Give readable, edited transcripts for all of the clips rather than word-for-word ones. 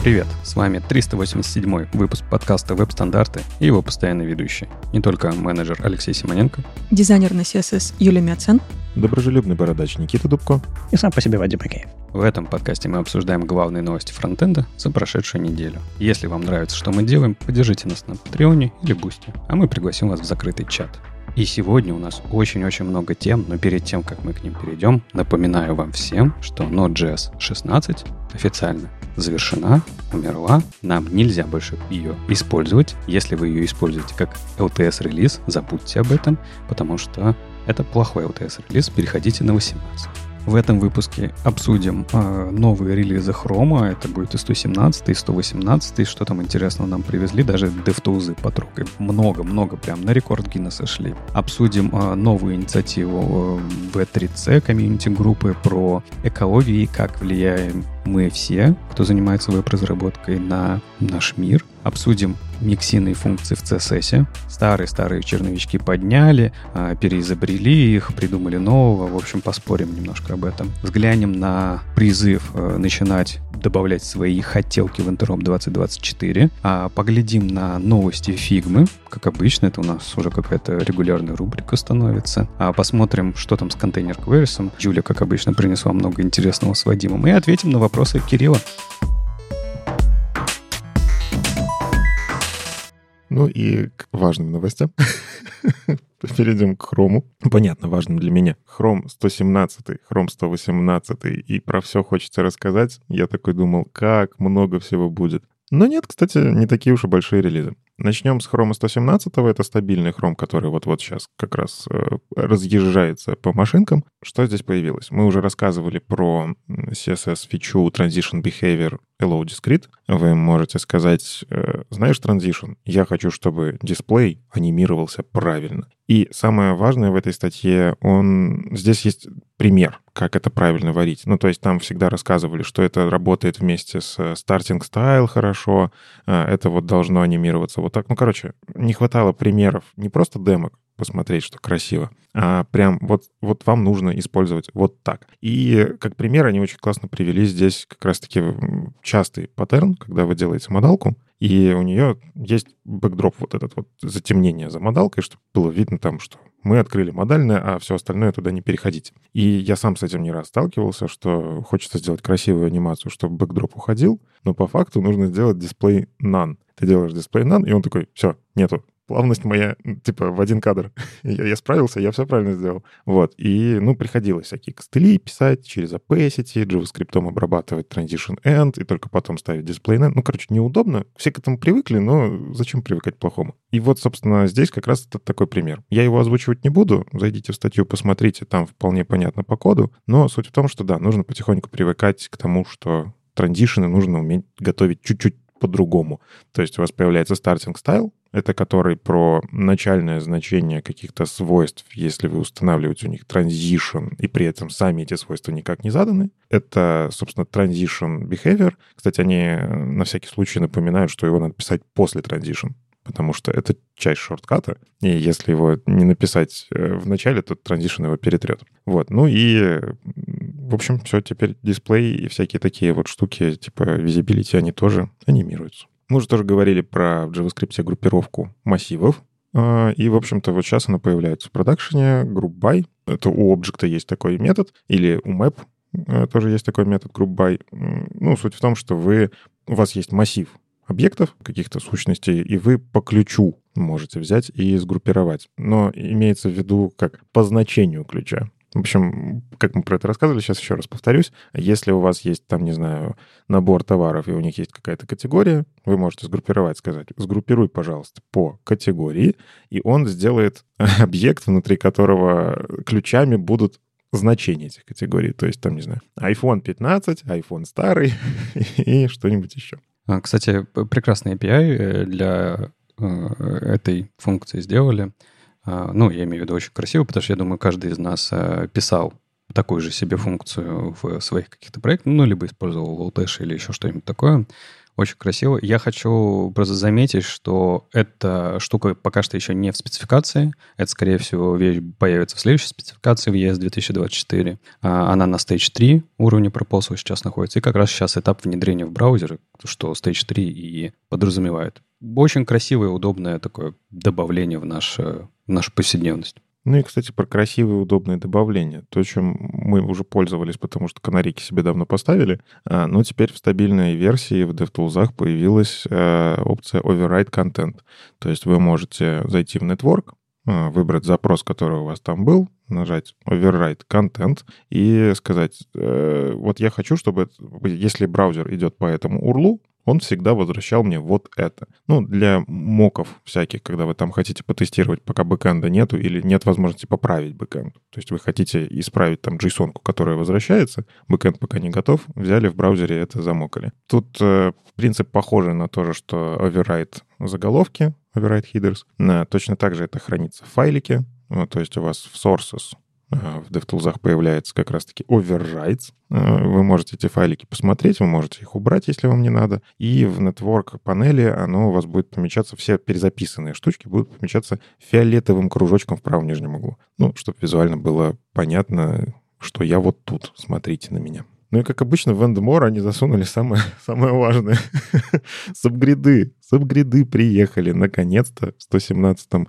Привет, с вами 387-й выпуск подкаста «Веб-стандарты» и его постоянный ведущий. Не только менеджер Алексей Симоненко, дизайнер на CSS Юлия Мяцен, доброжелюбный бородач Никита Дубко и сам по себе Вадим Акеев. В этом подкасте мы обсуждаем главные новости фронтенда за прошедшую неделю. Если вам нравится, что мы делаем, поддержите нас на Патреоне или Бусти, а мы пригласим вас в закрытый чат. И сегодня у нас очень-очень много тем, но перед тем, как мы к ним перейдем, напоминаю вам всем, что Node.js 16 официально завершена, умерла. Нам нельзя больше ее использовать. Если вы ее используете как LTS-релиз, забудьте об этом, потому что это плохой LTS-релиз. Переходите на 18. В этом выпуске обсудим новые релизы Chrome. Это будет и 117, и 118, что там интересного нам привезли. Даже DevTools потрогаем. Много-много, прям на рекорд Гиннесса шли. Обсудим новую инициативу V3C комьюнити-группы про экологию и как влияем мы все, кто занимается веб-разработкой, на наш мир. Обсудим миксинные функции в CSS. Старые черновички подняли, переизобрели их, придумали нового. В общем, поспорим немножко об этом. Взглянем на призыв начинать добавлять свои хотелки в Interop 2024. Поглядим на новости Фигмы. Как обычно, это у нас уже какая-то регулярная рубрика становится. Посмотрим, что там с контейнер queries. Юля, как обычно, принесла много интересного с Вадимом. И ответим на вопросы Кирилла. Ну и к важным новостям. Перейдем к Chrome. Понятно, важным для меня. Chrome 117, Chrome 118, и про все хочется рассказать. Я такой думал, как много всего будет. Но нет, кстати, не такие уж и большие релизы. Начнем с Chrome 117. Это стабильный Chrome, который вот-вот сейчас как раз разъезжается по машинкам. Что здесь появилось? Мы уже рассказывали про CSS-фичу Transition Behavior Allow Discrete. Вы можете сказать, знаешь, Transition, я хочу, чтобы дисплей анимировался правильно. И самое важное в этой статье, здесь есть пример, как это правильно варить. Ну, то есть там всегда рассказывали, что это работает вместе с Starting Style хорошо, это вот должно анимироваться вот так. Ну, короче, не хватало примеров, не просто демок посмотреть, что красиво, а прям вот вам нужно использовать вот так. И как пример они очень классно привели здесь как раз-таки частый паттерн, когда вы делаете модалку, и у нее есть бэкдроп, вот этот вот затемнение за модалкой, чтобы было видно там, что мы открыли модальное, а все остальное туда не переходить. И я сам с этим не раз сталкивался, что хочется сделать красивую анимацию, чтобы бэкдроп уходил, но по факту нужно сделать дисплей none. Ты делаешь дисплей none, и он такой, все, нету. Плавность моя, типа, в один кадр. Я справился, я все правильно сделал. Вот. И, приходилось всякие костыли писать, через Opacity, JavaScript обрабатывать Transition End, и только потом ставить Display End. Короче, неудобно. Все к этому привыкли, но зачем привыкать к плохому? И вот, собственно, здесь как раз это такой пример. Я его озвучивать не буду. Зайдите в статью, посмотрите, там вполне понятно по коду. Но суть в том, что, да, нужно потихоньку привыкать к тому, что транзишны нужно уметь готовить чуть-чуть по-другому. То есть у вас появляется Starting Style, это который про начальное значение каких-то свойств, если вы устанавливаете у них transition, и при этом сами эти свойства никак не заданы. Это, собственно, transition behavior. Кстати, они на всякий случай напоминают, что его надо писать после transition, потому что это часть шортката, и если его не написать в начале, то transition его перетрет. Вот. Ну и, в общем, все, теперь дисплей и всякие такие вот штуки, типа visibility, они тоже анимируются. Мы уже тоже говорили про в JavaScript группировку массивов. И, в общем-то, вот сейчас она появляется в продакшене. Group by. Это у объекта есть такой метод. Или у map тоже есть такой метод group by. Суть в том, что у вас есть массив объектов, каких-то сущностей, и вы по ключу можете взять и сгруппировать. Но имеется в виду как по значению ключа. В общем, как мы про это рассказывали, сейчас еще раз повторюсь. Если у вас есть, там, не знаю, набор товаров, и у них есть какая-то категория, вы можете сгруппировать, сказать, сгруппируй, пожалуйста, по категории, и он сделает объект, внутри которого ключами будут значения этих категорий. То есть, там, не знаю, iPhone 15, iPhone старый и что-нибудь еще. Кстати, прекрасный API для этой функции сделали. Я имею в виду очень красиво, потому что я думаю, каждый из нас писал такую же себе функцию в своих каких-то проектах, либо использовал Voltage или еще что-нибудь такое. Очень красиво. Я хочу просто заметить, что эта штука пока что еще не в спецификации. Это, скорее всего, вещь появится в следующей спецификации в ES 2024. Она на Stage 3 уровне Proposal сейчас находится. И как раз сейчас этап внедрения в браузеры, что Stage 3 и подразумевает. Очень красивое, удобное такое добавление в нашу повседневность. Ну и, кстати, про красивые, удобные добавления. То, чем мы уже пользовались, потому что канарейки себе давно поставили, но теперь в стабильной версии в DevTools появилась опция Override Content. То есть вы можете зайти в Network, выбрать запрос, который у вас там был, нажать Override Content и сказать, вот я хочу, чтобы, если браузер идет по этому URL, он всегда возвращал мне вот это. Ну, для моков всяких, когда вы там хотите потестировать, пока бэкэнда нету, или нет возможности поправить бэкэнд. То есть вы хотите исправить там JSON-ку, которая возвращается, бэкэнд пока не готов, взяли в браузере это, замокали. Тут принцип похожий на то же, что override заголовки, override headers. Точно так же это хранится в файлике. То есть у вас в sources в DevTools появляется как раз-таки overrides. Вы можете эти файлики посмотреть, вы можете их убрать, если вам не надо. И в Network панели оно у вас будет помечаться, все перезаписанные штучки будут помечаться фиолетовым кружочком в правом нижнем углу. Ну, чтобы визуально было понятно, что я вот тут, смотрите на меня. Ну и, как обычно, в Endemore они засунули самое важное. Сабгриды приехали, наконец-то, в 117-м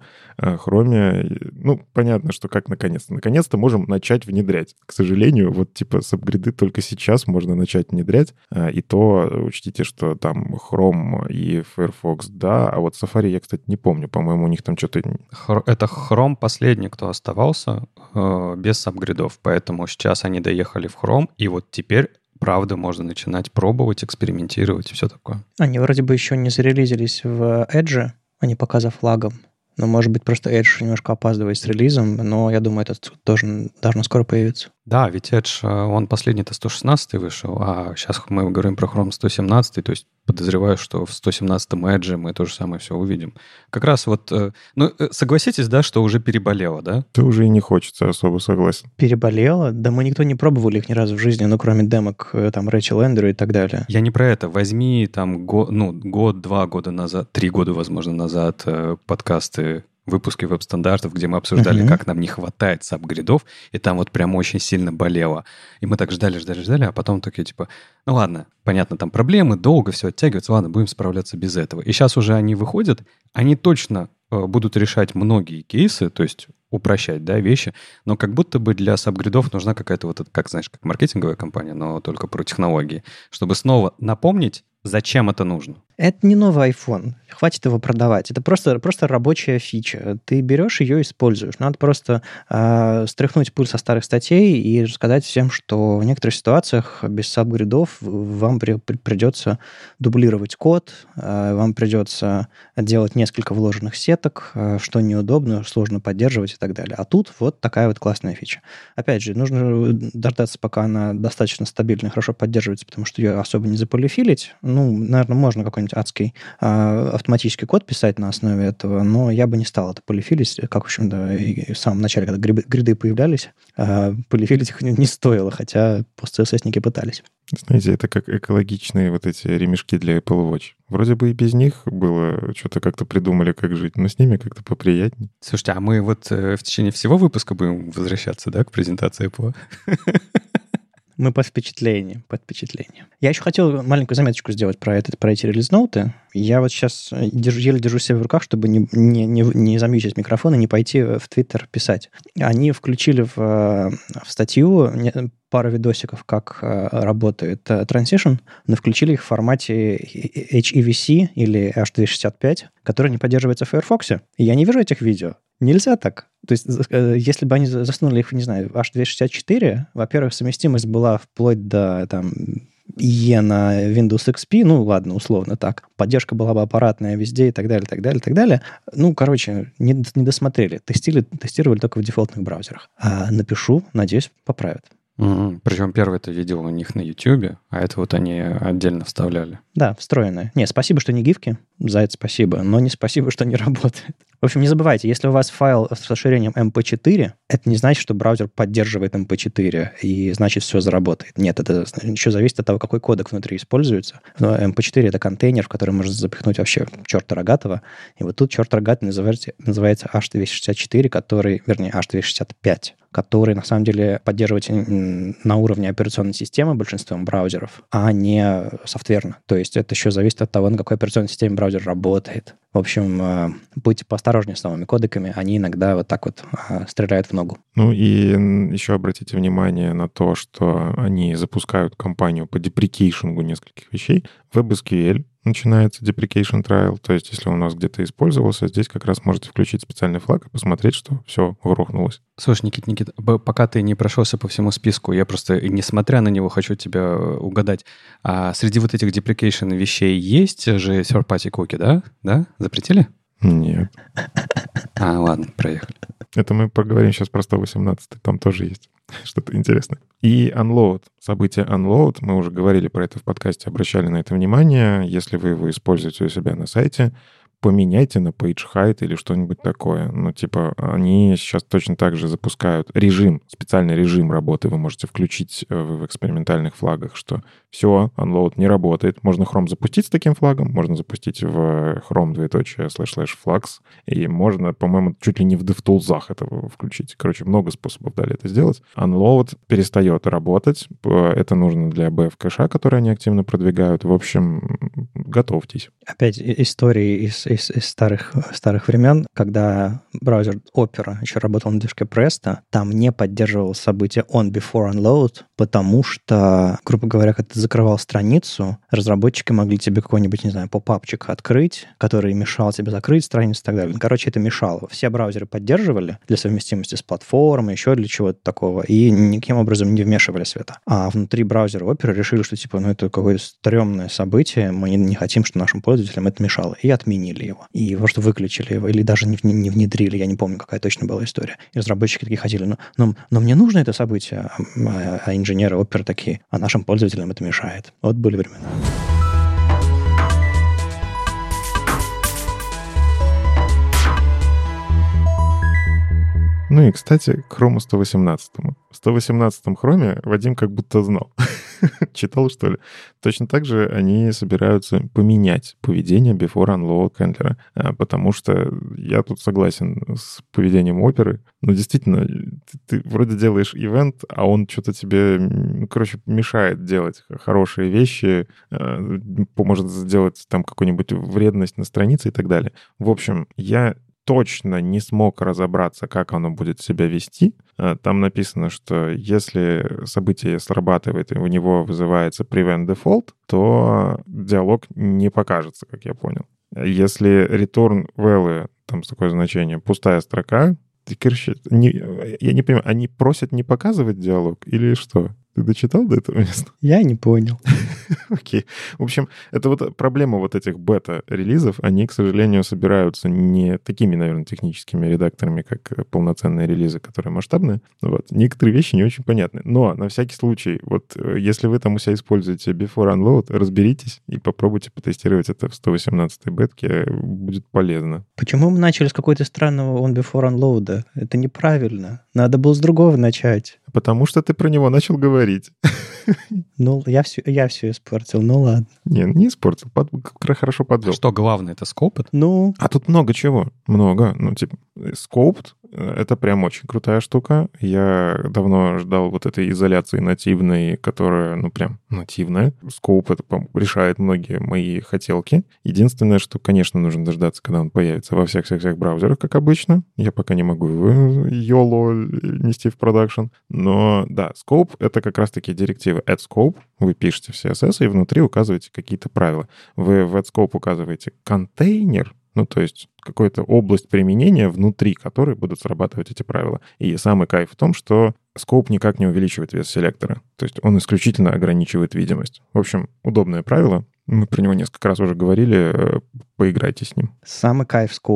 хроме. Ну, понятно, что как наконец-то. Наконец-то можем начать внедрять. К сожалению, вот типа сабгриды только сейчас можно начать внедрять. И то учтите, что там Chrome и Firefox, да, а вот Safari я, кстати, не помню. По-моему, у них там что-то... Это Chrome последний, кто оставался без сабгридов, поэтому сейчас они доехали в Chrome, и вот теперь, правда, можно начинать пробовать, экспериментировать и все такое. Они вроде бы еще не зарелизились в Edge, они пока за флагом. Но, может быть, просто Edge немножко опаздывает с релизом, но я думаю, это тоже должно скоро появиться. Да, ведь Edge, он последний-то 116 вышел, а сейчас мы говорим про Chrome 117, то есть подозреваю, что в 117-м Edge мы то же самое все увидим. Как раз вот, ну, согласитесь, да, что уже переболело, да? Ты уже и не хочется, особо согласен. Переболело? Да мы никто не пробовали их ни разу в жизни, ну, кроме демок, там, Рэйчел Эндеру и так далее. Я не про это. Возьми там год, 2 года назад, 3 года, возможно, назад подкасты, выпуски веб-стандартов, где мы обсуждали, как нам не хватает сабгридов, и там вот прям очень сильно болело. И мы так ждали, а потом такие типа, ну ладно, понятно, там проблемы, долго все оттягивается, ладно, будем справляться без этого. И сейчас уже они выходят, они точно будут решать многие кейсы, то есть упрощать, да, вещи, но как будто бы для сабгридов нужна какая-то вот, как, знаешь, как маркетинговая компания, но только про технологии, чтобы снова напомнить, зачем это нужно. Это не новый iPhone. Хватит его продавать. Это просто рабочая фича. Ты берешь ее и используешь. Надо просто стряхнуть пыль со старых статей и сказать всем, что в некоторых ситуациях без сабгридов вам придется дублировать код, вам придется делать несколько вложенных сеток, что неудобно, сложно поддерживать и так далее. А тут вот такая вот классная фича. Опять же, нужно дождаться, пока она достаточно стабильно и хорошо поддерживается, потому что ее особо не заполифилить. Ну, наверное, можно какой-нибудь адский автоматический код писать на основе этого, но я бы не стал это полифилить, как, в общем-то, и в самом начале, когда гриды появлялись, полифилить их не стоило, хотя постцссники пытались. Знаете, это как экологичные вот эти ремешки для Apple Watch. Вроде бы и без них было, что-то как-то придумали, как жить, но с ними как-то поприятнее. Слушайте, а мы вот в течение всего выпуска будем возвращаться, да, к презентации Apple? Мы под впечатлением. Я еще хотел маленькую заметочку сделать про эти релиз-ноуты. Я вот сейчас еле держу себя в руках, чтобы не замьючить микрофон и не пойти в Твиттер писать. Они включили в статью пару видосиков, как работает Transition, но включили их в формате HEVC или H265, который не поддерживается в Firefox. И я не вижу этих видео. Нельзя так. То есть, если бы они засунули их, не знаю, в H264, во-первых, совместимость была вплоть до там IE на Windows XP, ну, ладно, условно так. Поддержка была бы аппаратная везде и так далее, так далее, так далее. Ну, короче, не досмотрели. Тестировали только в дефолтных браузерах. Напишу, надеюсь, поправят. Причем первое это видео у них на YouTube, а это вот они отдельно вставляли. Да, встроенное. Не, спасибо, что не гифки, за это спасибо, но не спасибо, что не работает. В общем, не забывайте, если у вас файл с расширением MP4, это не значит, что браузер поддерживает MP4, и значит, все заработает. Нет, это еще зависит от того, какой кодек внутри используется. Но MP4 — это контейнер, в который можно запихнуть вообще черта рогатого. И вот тут черт рогатый называется H264, вернее, H265, который, на самом деле, поддерживается на уровне операционной системы большинством браузеров, а не софтверно. То есть это еще зависит от того, на какой операционной системе браузер работает. В общем, будьте поосторожнее с новыми кодеками, они иногда вот так вот стреляют в ногу. Ну и еще обратите внимание на то, что они запускают кампанию по деприкейшингу нескольких вещей. WebSQL начинается deprecation trial, то есть если у нас где-то использовался, здесь как раз можете включить специальный флаг и посмотреть, что все грохнулось. Слушай, Никит, пока ты не прошелся по всему списку, я просто, несмотря на него, хочу тебя угадать. А среди вот этих deprecation вещей есть же third-party cookie, да? Да? Запретили? Нет. Ладно, проехали. Это мы поговорим сейчас про 118, там тоже есть что-то интересное. И unload. Событие unload, мы уже говорили про это в подкасте, обращали на это внимание. Если вы его используете у себя на сайте, поменяйте на page height или что-нибудь такое. Ну, типа, они сейчас точно так же запускают специальный режим работы вы можете включить в экспериментальных флагах, что все, unload не работает. Можно Chrome запустить с таким флагом, можно запустить в Chrome //flags, и можно, по-моему, чуть ли не в DevTools это включить. Короче, много способов дали это сделать. Unload перестает работать. Это нужно для BF-кэша, который они активно продвигают. В общем, готовьтесь. Опять истории из старых времен, когда браузер Opera еще работал на движке Presto, там не поддерживал событие on before unload, потому что, грубо говоря, когда ты закрывал страницу, разработчики могли тебе какой-нибудь, не знаю, поп-апчик открыть, который мешал тебе закрыть страницу и так далее. Короче, это мешало. Все браузеры поддерживали для совместимости с платформой, еще для чего-то такого, и никаким образом не вмешивались в это. А внутри браузера Opera решили, что типа, это какое-то стрёмное событие, мы не хотим, чтобы нашим пользователям это мешало, и отменили его. И просто выключили его, или даже не внедрили, я не помню, какая точно была история. И разработчики такие ходили, но мне нужно это событие, а инженеры Opera такие, а нашим пользователям это мешает. Вот были времена. Ну и, кстати, к Chrome 118. В 118-м Chrome Вадим как будто знал. Читал, что ли? Точно так же они собираются поменять поведение before unload хендлера, потому что я тут согласен с поведением Оперы. Но действительно, ты вроде делаешь ивент, а он что-то тебе, мешает делать хорошие вещи, может сделать там какую-нибудь вредность на странице и так далее. В общем, я точно не смог разобраться, как оно будет себя вести. Там написано, что если событие срабатывает и у него вызывается prevent default, то диалог не покажется, как я понял. Если return value, там такое значение, пустая строка, я не понимаю, они просят не показывать диалог или что? Ты дочитал до этого места? Я не понял. Окей. В общем, это вот проблема вот этих бета-релизов. Они, к сожалению, собираются не такими, наверное, техническими редакторами, как полноценные релизы, которые масштабные. Вот. Некоторые вещи не очень понятны. Но на всякий случай, вот если вы там у себя используете before unload, разберитесь и попробуйте потестировать это в 118-й бетке. Будет полезно. Почему мы начали с какой-то странного on before unload? Это неправильно. Надо было с другого начать. Потому что ты про него начал говорить. Ну, я все испортил, ну ладно. Не испортил, хорошо подвел. Что главное, это Scoped? Ну. А тут много чего. Много. Ну, типа, Scoped — это прям очень крутая штука. Я давно ждал вот этой изоляции нативной, которая, прям нативная. Scope — это решает многие мои хотелки. Единственное, что, конечно, нужно дождаться, когда он появится во всех браузерах, как обычно. Я пока не могу его YOLO нести в продакшн. Но, да, Scope — это как раз-таки директива add scope. Вы пишете в CSS и внутри указываете какие-то правила. Вы в add scope указываете контейнер, то есть какую-то область применения, внутри которой будут срабатывать эти правила. И самый кайф в том, что Scope никак не увеличивает вес селектора. То есть он исключительно ограничивает видимость. В общем, удобное правило. Мы про него несколько раз уже говорили. Поиграйте с ним. Самый кайф скоупа.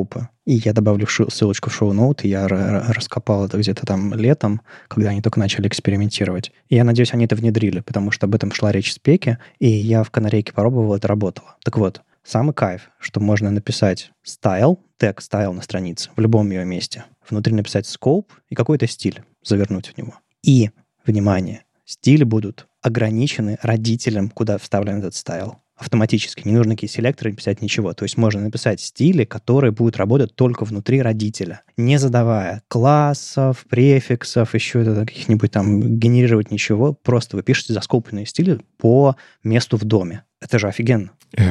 И я добавлю ссылочку в шоу-ноут, и я раскопал это где-то там летом, когда они только начали экспериментировать. И я надеюсь, они это внедрили, потому что об этом шла речь в спеке, и я в канарейке попробовал, это работало. Так вот, самый кайф, что можно написать style, тег style на странице, в любом ее месте. Внутри написать scope и какой-то стиль завернуть в него. И, внимание, стили будут ограничены родителям, куда вставлен этот style. Автоматически. Не нужно какие селекторы писать, ничего. То есть можно написать стили, которые будут работать только внутри родителя, не задавая классов, префиксов, еще каких-нибудь там генерировать ничего. Просто вы пишете заскопленные стили по месту в доме. Это же офигенно.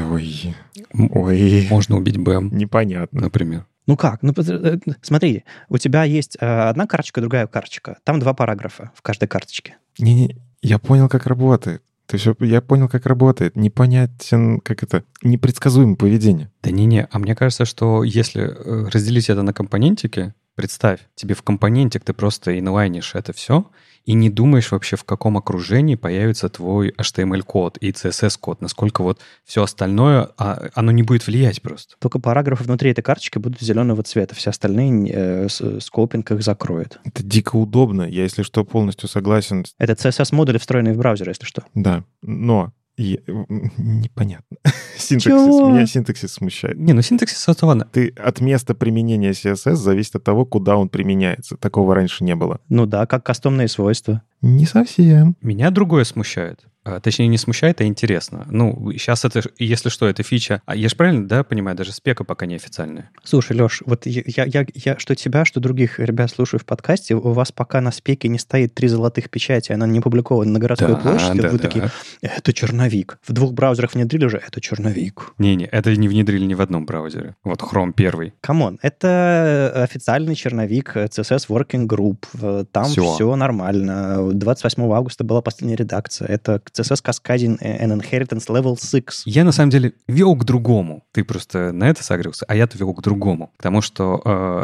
Ой. Можно убить БМ, Непонятно. например. Ну как? Ну, смотри, у тебя есть одна карточка, другая карточка. Там 2 параграфа в каждой карточке. Не-не, я понял, как работает. Я понял, как работает. Непонятен, как это, непредсказуемое поведение. Да не-не, а мне кажется, что если разделить это на компонентики, представь, тебе в компонентик ты просто инлайнишь это все, и не думаешь вообще, в каком окружении появится твой HTML-код и CSS-код, насколько вот все остальное, оно не будет влиять просто. Только параграфы внутри этой карточки будут зеленого цвета, все остальные скопинг их закроет. Это дико удобно. Я, если что, полностью согласен. Это CSS-модули, встроенные в браузер, если что. Да, но непонятно. Чего? Меня синтаксис смущает. Не, ну синтаксис это ладно. Ты от места применения CSS зависит от того, куда он применяется. Такого раньше не было. Ну да, как кастомные свойства. Не совсем. Меня другое смущает. Точнее, не смущает, а интересно. Ну, сейчас это, если что, это фича. А я же правильно, да, понимаю, даже спека пока не официальная. Слушай, Леш, вот я что тебя, что других ребят слушаю в подкасте, у вас пока на спеке не стоит 3 золотых печати, она не опубликована на городской площади, вы такие, это черновик. В 2 браузерах внедрили уже, это черновик. Не-не, это не внедрили ни в одном браузере. Вот Chrome первый. Камон, это официальный черновик CSS Working Group. Там все нормально. 28 августа была последняя редакция. Это CSS Cascading and Inheritance Level 6. Я, на самом деле, вел к другому. Ты просто на это согрелся, а я-то вел к другому. Потому что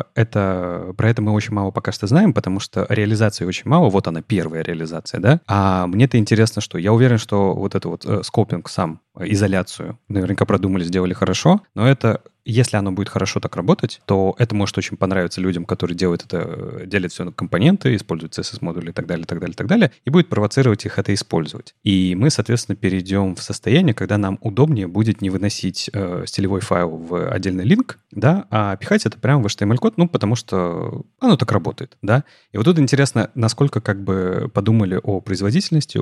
про это мы очень мало пока что знаем, потому что реализации очень мало. Вот она, первая реализация, да? А мне-то интересно, что я уверен, что вот это вот скопинг сам, изоляцию, наверняка продумали, сделали хорошо, но это... Если оно будет хорошо так работать, то это может очень понравиться людям, которые делают это, делят все на компоненты, используют CSS-модули и так далее, так далее, так далее, и будет провоцировать их это использовать. И мы, соответственно, перейдем в состояние, когда нам удобнее будет не выносить стилевой файл в отдельный линк, да, а пихать это прямо в HTML-код, ну, потому что оно так работает, да. И вот тут интересно, насколько как бы подумали о производительности,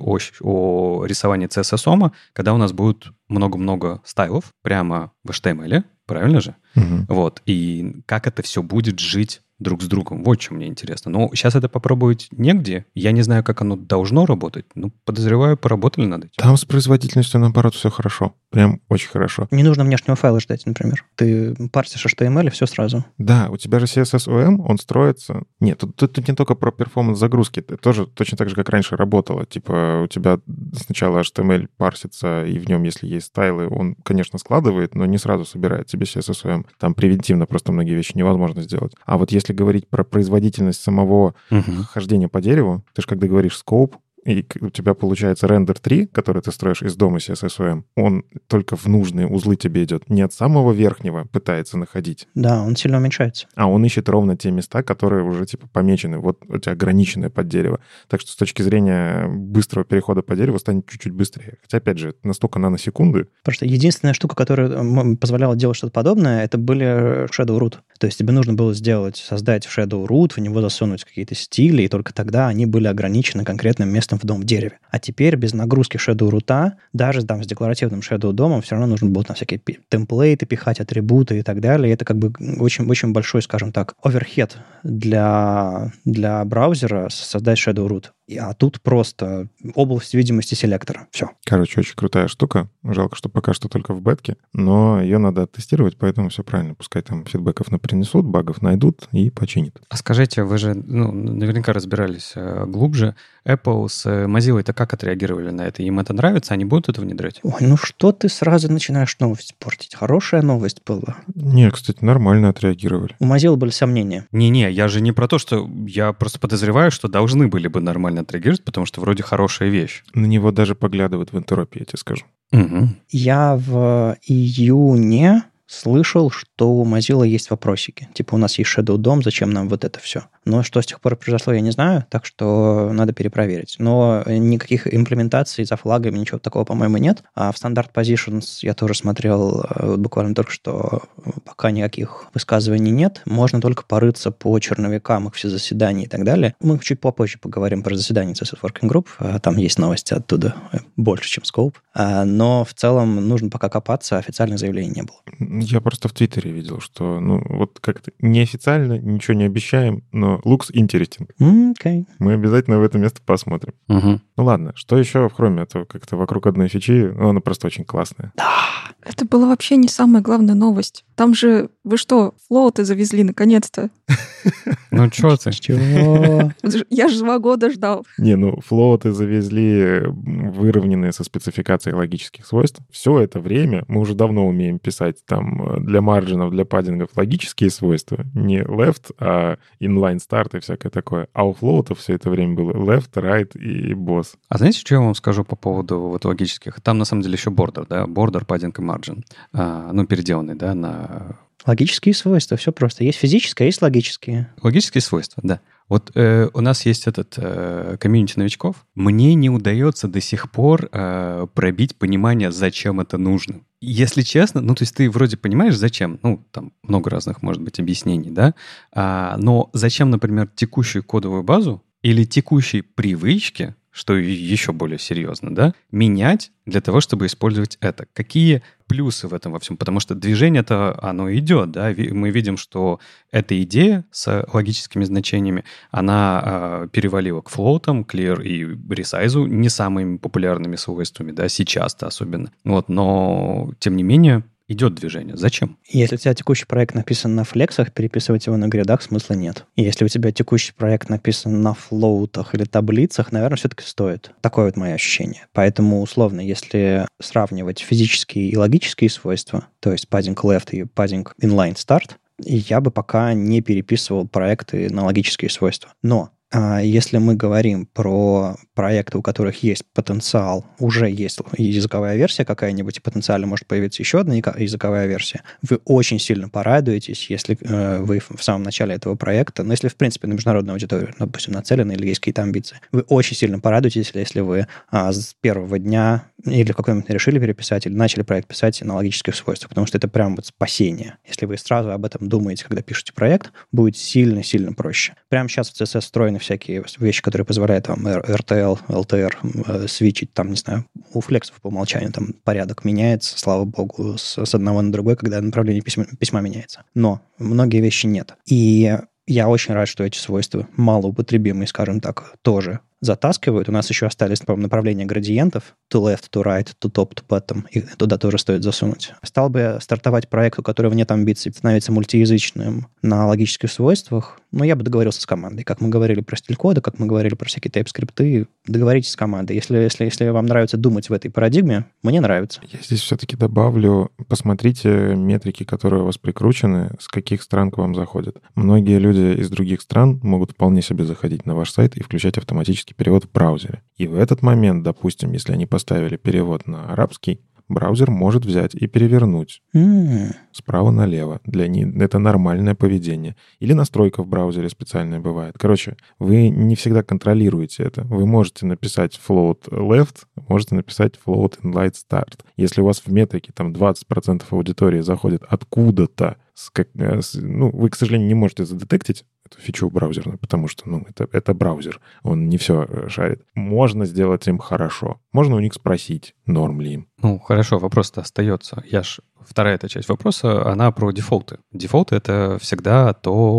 о рисовании CSS-ома, когда у нас будет много-много стайлов прямо в HTML, правильно же? Угу. Вот. И как это все будет жить друг с другом. Вот что мне интересно. Но сейчас это попробовать негде. Я не знаю, как оно должно работать. Ну, подозреваю, поработали над этим. Там с производительностью, наоборот, все хорошо. Прям очень хорошо. Не нужно внешнего файла ждать, например. Ты парсишь HTML и все сразу. Да, у тебя же CSS-OM, он строится... Нет, тут не только про перформанс загрузки. Это тоже точно так же, как раньше работало. Типа у тебя сначала HTML парсится, и в нем, если есть стайлы, он, конечно, складывает, но не сразу собирает тебе CSS-OM. Там превентивно просто многие вещи невозможно сделать. А вот если говорить про производительность самого хождения по дереву, ты же когда говоришь scope, и у тебя получается рендер 3, который ты строишь из дома CSS-OM, он только в нужные узлы тебе идет. Не от самого верхнего пытается находить. Да, он сильно уменьшается. А он ищет ровно те места, которые уже типа помечены. Вот у тебя ограниченное под дерево. Так что с точки зрения быстрого перехода по дереву станет чуть-чуть быстрее. Хотя, опять же, настолько наносекунды. Просто единственная штука, которая позволяла делать что-то подобное, это были Shadow Root. То есть тебе нужно было создать Shadow Root, в него засунуть какие-то стили, и только тогда они были ограничены конкретным местом в дом в дереве. А теперь без нагрузки Shadow Root, даже там с декларативным Shadow домом, все равно нужно будет на всякие темплейты пихать, атрибуты и так далее. И это как бы очень большой, скажем так, оверхед для браузера создать Shadow Root. А тут просто область видимости селектора. Все. Короче, очень крутая штука. Жалко, что пока что только в бетке, но ее надо тестировать, поэтому все правильно. Пускай там фидбэков принесут, багов найдут и починят. А скажите, вы же наверняка разбирались глубже. Apple с Mozilla-то как отреагировали на это? Им это нравится? Они будут это внедрять? Ой, ну что ты сразу начинаешь новость портить? Хорошая новость была. Не, кстати, нормально отреагировали. У Mozilla были сомнения. Не-не, я же не про то, что... Я просто подозреваю, что должны были бы нормально отреагировать, потому что вроде хорошая вещь. На него даже поглядывают в энтропии, я тебе скажу. Угу. Я в июне слышал, что у Mozilla есть вопросики. Типа, у нас есть Shadow DOM, зачем нам вот это все? Но что с тех пор произошло, я не знаю, так что надо перепроверить. Но никаких имплементаций за флагами, ничего такого, по-моему, нет. А в Standard Positions я тоже смотрел буквально только что, пока никаких высказываний нет. Можно только порыться по черновикам их все заседаний и так далее. Мы чуть попозже поговорим про заседания CSS Working Group. Там есть новости оттуда больше, чем Scope. Но в целом нужно пока копаться, официальных заявлений не было. Я просто в Твиттере видел, что, вот как-то неофициально, ничего не обещаем, но looks interesting. Okay. Мы обязательно в это место посмотрим. Угу. Ну ладно, что еще в Chrome? Это как-то вокруг одной фичи, она просто очень классная. Да. Это была вообще не самая главная новость. Там же, вы что, флоуты завезли наконец-то? Ну, что ты? Чего? Я же 2 года ждал. Флоуты завезли выровненные со спецификацией логических свойств. Все это время мы уже давно умеем писать там для марджинов, для паддингов логические свойства. Не left, а inline start и всякое такое. А у флоутов все это время было left, right и boss. А знаете, что я вам скажу по поводу вот логических? Там, на самом деле, еще бордер, да? Бордер, паддинг и марджин. Переделанный, да, на... Логические свойства, все просто. Есть физические, а есть логические. Логические свойства, да. Вот у нас есть этот комьюнити новичков. Мне не удается до сих пор пробить понимание, зачем это нужно. Если честно, то есть ты вроде понимаешь, зачем. Там много разных, может быть, объяснений, да? Но зачем, например, текущую кодовую базу или текущие привычки, что еще более серьезно, да, менять для того, чтобы использовать это? Какие плюсы в этом во всем? Потому что движение-то, оно идет, да, мы видим, что эта идея с логическими значениями, она перевалила к флоутам, clear и resize, не самыми популярными свойствами, да, сейчас-то особенно. Но, тем не менее, идет движение. Зачем? Если у тебя текущий проект написан на флексах, переписывать его на гридах смысла нет. И если у тебя текущий проект написан на флоутах или таблицах, наверное, все-таки стоит. Такое вот мое ощущение. Поэтому, условно, если сравнивать физические и логические свойства, то есть padding left и padding inline start, я бы пока не переписывал проекты на логические свойства. Но если мы говорим про проекты, у которых есть потенциал, уже есть языковая версия какая-нибудь, и потенциально может появиться еще одна языковая версия, вы очень сильно порадуетесь, если вы в самом начале этого проекта, если, в принципе, на международную аудиторию, допустим, нацелены или есть какие-то амбиции, вы очень сильно порадуетесь, если вы с первого дня или в какой момент решили переписать, или начали проект писать на логических свойствах, потому что это прям вот спасение. Если вы сразу об этом думаете, когда пишете проект, будет сильно-сильно проще. Прямо сейчас в CSS встроены всякие вещи, которые позволяют вам RTL, LTR свитчить, там, не знаю, у флексов по умолчанию там порядок меняется, слава богу, с одного на другой, когда направление письма меняется. Но многие вещи нет. И я очень рад, что эти свойства малоупотребимые, скажем так, тоже затаскивают. У нас еще остались, по-моему, направления градиентов to left, to right, to top, to bottom. И туда тоже стоит засунуть. Стал бы я стартовать проект, у которого нет амбиций становиться мультиязычным на логических свойствах, но я бы договорился с командой. Как мы говорили про стиль кода, как мы говорили про всякие TypeScript, договоритесь с командой. Если вам нравится думать в этой парадигме, мне нравится. Я здесь все-таки добавлю, посмотрите метрики, которые у вас прикручены, с каких стран к вам заходят. Многие люди из других стран могут вполне себе заходить на ваш сайт и включать автоматический перевод в браузере. И в этот момент, допустим, если они поставили перевод на арабский, браузер может взять и перевернуть справа налево. Для них это нормальное поведение. Или настройка в браузере специальная бывает. Короче, вы не всегда контролируете это. Вы можете написать float left, можете написать float inline start. Если у вас в метрике там 20% аудитории заходит откуда-то, вы, к сожалению, не можете задетектить эту фичу браузерную, потому что это браузер, он не все шарит. Можно сделать им хорошо. Можно у них спросить, норм ли им. Хорошо, вопрос-то остается. Вторая эта часть вопроса, она про дефолты. Дефолты — это всегда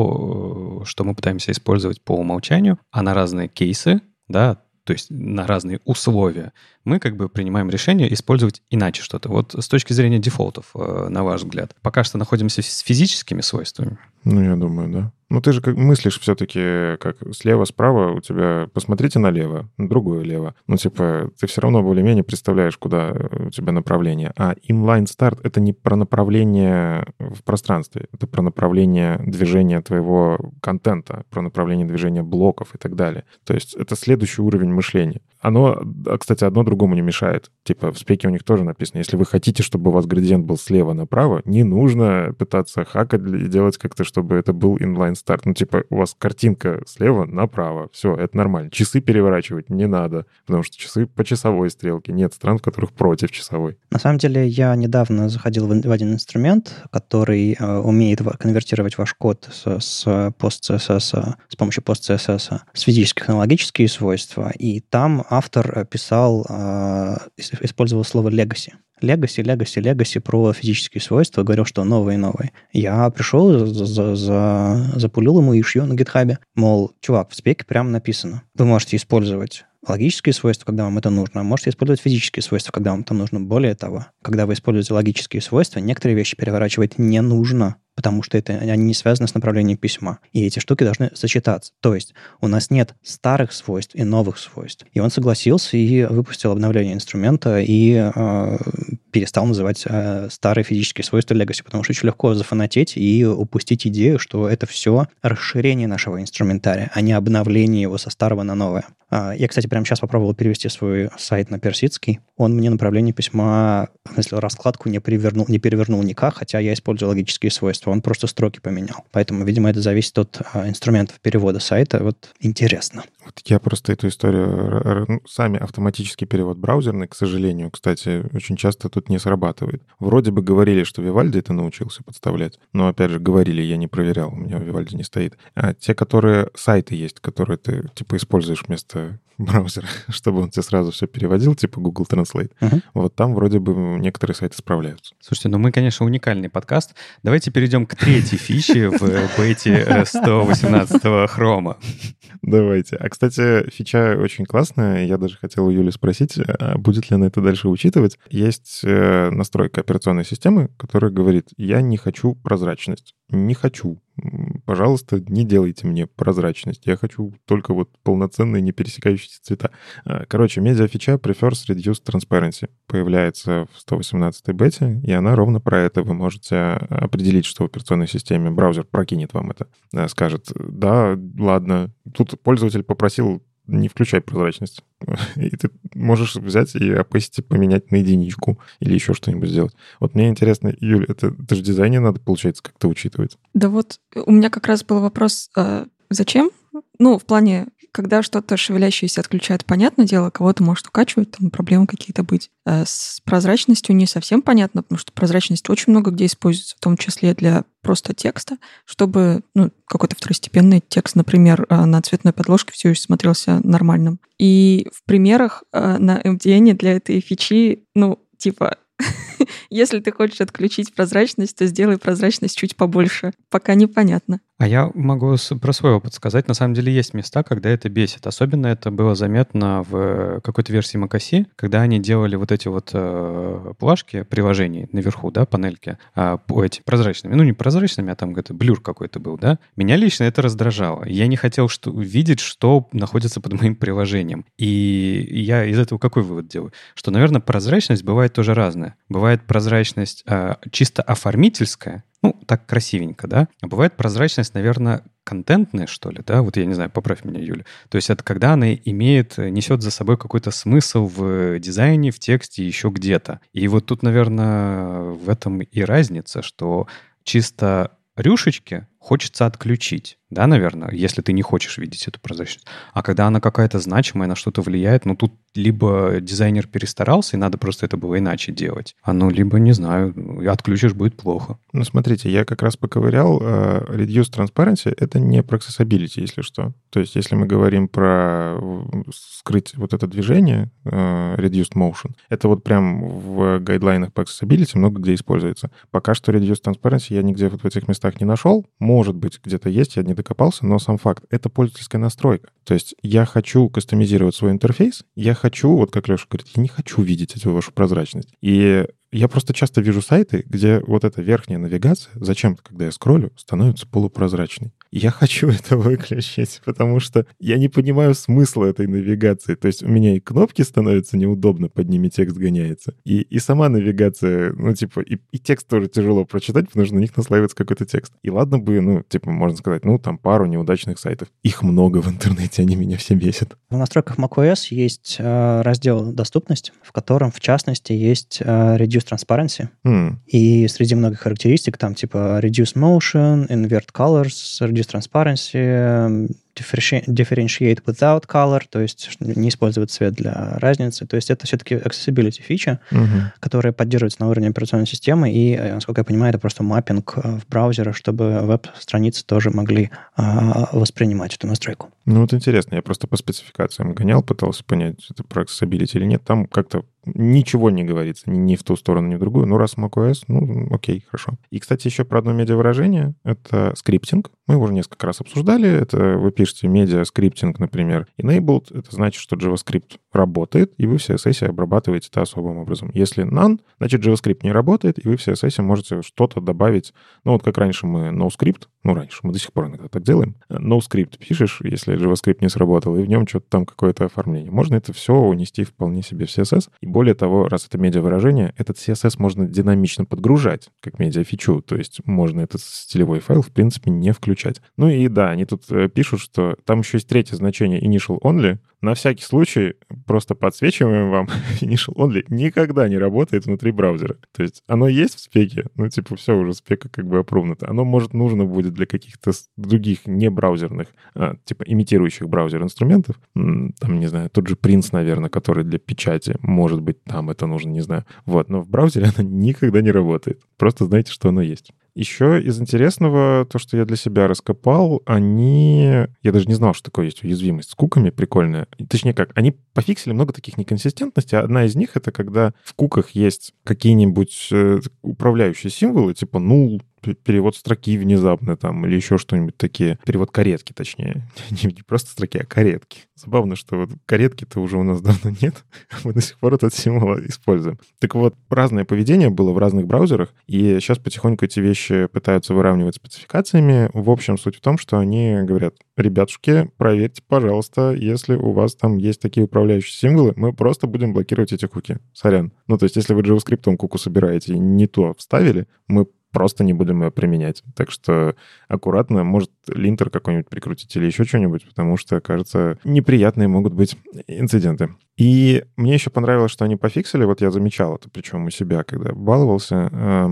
то, что мы пытаемся использовать по умолчанию, а на разные кейсы, да, то есть на разные условия, мы принимаем решение использовать иначе что-то. Вот с точки зрения дефолтов, на ваш взгляд, пока что находимся с физическими свойствами? Я думаю, да. Ты же мыслишь все-таки как слева-справа у тебя... Посмотрите налево, на другое лево. Ты все равно более-менее представляешь, куда у тебя направление. А inline start — это не про направление в пространстве, это про направление движения твоего контента, про направление движения блоков и так далее. То есть это следующий уровень мышления. Оно, кстати, одно другому не мешает. Типа в спеке у них тоже написано, если вы хотите, чтобы у вас градиент был слева направо, не нужно пытаться хакать и делать как-то, чтобы это был инлайн-старт. Ну, типа у вас картинка слева направо. Все, это нормально. Часы переворачивать не надо, потому что часы по часовой стрелке. Нет стран, в которых против часовой. На самом деле, я недавно заходил в один инструмент, который умеет конвертировать ваш код с PostCSS, с помощью PostCSS с физических на логические свойства, и там автор писал, использовал слово legacy. Legacy про физические свойства, говорил, что новые. Я пришел, запулил ему ишью на гитхабе, мол, чувак, в спеке прямо написано, вы можете использовать логические свойства, когда вам это нужно, а можете использовать физические свойства, когда вам это нужно. Более того, когда вы используете логические свойства, некоторые вещи переворачивать не нужно, потому что они не связаны с направлением письма. И эти штуки должны сочетаться. То есть у нас нет старых свойств и новых свойств. И он согласился и выпустил обновление инструмента и перестал называть старые физические свойства legacy, потому что очень легко зафанатеть и упустить идею, что это все расширение нашего инструментария, а не обновление его со старого на новое. Я, кстати, прямо сейчас попробовал перевести свой сайт на персидский. Он мне направление письма, в смысле, раскладку не перевернул никак, хотя я использую логические свойства. Он просто строки поменял. Поэтому, видимо, это зависит от инструментов перевода сайта. Вот интересно. Вот я просто эту историю... Сами автоматический перевод браузерный, к сожалению, кстати, очень часто тут не срабатывает. Вроде бы говорили, что Вивальди это научился подставлять. Но, опять же, говорили, я не проверял. У меня Вивальди не стоит. А те, которые сайты есть, которые ты, типа, используешь вместо браузера, чтобы он тебе сразу все переводил, типа Google Translate. Вот там вроде бы некоторые сайты справляются. Слушайте, ну мы, конечно, уникальный подкаст. Давайте перейдем к третьей фиче в бете 118 хрома. Давайте. А, кстати, фича очень классная. Я даже хотел у Юли спросить, а будет ли она это дальше учитывать. Есть настройка операционной системы, которая говорит, я не хочу прозрачность. Не хочу. Пожалуйста, не делайте мне прозрачность. Я хочу только вот полноценные не пересекающиеся цвета. Короче, медиафича Prefers Reduced Transparency появляется в 118-й бете, и она ровно про это. Вы можете определить, что в операционной системе браузер прокинет вам это. Скажет, да, ладно. Тут пользователь попросил не включай прозрачность. И ты можешь взять и опустить, поменять на единичку или еще что-нибудь сделать. Вот мне интересно, Юль, это же в дизайне надо, получается, как-то учитывать. Да вот у меня как раз был вопрос, зачем? Ну, в плане, когда что-то шевелящееся отключают, понятное дело, кого-то может укачивать, там проблемы какие-то быть. С прозрачностью не совсем понятно, потому что прозрачность очень много где используется, в том числе для просто текста, чтобы какой-то второстепенный текст, например, на цветной подложке все еще смотрелся нормальным. И в примерах на MDN для этой фичи, если ты хочешь отключить прозрачность, то сделай прозрачность чуть побольше. Пока непонятно. А я могу про свой опыт сказать. На самом деле есть места, когда это бесит. Особенно это было заметно в какой-то версии macOS, когда они делали вот эти вот плашки приложений наверху, да, панельки, эти прозрачными. Ну, не прозрачными, а там где-то блюр какой-то был, да. Меня лично это раздражало. Я не хотел видеть, что находится под моим приложением. И я из этого какой вывод делаю? Что, наверное, прозрачность бывает тоже разная. Бывает прозрачность чисто оформительская, так красивенько, да? А бывает прозрачность, наверное, контентная, что ли, да? Вот я не знаю, поправь меня, Юля. То есть это когда она несет за собой какой-то смысл в дизайне, в тексте, еще где-то. И вот тут, наверное, в этом и разница, что чисто рюшечки хочется отключить, да, наверное, если ты не хочешь видеть эту прозрачность. А когда она какая-то значимая, на что-то влияет, тут либо дизайнер перестарался, и надо просто это было иначе делать, либо, не знаю, отключишь, будет плохо. Смотрите, я как раз поковырял. Reduced Transparency — это не про accessibility, если что. То есть если мы говорим про скрыть вот это движение, Reduced Motion, это вот прям в гайдлайнах по accessibility много где используется. Пока что Reduced Transparency я нигде вот в этих местах не нашел. Может быть, где-то есть, я не докопался, но сам факт — это пользовательская настройка. То есть я хочу кастомизировать свой интерфейс, я хочу, вот как Леша говорит, я не хочу видеть эту вашу прозрачность. И я просто часто вижу сайты, где вот эта верхняя навигация, зачем-то, когда я скроллю, становится полупрозрачной. Я хочу это выключить, потому что я не понимаю смысла этой навигации. То есть у меня и кнопки становятся неудобно, под ними текст гоняется, и сама навигация, ну, типа, и текст тоже тяжело прочитать, потому что на них наслаивается какой-то текст. И ладно бы, ну, типа, можно сказать, ну, там пару неудачных сайтов. Их много в интернете, они меня все бесят. В настройках macOS есть раздел «Доступность», в котором, в частности, есть Reduce Transparency. И среди многих характеристик там типа Reduce Motion, Invert Colors, Reduce Transparency, Differentiate without color, то есть не использовать цвет для разницы. То есть это все-таки accessibility фича, которая поддерживается на уровне операционной системы, и, насколько я понимаю, это просто маппинг в браузеры, чтобы веб-страницы тоже могли воспринимать эту настройку. Ну, вот интересно. Я просто по спецификациям гонял, пытался понять, это про accessibility или нет. Там как-то ничего не говорится ни в ту сторону, ни в другую. Ну, раз macOS, ну, окей, хорошо. И, кстати, еще про одно медиавыражение. Это скриптинг. Мы его уже несколько раз обсуждали. Это вы пишете медиа-скриптинг, например, enabled. Это значит, что JavaScript работает, и вы в CSS обрабатываете это особым образом. Если none, значит, JavaScript не работает, и вы в CSS можете что-то добавить. Ну, вот как раньше мы NoScript, ну, раньше мы до сих пор иногда так делаем. NoScript пишешь, если JavaScript не сработал, и в нем что-то там какое-то оформление. Можно это все унести вполне себе в CSS. И более того, раз это медиавыражение, этот CSS можно динамично подгружать, как медиафичу. То есть можно этот стилевой файл, в принципе, не включать. Ну и да, они тут пишут, что там еще есть третье значение initial only. На всякий случай просто подсвечиваем вам, initial only никогда не работает внутри браузера. То есть оно есть в спеке, ну типа все, уже спека как бы опровнута. Оно, может, нужно будет для каких-то других не браузерных, типа имитирующих браузер инструментов. Там, не знаю, тот же Prince, наверное, который для печати, может быть, там это нужно, не знаю. Вот, но в браузере оно никогда не работает. Просто знайте, что оно есть. Еще из интересного, то, что я для себя раскопал, я даже не знал, что такое есть уязвимость с куками прикольная. Точнее как, они пофиксили много таких неконсистентностей. Одна из них — это когда в куках есть какие-нибудь управляющие символы, типа null, перевод строки внезапно там, или еще что-нибудь такие. Перевод каретки, точнее. Не просто строки, а каретки. Забавно, что вот каретки-то уже у нас давно нет. Мы до сих пор этот символ используем. Так вот, разное поведение было в разных браузерах, и сейчас потихоньку эти вещи пытаются выравнивать спецификациями. В общем, суть в том, что они говорят: ребятушки, проверьте, пожалуйста, если у вас там есть такие управляющие символы, мы просто будем блокировать эти куки. Сорян. Ну, то есть, если вы JavaScript куку собираете и не то вставили, мы просто не будем ее применять. Так что аккуратно, может, линтер какой-нибудь прикрутить или еще что-нибудь, потому что, кажется, неприятные могут быть инциденты. И мне еще понравилось, что они пофиксили, вот я замечал это, причем у себя, когда баловался,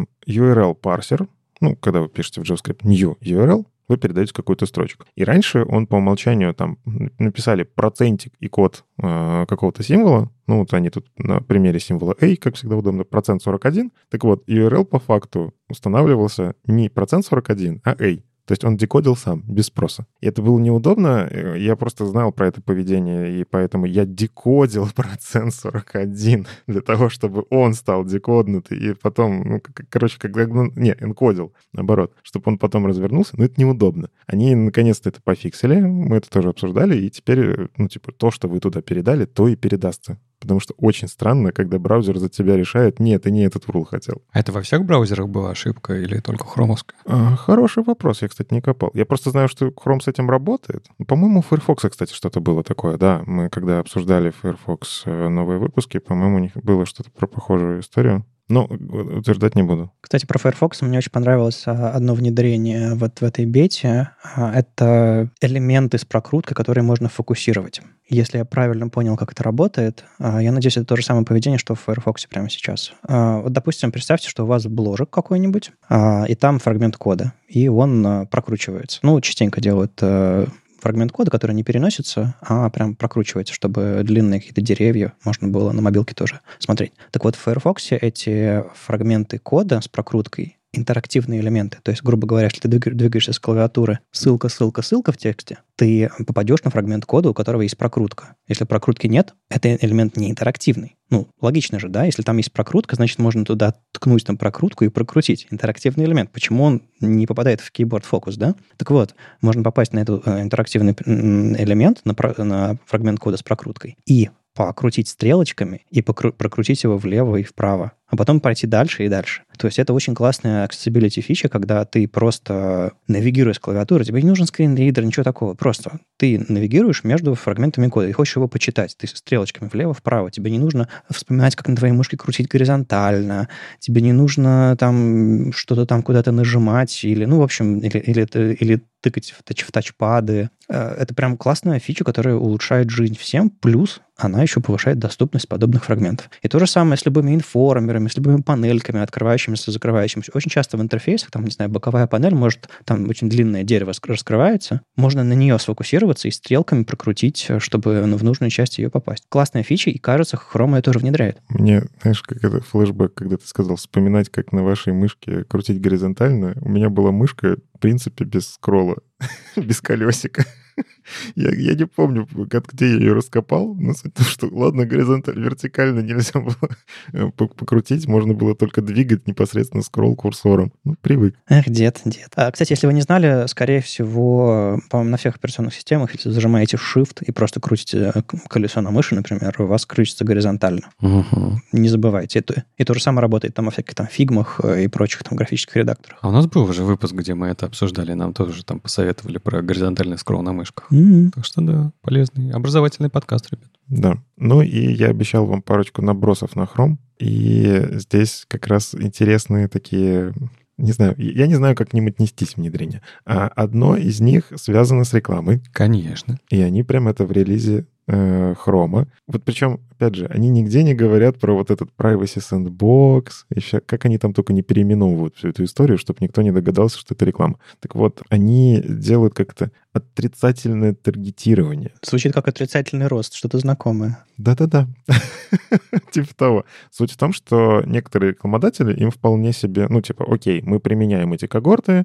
URL-парсер, ну, когда вы пишете в JavaScript new URL, вы передаете какую-то строчку. И раньше он по умолчанию там написали процентик и код какого-то символа. Ну, вот они тут на примере символа A, как всегда удобно, процент 41. Так вот, URL по факту устанавливался не процент 41, а A. То есть он декодил сам, без спроса. И это было неудобно. Я просто знал про это поведение, и поэтому я декодил процент 41 для того, чтобы он стал декоднутый. И потом, ну, короче, энкодил, наоборот, чтобы он потом развернулся. Но это неудобно. Они наконец-то это пофиксили, мы это тоже обсуждали, и теперь, ну, типа, то, что вы туда передали, то и передастся. Потому что очень странно, когда браузер за тебя решает: нет, ты не этот URL хотел. А это во всех браузерах была ошибка или только хромовская? Хороший вопрос, я, кстати, не копал. Я просто знаю, что Chrome с этим работает. По-моему, у Firefox, кстати, что-то было такое, да. Мы когда обсуждали Firefox новые выпуски, по-моему, у них было что-то про похожую историю. Но утверждать не буду. Кстати, про Firefox мне очень понравилось одно внедрение вот в этой бете. Это элементы с прокруткой, которые можно фокусировать. Если я правильно понял, как это работает, я надеюсь, это то же самое поведение, что в Firefox прямо сейчас. Вот, допустим, представьте, что у вас бложек какой-нибудь, и там фрагмент кода, и он прокручивается. Ну, частенько делают фрагмент кода, который не переносится, а прям прокручивается, чтобы длинные какие-то деревья можно было на мобилке тоже смотреть. Так вот, в Firefox эти фрагменты кода с прокруткой — интерактивные элементы. То есть, грубо говоря, если ты двигаешься с клавиатуры ссылка, ссылка, ссылка в тексте, ты попадешь на фрагмент кода, у которого есть прокрутка. Если прокрутки нет, это элемент не интерактивный. Ну, логично же, да? Если там есть прокрутка, значит, можно туда ткнуть на прокрутку и прокрутить. Интерактивный элемент. Почему он не попадает в keyboard focus, да? Так вот, можно попасть на этот интерактивный элемент, на фрагмент кода с прокруткой, и покрутить стрелочками и прокрутить его влево и вправо. а потом пройти дальше и дальше. То есть это очень классная accessibility фича, когда ты просто навигируешь с клавиатуры, тебе не нужен скринридер, ничего такого. Просто ты навигируешь между фрагментами кода и хочешь его почитать. Ты стрелочками влево-вправо. Тебе не нужно вспоминать, как на твоей мышке крутить горизонтально. Тебе не нужно там что-то там куда-то нажимать или, ну, в общем, или тыкать в тачпады. Это прям классная фича, которая улучшает жизнь всем, плюс она еще повышает доступность подобных фрагментов. И то же самое с любыми информерами, с любыми панельками, открывающимися, закрывающимися. Очень часто в интерфейсах, там, не знаю, боковая панель, может, там очень длинное дерево раскрывается, можно на нее сфокусироваться и стрелками прокрутить, чтобы в нужную часть ее попасть. Классная фича, и, кажется, Chrome ее тоже внедряет. Мне, знаешь, как это флешбэк, когда ты сказал вспоминать, как на вашей мышке крутить горизонтально. У меня была мышка, в принципе, без скролла, без колесика. Я не помню, где я ее раскопал, но суть в том, что, ладно, горизонтально, вертикально нельзя было покрутить, можно было только двигать непосредственно скролл курсором. Ну, привык. Эх, дед. Кстати, если вы не знали, скорее всего, по-моему, на всех операционных системах, если зажимаете Shift и просто крутите колесо на мыши, например, у вас крутится горизонтально. Угу. Не забывайте это. И то же самое работает там во всяких там фигмах и прочих там графических редакторах. А у нас был уже выпуск, где мы это обсуждали, нам тоже там посоветовали про горизонтальный скролл на мышках. Так что да, полезный, образовательный подкаст, ребят. Да. Ну и я обещал вам парочку набросов на Chrome. И здесь как раз интересные такие... Не знаю, я не знаю, как к ним отнестись внедрение. А одно из них связано с рекламой. Конечно. И они прям это в релизе Chrome. Вот причем, опять же, они нигде не говорят про вот этот Privacy Sandbox, еще как они там только не переименовывают всю эту историю, чтобы никто не догадался, что это реклама. Так вот, они делают как-то отрицательное таргетирование. Звучит как отрицательный рост, что-то знакомое. Да-да-да. Типа того. Суть в том, что некоторые рекламодатели, им вполне себе, ну, типа, окей, мы применяем эти когорты,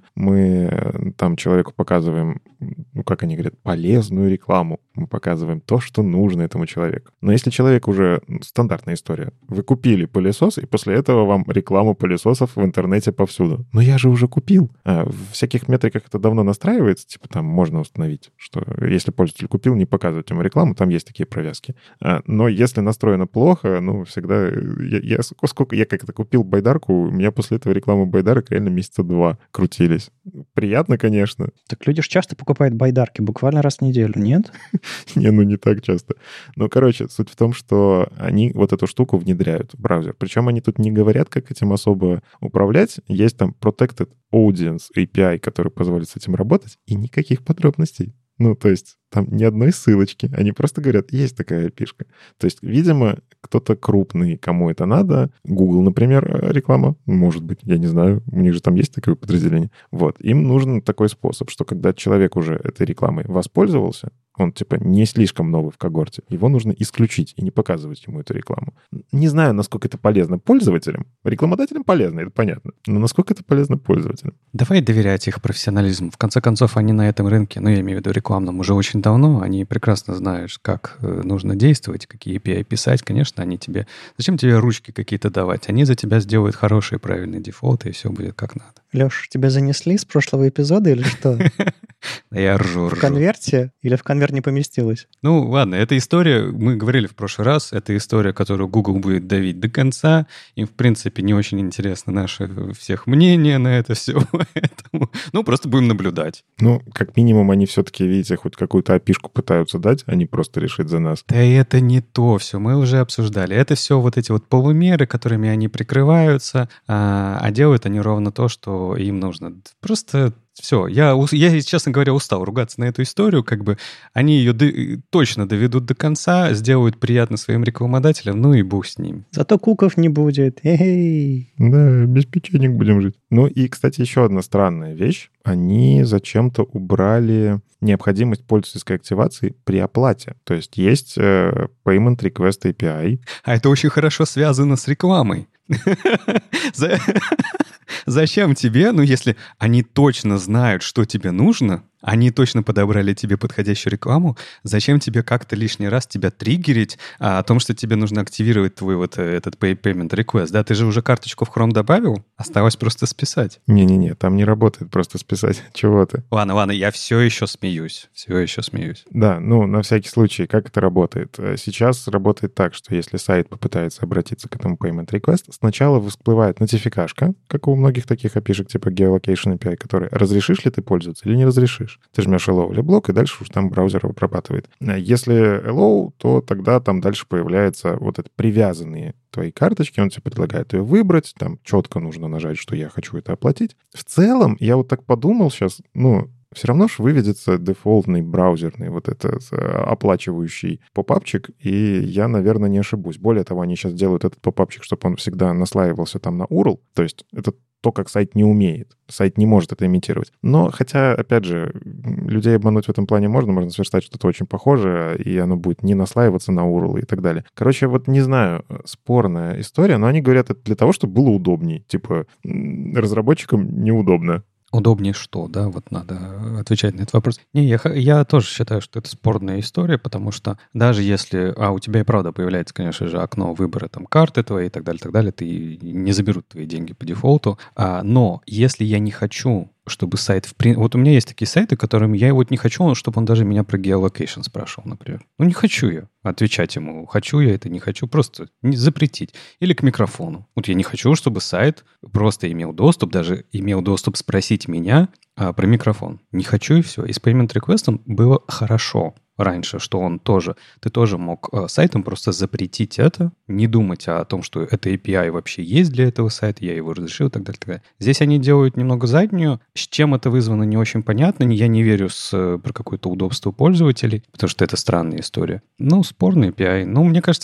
мы там человеку показываем, ну, как они говорят, полезную рекламу. Мы показываем то, что нужно этому человеку. Но если человек уже... Стандартная история. Вы купили пылесос, и после этого вам рекламу пылесосов в интернете повсюду. Но я же уже купил. В всяких метриках это давно настраивается. Типа там можно установить, что если пользователь купил, не показывать ему рекламу. Там есть такие провязки. Но если настроено плохо, ну, всегда... Я как-то купил байдарку, у меня после этого рекламы байдарок реально месяца 2 крутились. Приятно, конечно. Так люди же часто покупают байдарки, буквально раз в неделю, нет? Не, ну не так часто. Но, короче, суть в том, что они вот эту штуку внедряют в браузер. Причем они тут не говорят, как этим особо управлять. Есть там Protected Audience API, который позволит с этим работать, и никаких подробностей. Ну, то есть там ни одной ссылочки. Они просто говорят, есть такая API-шка. То есть, видимо, кто-то крупный, кому это надо. Google, например, реклама. Может быть, я не знаю. У них же там есть такое подразделение. Вот. Им нужен такой способ, что когда человек уже этой рекламой воспользовался, он, типа, не слишком новый в когорте, его нужно исключить и не показывать ему эту рекламу. Не знаю, насколько это полезно пользователям. Рекламодателям полезно, это понятно. Но насколько это полезно пользователям? Давай доверять их профессионализму. В конце концов, они на этом рынке, ну, я имею в виду рекламном, уже очень давно. Они прекрасно знают, как нужно действовать, какие API писать. Конечно, они тебе... Зачем тебе ручки какие-то давать? Они за тебя сделают хорошие, правильные дефолты, и все будет как надо. Леш, тебя занесли с прошлого эпизода или что? Я ржу. В конверте или в конверт не поместилось? Ну, ладно, эта история, мы говорили в прошлый раз, это история, которую Google будет давить до конца. Им, в принципе, не очень интересно наше всех мнение на это все. Поэтому, ну, просто будем наблюдать. Ну, как минимум, они все-таки, видите, хоть какую-то API-шку пытаются дать, а не просто решить за нас. Да это не то все, мы уже обсуждали. Это все вот эти вот полумеры, которыми они прикрываются, а делают они ровно то, что им нужно. Просто... Все, я, честно говоря, устал ругаться на эту историю, как бы они ее точно доведут до конца, сделают приятно своим рекламодателям, ну и бог с ним. Зато куков не будет. Эй! Да, без печенек будем жить. Ну и, кстати, еще одна странная вещь. Они зачем-то убрали необходимость пользовательской активации при оплате. То есть есть Payment Request API. А это очень хорошо связано с рекламой. Зачем тебе, ну, если они точно знают, что тебе нужно, Они точно подобрали тебе подходящую рекламу. Зачем тебе как-то лишний раз тебя триггерить о том, что тебе нужно активировать твой вот этот payment request? Да, ты же уже карточку в Chrome добавил, осталось просто списать. Не-не-не, там не работает просто списать. Чего ты? Ладно, я все еще смеюсь. Да, ну, на всякий случай, как это работает? Сейчас работает так, что если сайт попытается обратиться к этому payment request, сначала всплывает нотификашка, как у многих таких API-шек типа Geolocation API, который разрешишь ли ты пользоваться или не разрешишь. Ты жмешь allow или блок, и дальше уж там браузер его прорабатывает. Если allow, то тогда там дальше появляются вот эти привязанные твои карточки, он тебе предлагает ее выбрать, там четко нужно нажать, что я хочу это оплатить. В целом, я вот так подумал сейчас, все равно же выведется дефолтный браузерный вот этот оплачивающий попапчик, и я, наверное, не ошибусь. Более того, они сейчас делают этот попапчик, чтобы он всегда наслаивался там на URL, то есть это то, как сайт не умеет. Сайт не может это имитировать. Но, хотя, опять же, людей обмануть в этом плане можно сверстать что-то очень похожее, и оно будет не наслаиваться на URL и так далее. Короче, вот не знаю, спорная история, но они говорят это для того, чтобы было удобней. Типа, разработчикам неудобно. Удобнее что, да? Вот надо отвечать на этот вопрос. Не, я тоже считаю, что это спорная история, потому что даже если... у тебя и правда появляется, конечно же, окно выбора там карты твоей и так далее, ты не заберут твои деньги по дефолту. Но если я не хочу, чтобы сайт... Вот у меня есть такие сайты, которым я вот не хочу, чтобы он даже меня про geolocation спрашивал, например. Не хочу я отвечать ему, хочу я это, не хочу, просто запретить. Или к микрофону. Вот я не хочу, чтобы сайт просто имел доступ спросить меня про микрофон. Не хочу, и все. И с payment request было хорошо раньше, что ты тоже мог сайтом просто запретить это, не думать о том, что это API вообще есть для этого сайта, я его разрешил и так далее, так далее. Здесь они делают немного заднюю. С чем это вызвано, не очень понятно. Я не верю про какое-то удобство пользователей, потому что это странная история. Спорный API. Мне кажется,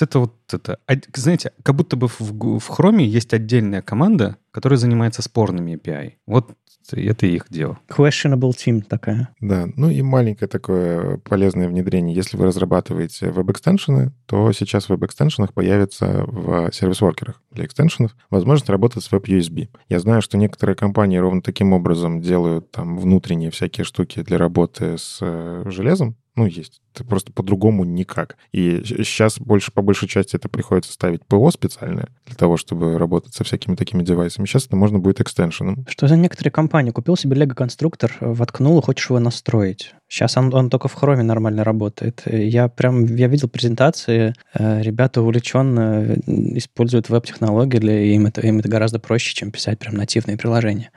знаете, как будто бы в Chrome есть отдельная команда, которая занимается спорными API. Вот это их дело. Questionable team такая. Да, и маленькое такое полезное внедрение. Если вы разрабатываете веб-экстеншены, то сейчас в веб-экстеншенах появится в сервис-воркерах для экстеншенов возможность работать с WebUSB. Я знаю, что некоторые компании ровно таким образом делают там внутренние всякие штуки для работы с железом. Есть. Это просто по-другому никак. И сейчас по большей части это приходится ставить ПО специальное для того, чтобы работать со всякими такими девайсами. Сейчас это можно будет экстеншеном. Что за некоторые компании? Купил себе Lego-конструктор, воткнул, хочешь его настроить. Сейчас он только в Chrome нормально работает. Я видел презентации, ребята увлеченно используют веб-технологии, им это гораздо проще, чем писать прям нативные приложения.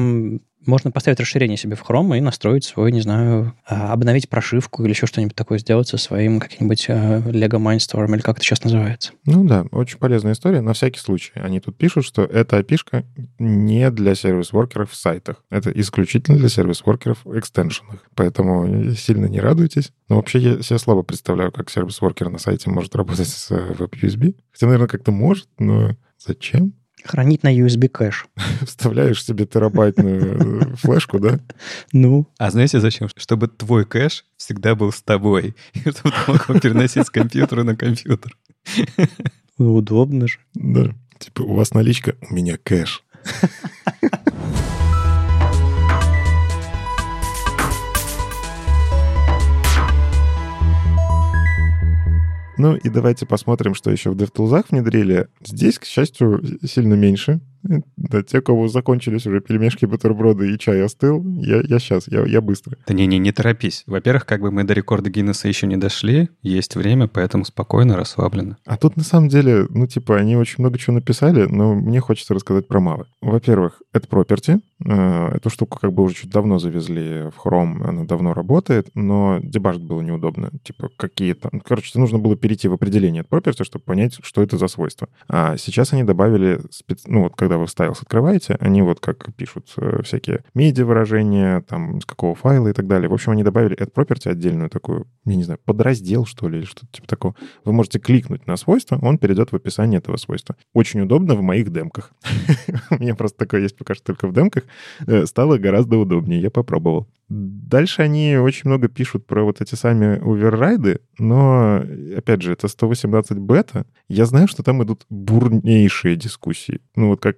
Можно поставить расширение себе в Chrome и настроить свой, не знаю, обновить прошивку или еще что-нибудь такое сделать со своим каким-нибудь Lego Mindstorm, или как это сейчас называется. Да, очень полезная история. На всякий случай. Они тут пишут, что эта API-шка не для сервис-воркеров в сайтах. Это исключительно для сервис-воркеров в экстеншенах. Поэтому сильно не радуйтесь. Но вообще я себе слабо представляю, как сервис-воркер на сайте может работать с WebUSB. Хотя, наверное, как-то может, но зачем? Хранить на USB кэш. Вставляешь себе терабайтную флешку, да? А знаете зачем? Чтобы твой кэш всегда был с тобой. И чтобы ты мог его переносить с компьютера на компьютер. Удобно же. Да. Типа, у вас наличка, у меня кэш. И давайте посмотрим, что еще в DevTools внедрили. Здесь, к счастью, сильно меньше. Да, те, у кого закончились уже пельмешки, бутерброды и чай остыл, я быстро. Да не торопись. Во-первых, мы до рекорда Гиннесса еще не дошли, есть время, поэтому спокойно, расслабленно. А тут, на самом деле, они очень много чего написали, но мне хочется рассказать про мало. Во-первых, это property. Эту штуку уже чуть давно завезли в Chrome, она давно работает, но дебажить было неудобно. Какие-то... нужно было перейти в определение от property, чтобы понять, что это за свойства. А сейчас они добавили... когда вы Styles открываете, они как пишут всякие медиа-выражения, там, с какого файла и так далее. В общем, они добавили add property отдельную такую, я не знаю, подраздел, что ли, или что-то типа такого. Вы можете кликнуть на свойство, он перейдет в описание этого свойства. Очень удобно в моих демках. У меня просто такое есть пока что только в демках. Стало гораздо удобнее, я попробовал. Дальше они очень много пишут про эти сами оверрайды, но, опять же, это 118 бета. Я знаю, что там идут бурнейшие дискуссии. Как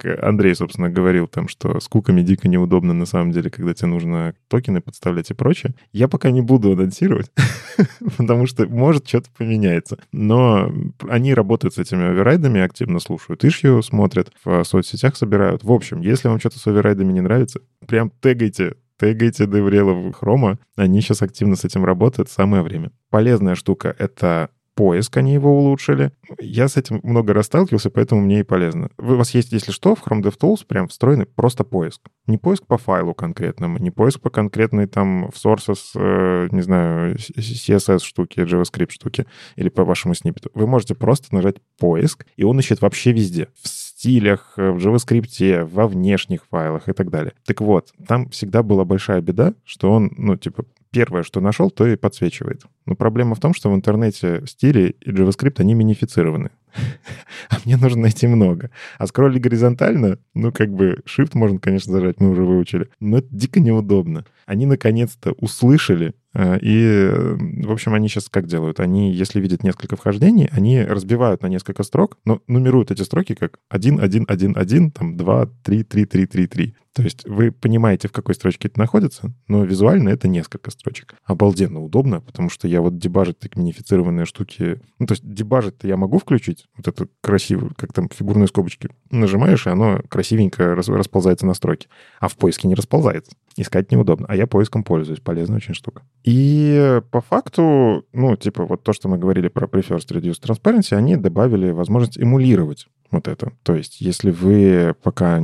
как Андрей, собственно, говорил там, что с куками дико неудобно на самом деле, когда тебе нужно токены подставлять и прочее. Я пока не буду анонсировать, потому что может что-то поменяется. Но они работают с этими оверрайдами, активно слушают issue, смотрят, в соцсетях собирают. В общем, если вам что-то с оверрайдами не нравится, прям тегайте деврелов Хрома. Они сейчас активно с этим работают, самое время. Полезная штука — это поиск, они его улучшили. Я с этим много раз сталкивался, поэтому мне и полезно. У вас есть, если что, в Chrome DevTools прям встроенный просто поиск. Не поиск по файлу конкретному, не поиск по конкретной там в sources, не знаю, CSS штуки, JavaScript штуки или по вашему сниппету. Вы можете просто нажать поиск, и он ищет вообще везде. В стилях, в JavaScript, во внешних файлах и так далее. Так вот, там всегда была большая беда, что он, первое, что нашел, то и подсвечивает. Но проблема в том, что в интернете стили и JavaScript, они минифицированы. А мне нужно найти много. А скроллить горизонтально, Shift можно, конечно, зажать, мы уже выучили, но это дико неудобно. Они наконец-то услышали, и, в общем, они сейчас как делают? Они, если видят несколько вхождений, они разбивают на несколько строк, но нумеруют эти строки как 1, 1, 1, 1, там 2, 3, 3, 3, 3, 3. То есть вы понимаете, в какой строчке это находится, но визуально это несколько строчек. Обалденно удобно, потому что я дебажить такие минифицированные штуки... то есть дебажить-то я могу включить, вот это красиво, как там фигурные скобочки. Нажимаешь, и оно красивенько расползается на строке. А в поиске не расползается. Искать неудобно. А я поиском пользуюсь. Полезная очень штука. И по факту, то, что мы говорили про Prefers Reduced Transparency, они добавили возможность эмулировать вот это. То есть если вы пока,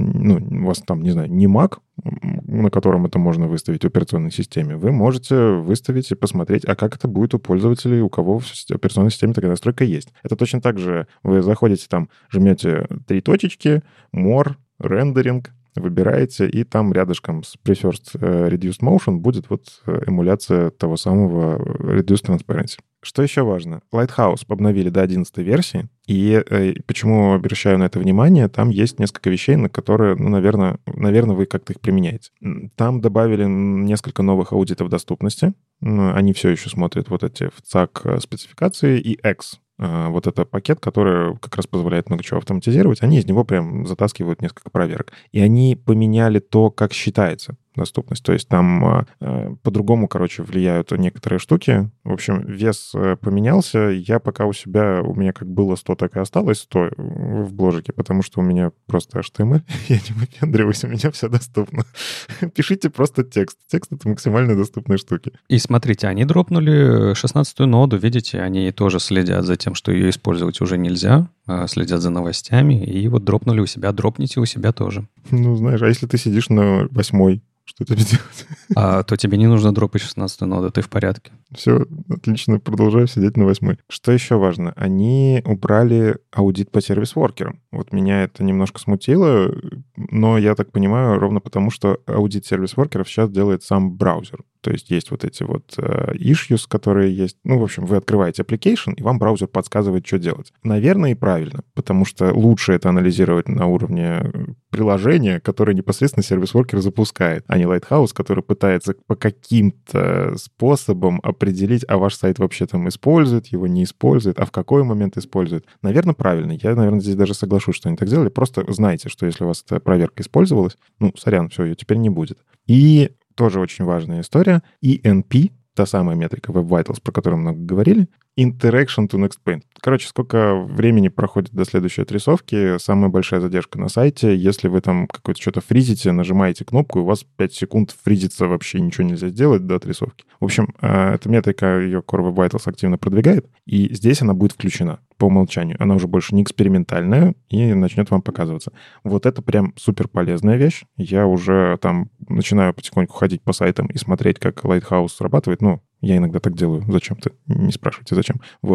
у вас там, не знаю, не Mac, на котором это можно выставить в операционной системе, вы можете выставить и посмотреть, а как это будет у пользователей, у кого в операционной системе такая настройка есть. Это точно так же вы заходите там, жмете 3 точечки, More, Rendering, выбираете, и там рядышком с Prefers Reduced Motion будет эмуляция того самого Reduced Transparency. Что еще важно? Lighthouse обновили до 11 версии, и почему обращаю на это внимание, там есть несколько вещей, на которые, наверное, вы как-то их применяете. Там добавили несколько новых аудитов доступности. Они все еще смотрят эти в ЦАК спецификации и X. Это пакет, который как раз позволяет много чего автоматизировать. Они из него прям затаскивают несколько проверок. И они поменяли то, как считается доступность. То есть там по-другому, влияют некоторые штуки. В общем, вес поменялся. Я пока у меня как было 100, так и осталось 100 в бложике, потому что у меня просто HTML. Я не выпендриваюсь, у меня все доступно. Пишите просто текст. Текст — это максимально доступные штуки. И смотрите, они дропнули 16-ю ноду. Видите, они тоже следят за тем, что ее использовать уже нельзя, следят за новостями, и дропнули у себя. Дропните у себя тоже. Знаешь, а если ты сидишь на 8-й, что тебе делать? То тебе не нужно дропать 16-ю ноду, ты в порядке. Все, отлично, продолжаю сидеть на 8-й. Что еще важно? Они убрали аудит по сервис-воркерам. Меня это немножко смутило, но я так понимаю, ровно потому, что аудит сервис-воркеров сейчас делает сам браузер. То есть есть эти issues, которые есть. В общем, вы открываете application, и вам браузер подсказывает, что делать. Наверное, и правильно, потому что лучше это анализировать на уровне приложения, которое непосредственно сервис-воркер запускает, а не Lighthouse, который пытается по каким-то способам определить, а ваш сайт вообще там использует, его не использует, а в какой момент использует. Наверное, правильно. Я, наверное, здесь даже соглашусь, что они так сделали. Просто знайте, что если у вас эта проверка использовалась, сорян, все, ее теперь не будет. И тоже очень важная история. ENP, та самая метрика Web Vitals, про которую много говорили, Interaction to Next Paint. Сколько времени проходит до следующей отрисовки, самая большая задержка на сайте. Если вы там какое-то что-то фризите, нажимаете кнопку, и у вас 5 секунд фризится, вообще ничего нельзя сделать до отрисовки. В общем, эта метрика, ее Core Web Vitals активно продвигает, и здесь она будет включена по умолчанию. Она уже больше не экспериментальная и начнет вам показываться. Это прям супер полезная вещь. Я уже там начинаю потихоньку ходить по сайтам и смотреть, как Lighthouse срабатывает. Я иногда так делаю. Зачем-то? Не спрашивайте, зачем.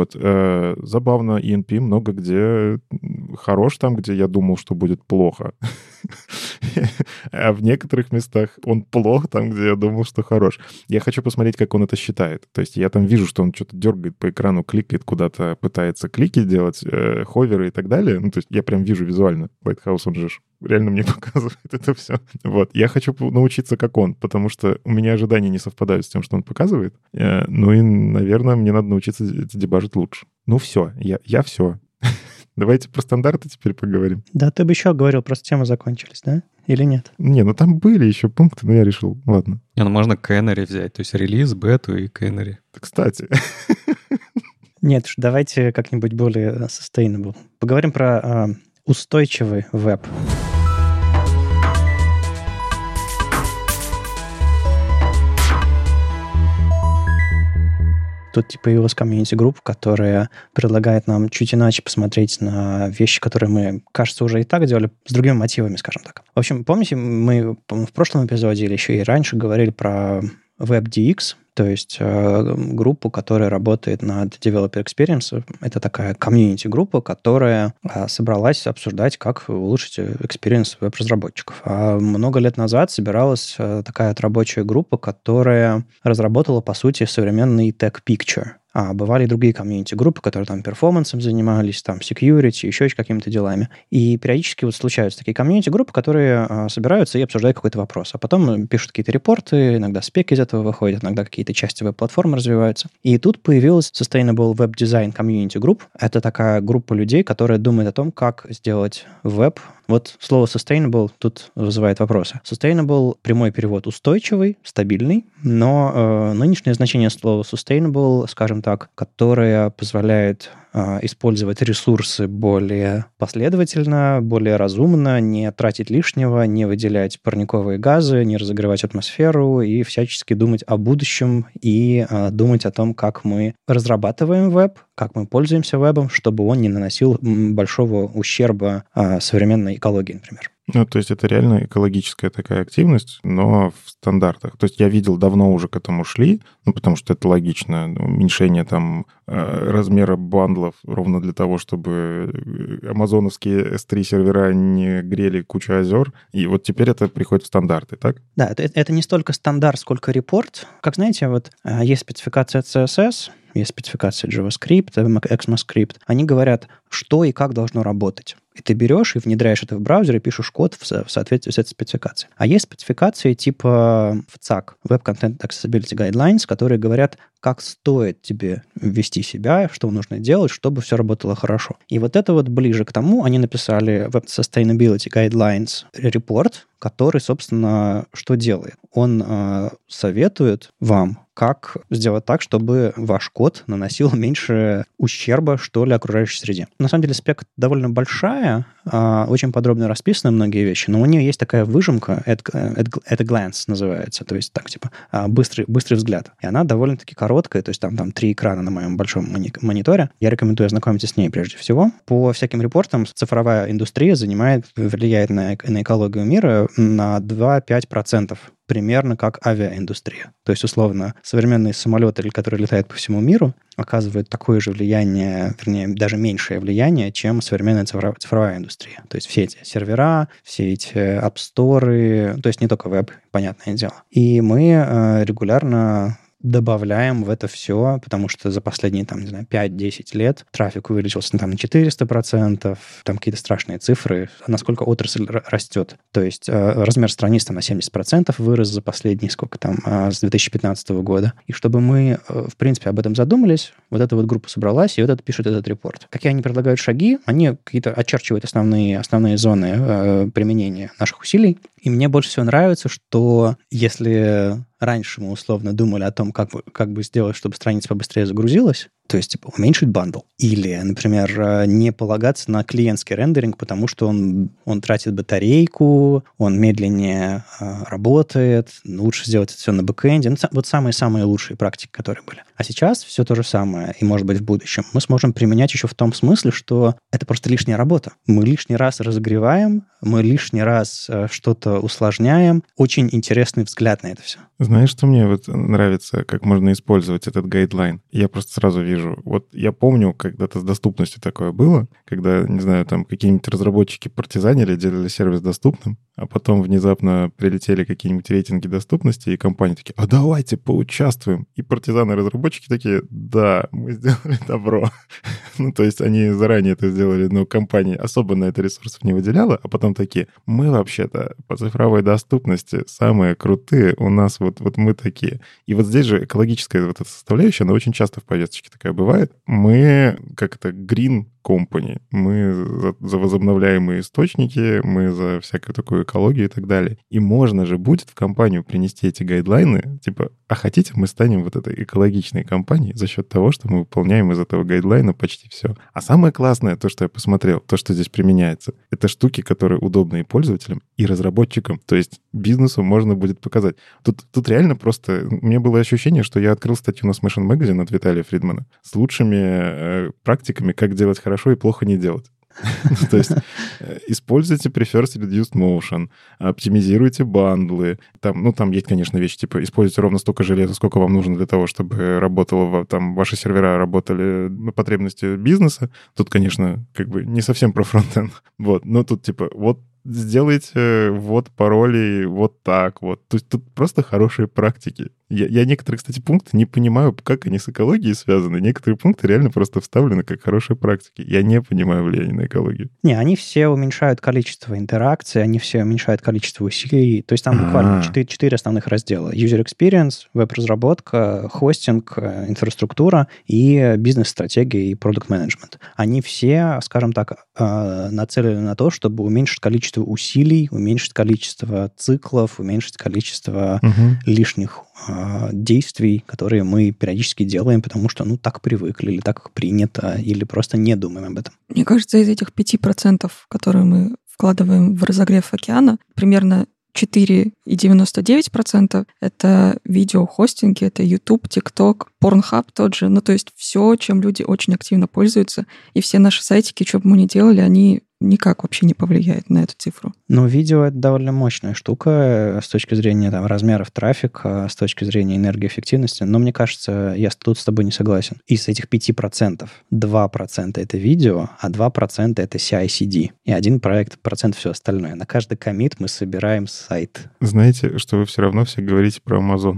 Забавно. ENP много где хорош там, где я думал, что будет плохо. А в некоторых местах он плох там, где я думал, что хорош. Я хочу посмотреть, как он это считает. То есть я там вижу, что он что-то дергает по экрану, кликает куда-то, пытается клики делать, ховеры и так далее. То есть я прям вижу визуально. Lighthouse, он же реально мне показывает это все. Я хочу научиться, как он, потому что у меня ожидания не совпадают с тем, что он показывает. И, наверное, мне надо научиться дебажить лучше. Все, я все. Давайте про стандарты теперь поговорим. Да, ты бы еще говорил, просто темы закончились, да? Или нет? Не, ну там были еще пункты, но я решил, ладно. Не, ну можно Canary взять, то есть релиз, бету и Canary. Кстати, Нет уж, давайте как-нибудь более sustainable. Поговорим про устойчивый веб. Тут появилась комьюнити-группа, которая предлагает нам чуть иначе посмотреть на вещи, которые мы, кажется, уже и так делали, с другими мотивами, скажем так. В общем, помните, мы в прошлом эпизоде или еще и раньше говорили про WebDX, то есть группу, которая работает над Developer Experience. Это такая комьюнити-группа, которая собралась обсуждать, как улучшить experience веб-разработчиков. А много лет назад собиралась такая рабочая группа, которая разработала, по сути, современный Tech Picture. А бывали и другие комьюнити-группы, которые там перформансом занимались, там security, еще какими-то делами. И периодически вот случаются такие комьюнити-группы, которые собираются и обсуждают какой-то вопрос. А потом пишут какие-то репорты, иногда спеки из этого выходят, иногда какие-то части веб-платформы развиваются. И тут появилась Sustainable Web Design Community Group. Это такая группа людей, которая думает о том, как сделать веб. Вот слово sustainable тут вызывает вопросы. Sustainable, прямой перевод устойчивый, стабильный, но нынешнее значение слова sustainable, скажем так, которое позволяет использовать ресурсы более последовательно, более разумно, не тратить лишнего, не выделять парниковые газы, не разогревать атмосферу и всячески думать о будущем и думать о том, как мы разрабатываем веб, как мы пользуемся вебом, чтобы он не наносил большого ущерба современной экологии, например. Ну, то есть это реально экологическая такая активность, но в стандартах. То есть я видел, давно уже к этому шли, ну, потому что это логично. Уменьшение там размера бандлов ровно для того, чтобы амазоновские S3 сервера не грели кучу озер. И вот теперь это приходит в стандарты, так? Да, это не столько стандарт, сколько репорт. Как знаете, вот есть спецификация CSS, есть спецификация JavaScript, ECMAScript. Они говорят, что и как должно работать. И ты берешь и внедряешь это в браузер и пишешь код в соответствии с этой спецификацией. А есть спецификации типа WCAG, Web Content Accessibility Guidelines, которые говорят, как стоит тебе вести себя, что нужно делать, чтобы все работало хорошо. И вот это вот ближе к тому, они написали Web Sustainability Guidelines report, который, собственно, что делает? Он советует вам, как сделать так, чтобы ваш код наносил меньше ущерба, что ли, окружающей среде. На самом деле спек довольно большая, очень подробно расписаны многие вещи, но у нее есть такая выжимка, at a glance называется, то есть так, типа, быстрый взгляд. И она довольно-таки короткая, то есть там 3 экрана на моем большом мониторе. Я рекомендую ознакомиться с ней прежде всего. По всяким репортам цифровая индустрия влияет на экологию мира на 2-5%. Примерно как авиаиндустрия. То есть, условно, современные самолеты, которые летают по всему миру, оказывают такое же влияние, вернее, даже меньшее влияние, чем современная цифровая индустрия. То есть все эти сервера, все эти апсторы, то есть не только веб, понятное дело. И мы регулярно добавляем в это все, потому что за последние, 5-10 лет трафик увеличился на 400%, там какие-то страшные цифры, насколько отрасль растет. То есть размер страниц на 70% вырос за последние, с 2015 года. И чтобы мы, в принципе, об этом задумались, вот эта вот группа собралась, и вот это пишет этот репорт. Какие они предлагают шаги? Они какие-то очерчивают основные зоны применения наших усилий. И мне больше всего нравится, что если раньше мы условно думали о том, как бы сделать, чтобы страница побыстрее загрузилась, то есть уменьшить бандл. Или, например, не полагаться на клиентский рендеринг, потому что он тратит батарейку, он медленнее работает, лучше сделать это все на бэкэнде. Вот самые-самые лучшие практики, которые были. А сейчас все то же самое, и, может быть, в будущем мы сможем применять еще в том смысле, что это просто лишняя работа. Мы лишний раз разогреваем, мы лишний раз что-то усложняем. Очень интересный взгляд на это все. Знаешь, что мне вот нравится, как можно использовать этот гайдлайн? Я просто сразу вижу. Вот я помню, когда-то с доступностью такое было, когда, не знаю, там какие-нибудь разработчики партизанили, делали сервис доступным, а потом внезапно прилетели какие-нибудь рейтинги доступности, и компании такие, а давайте поучаствуем. И партизаны-разработчики такие, да, мы сделали добро. Ну, то есть они заранее это сделали, но компания особо на это ресурсов не выделяла, а потом такие, мы вообще-то по цифровой доступности самые крутые, у нас вот мы такие. И вот здесь же экологическая вот эта составляющая, она очень часто в повесточке такая бывает. Мы, как это, green company. Мы за возобновляемые источники, мы за всякую такую экологию и так далее. И можно же будет в компанию принести эти гайдлайны, типа, а хотите, мы станем вот этой экологичной компанией за счет того, что мы выполняем из этого гайдлайна почти все. А самое классное, то, что я посмотрел, то, что здесь применяется, это штуки, которые удобны и пользователям, и разработчикам. То есть бизнесу можно будет показать. Тут реально просто... У меня было ощущение, что я открыл статью на Smashing Magazine от Виталия Фридмана с лучшими практиками, как делать хорошо и плохо не делать. То есть используйте Prefers Reduced Motion, оптимизируйте бандлы. Там есть, конечно, вещи, типа используйте ровно столько железа, сколько вам нужно для того, чтобы работало, там, ваши сервера работали на потребности бизнеса. Тут, конечно, как бы не совсем про фронтенд. Вот, но тут типа вот сделайте вот пароли вот так вот. То есть тут просто хорошие практики. Я некоторые, кстати, пункты не понимаю, как они с экологией связаны. Некоторые пункты реально просто вставлены как хорошие практики. Я не понимаю влияния на экологию. Не, они все уменьшают количество интеракций, они все уменьшают количество усилий. То есть там буквально 4 основных раздела. User experience, веб-разработка, хостинг, инфраструктура и бизнес-стратегия и продукт-менеджмент. Они все, скажем так, нацелены на то, чтобы уменьшить количество усилий, уменьшить количество циклов, уменьшить количество лишних действий, которые мы периодически делаем, потому что, так привыкли, или так принято, или просто не думаем об этом. Мне кажется, из этих 5%, которые мы вкладываем в разогрев океана, примерно 4,99% это видеохостинги, это YouTube, TikTok, Pornhub тот же. То есть все, чем люди очень активно пользуются, и все наши сайтики, что бы мы ни делали, они никак вообще не повлияет на эту цифру. Но видео — это довольно мощная штука с точки зрения размеров трафика, с точки зрения энергоэффективности. Но мне кажется, я тут с тобой не согласен. Из этих 5% 2% это видео, а 2% это CI/CD. И 1% все остальное. На каждый коммит мы собираем сайт. Знаете, что вы все равно все говорите про Amazon.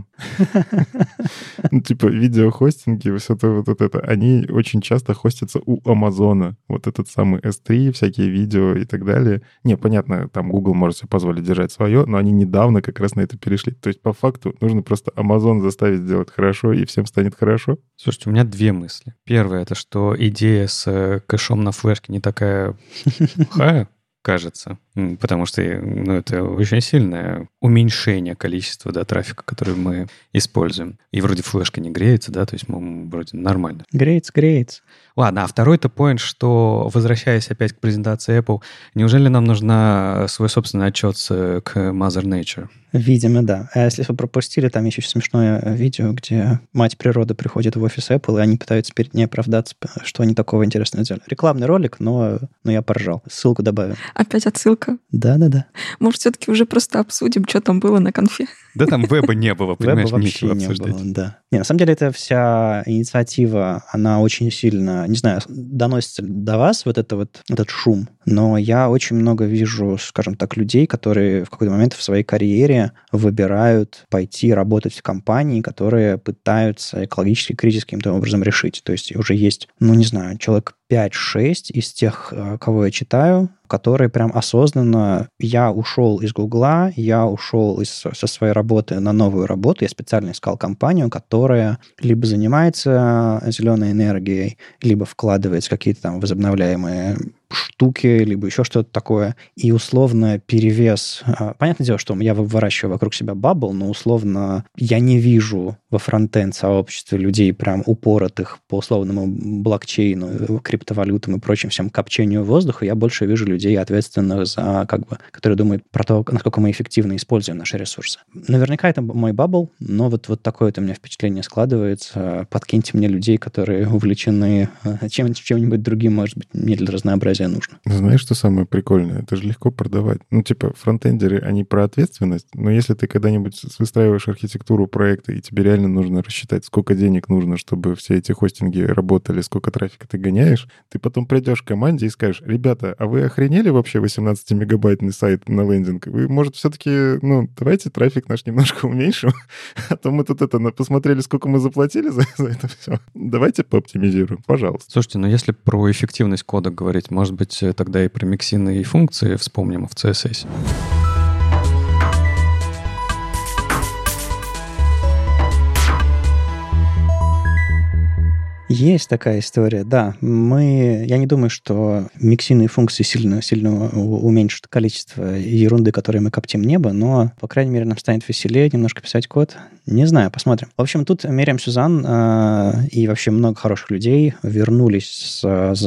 Типа видеохостинги, все это, они очень часто хостятся у Амазона. Вот этот самый S3, всякие видео и так далее. Не, понятно, там Google может себе позволить держать свое, но они недавно как раз на это перешли. То есть по факту нужно просто Amazon заставить сделать хорошо, и всем станет хорошо. Слушайте, у меня две мысли. Первая — это что идея с кэшом на флешке не такая плохая, кажется, потому что это очень сильное уменьшение количества трафика, который мы используем. И вроде флешка не греется, то есть мы вроде нормально. Греется. Ладно, а второй-то поинт, что, возвращаясь опять к презентации Apple, неужели нам нужна свой собственный отчет к Mother Nature? Видимо, да. А если вы пропустили, там есть еще смешное видео, где мать природы приходит в офис Apple, и они пытаются перед ней оправдаться, что они такого интересного сделали. Рекламный ролик, но я поржал. Ссылку добавим. Опять отсылка? Да. Может, все-таки уже просто обсудим, что там было на конфе? Да там веба не было, понимаешь, веба вообще не было, да. Не, на самом деле, эта вся инициатива, она очень сильно, не знаю, доносится до вас, этот шум, но я очень много вижу, скажем так, людей, которые в какой-то момент в своей карьере выбирают пойти работать в компании, которые пытаются экологический кризис каким-то образом решить. То есть уже есть, человек 5-6 из тех, кого я читаю, которые прям осознанно... Я ушел из Гугла, я ушел со своей работы на новую работу, я специально искал компанию, которая либо занимается зеленой энергией, либо вкладывается в какие-то там возобновляемые штуки, либо еще что-то такое. И условно перевес... Понятное дело, что я выращиваю вокруг себя бабл, но условно я не вижу во фронтенд-сообществе людей прям упоротых по условному блокчейну, криптовалютам и прочим всем копчению воздуха. Я больше вижу людей, ответственных за, которые думают про то, насколько мы эффективно используем наши ресурсы. Наверняка это мой бабл, но вот такое у меня впечатление складывается. Подкиньте мне людей, которые увлечены чем-нибудь другим, может быть, не для разнообразия нужно. Знаешь, что самое прикольное? Это же легко продавать. Фронтендеры, они про ответственность, но если ты когда-нибудь выстраиваешь архитектуру проекта, и тебе реально нужно рассчитать, сколько денег нужно, чтобы все эти хостинги работали, сколько трафика ты гоняешь, ты потом придешь к команде и скажешь: ребята, а вы охренели вообще 18-мегабайтный сайт на лендинг? Вы, может, все-таки, давайте трафик наш немножко уменьшим, а то мы тут посмотрели, сколько мы заплатили за это все. Давайте пооптимизируем, пожалуйста. Слушайте, если про эффективность кода говорить, может быть, тогда и про миксины и функции вспомним в CSS. Есть такая история, да. Я не думаю, что миксинные функции сильно уменьшат количество ерунды, которые мы коптим небо, но, по крайней мере, нам станет веселее немножко писать код. Не знаю, посмотрим. В общем, тут Мириам Сюзан и вообще много хороших людей вернулись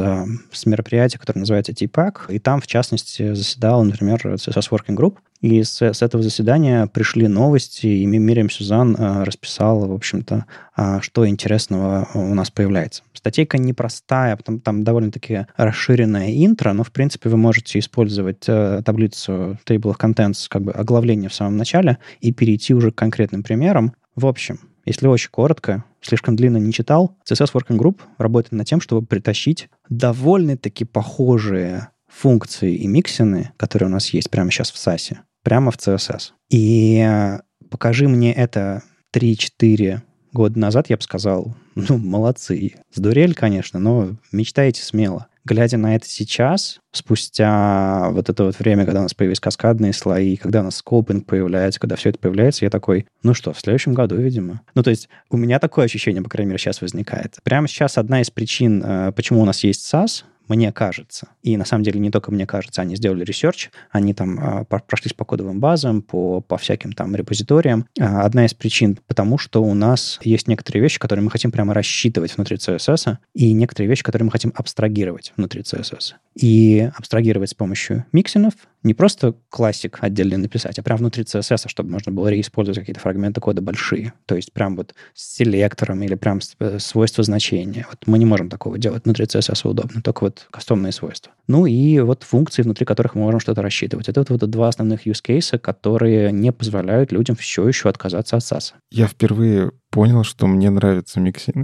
с мероприятия, которое называется TPAC, и там, в частности, заседал, например, CSS Working Group. И с этого заседания пришли новости, и Мириам Сюзан расписала, в общем-то, что интересного у нас появляется. Статейка непростая, там довольно-таки расширенная интро, но, в принципе, вы можете использовать таблицу Table of Contents, как бы оглавление в самом начале, и перейти уже к конкретным примерам. В общем, если очень коротко, слишком длинно не читал, CSS Working Group работает над тем, чтобы притащить довольно-таки похожие функции и миксины, которые у нас есть прямо сейчас в SAS, прямо в CSS. И покажи мне это 3-4 года назад, я бы сказал, молодцы. Сдурели, конечно, но мечтаете смело. Глядя на это сейчас, спустя вот это вот время, когда у нас появились каскадные слои, когда у нас скопинг появляется, когда все это появляется, я такой, в следующем году, видимо. То есть у меня такое ощущение, по крайней мере, сейчас возникает. Прямо сейчас одна из причин, почему у нас есть SAS, мне кажется, и на самом деле не только мне кажется, они сделали ресерч, они там прошлись по кодовым базам, по всяким там репозиториям. Одна из причин, потому что у нас есть некоторые вещи, которые мы хотим прямо рассчитывать внутри CSS, и некоторые вещи, которые мы хотим абстрагировать внутри CSS. И абстрагировать с помощью миксинов, не просто классик отдельно написать, а прям внутри CSS, чтобы можно было реиспользовать какие-то фрагменты кода большие. То есть прям вот с селектором или прям свойства значения. Вот мы не можем такого делать внутри CSS удобно, только вот кастомные свойства. И вот функции, внутри которых мы можем что-то рассчитывать. Это вот два основных use cases, которые не позволяют людям все еще отказаться от SAS. Я впервые понял, что мне нравятся миксины.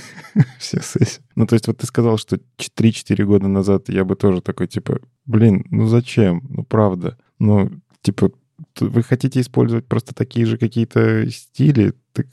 Все сессии. То есть вот ты сказал, что 3-4 года назад я бы тоже такой, зачем? Правда. Вы хотите использовать просто такие же какие-то стили?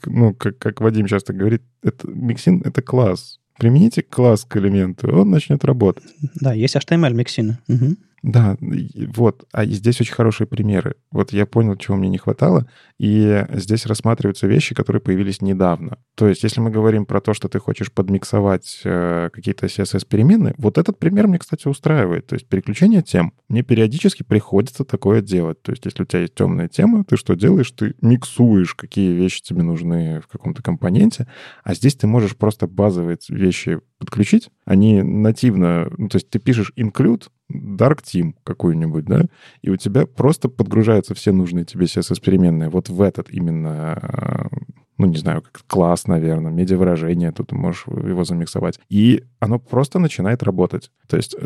Как Вадим часто говорит, миксин — это класс. Примените класс к элементу, он начнет работать. Да, есть HTML-миксины. Угу. Да, вот. А здесь очень хорошие примеры. Вот я понял, чего мне не хватало, и здесь рассматриваются вещи, которые появились недавно. То есть, если мы говорим про то, что ты хочешь подмиксовать какие-то CSS-переменные, вот этот пример мне, кстати, устраивает. То есть переключение тем. Мне периодически приходится такое делать. То есть, если у тебя есть темная тема, ты что делаешь? Ты миксуешь, какие вещи тебе нужны в каком-то компоненте, а здесь ты можешь просто базовые вещи подключить. Они нативно... то есть ты пишешь include dark theme какую-нибудь, да, и у тебя просто подгружаются все нужные тебе CSS-переменные вот в этот именно, не знаю, как класс, наверное, медиавыражение, тут ты можешь его замиксовать. И оно просто начинает работать. То есть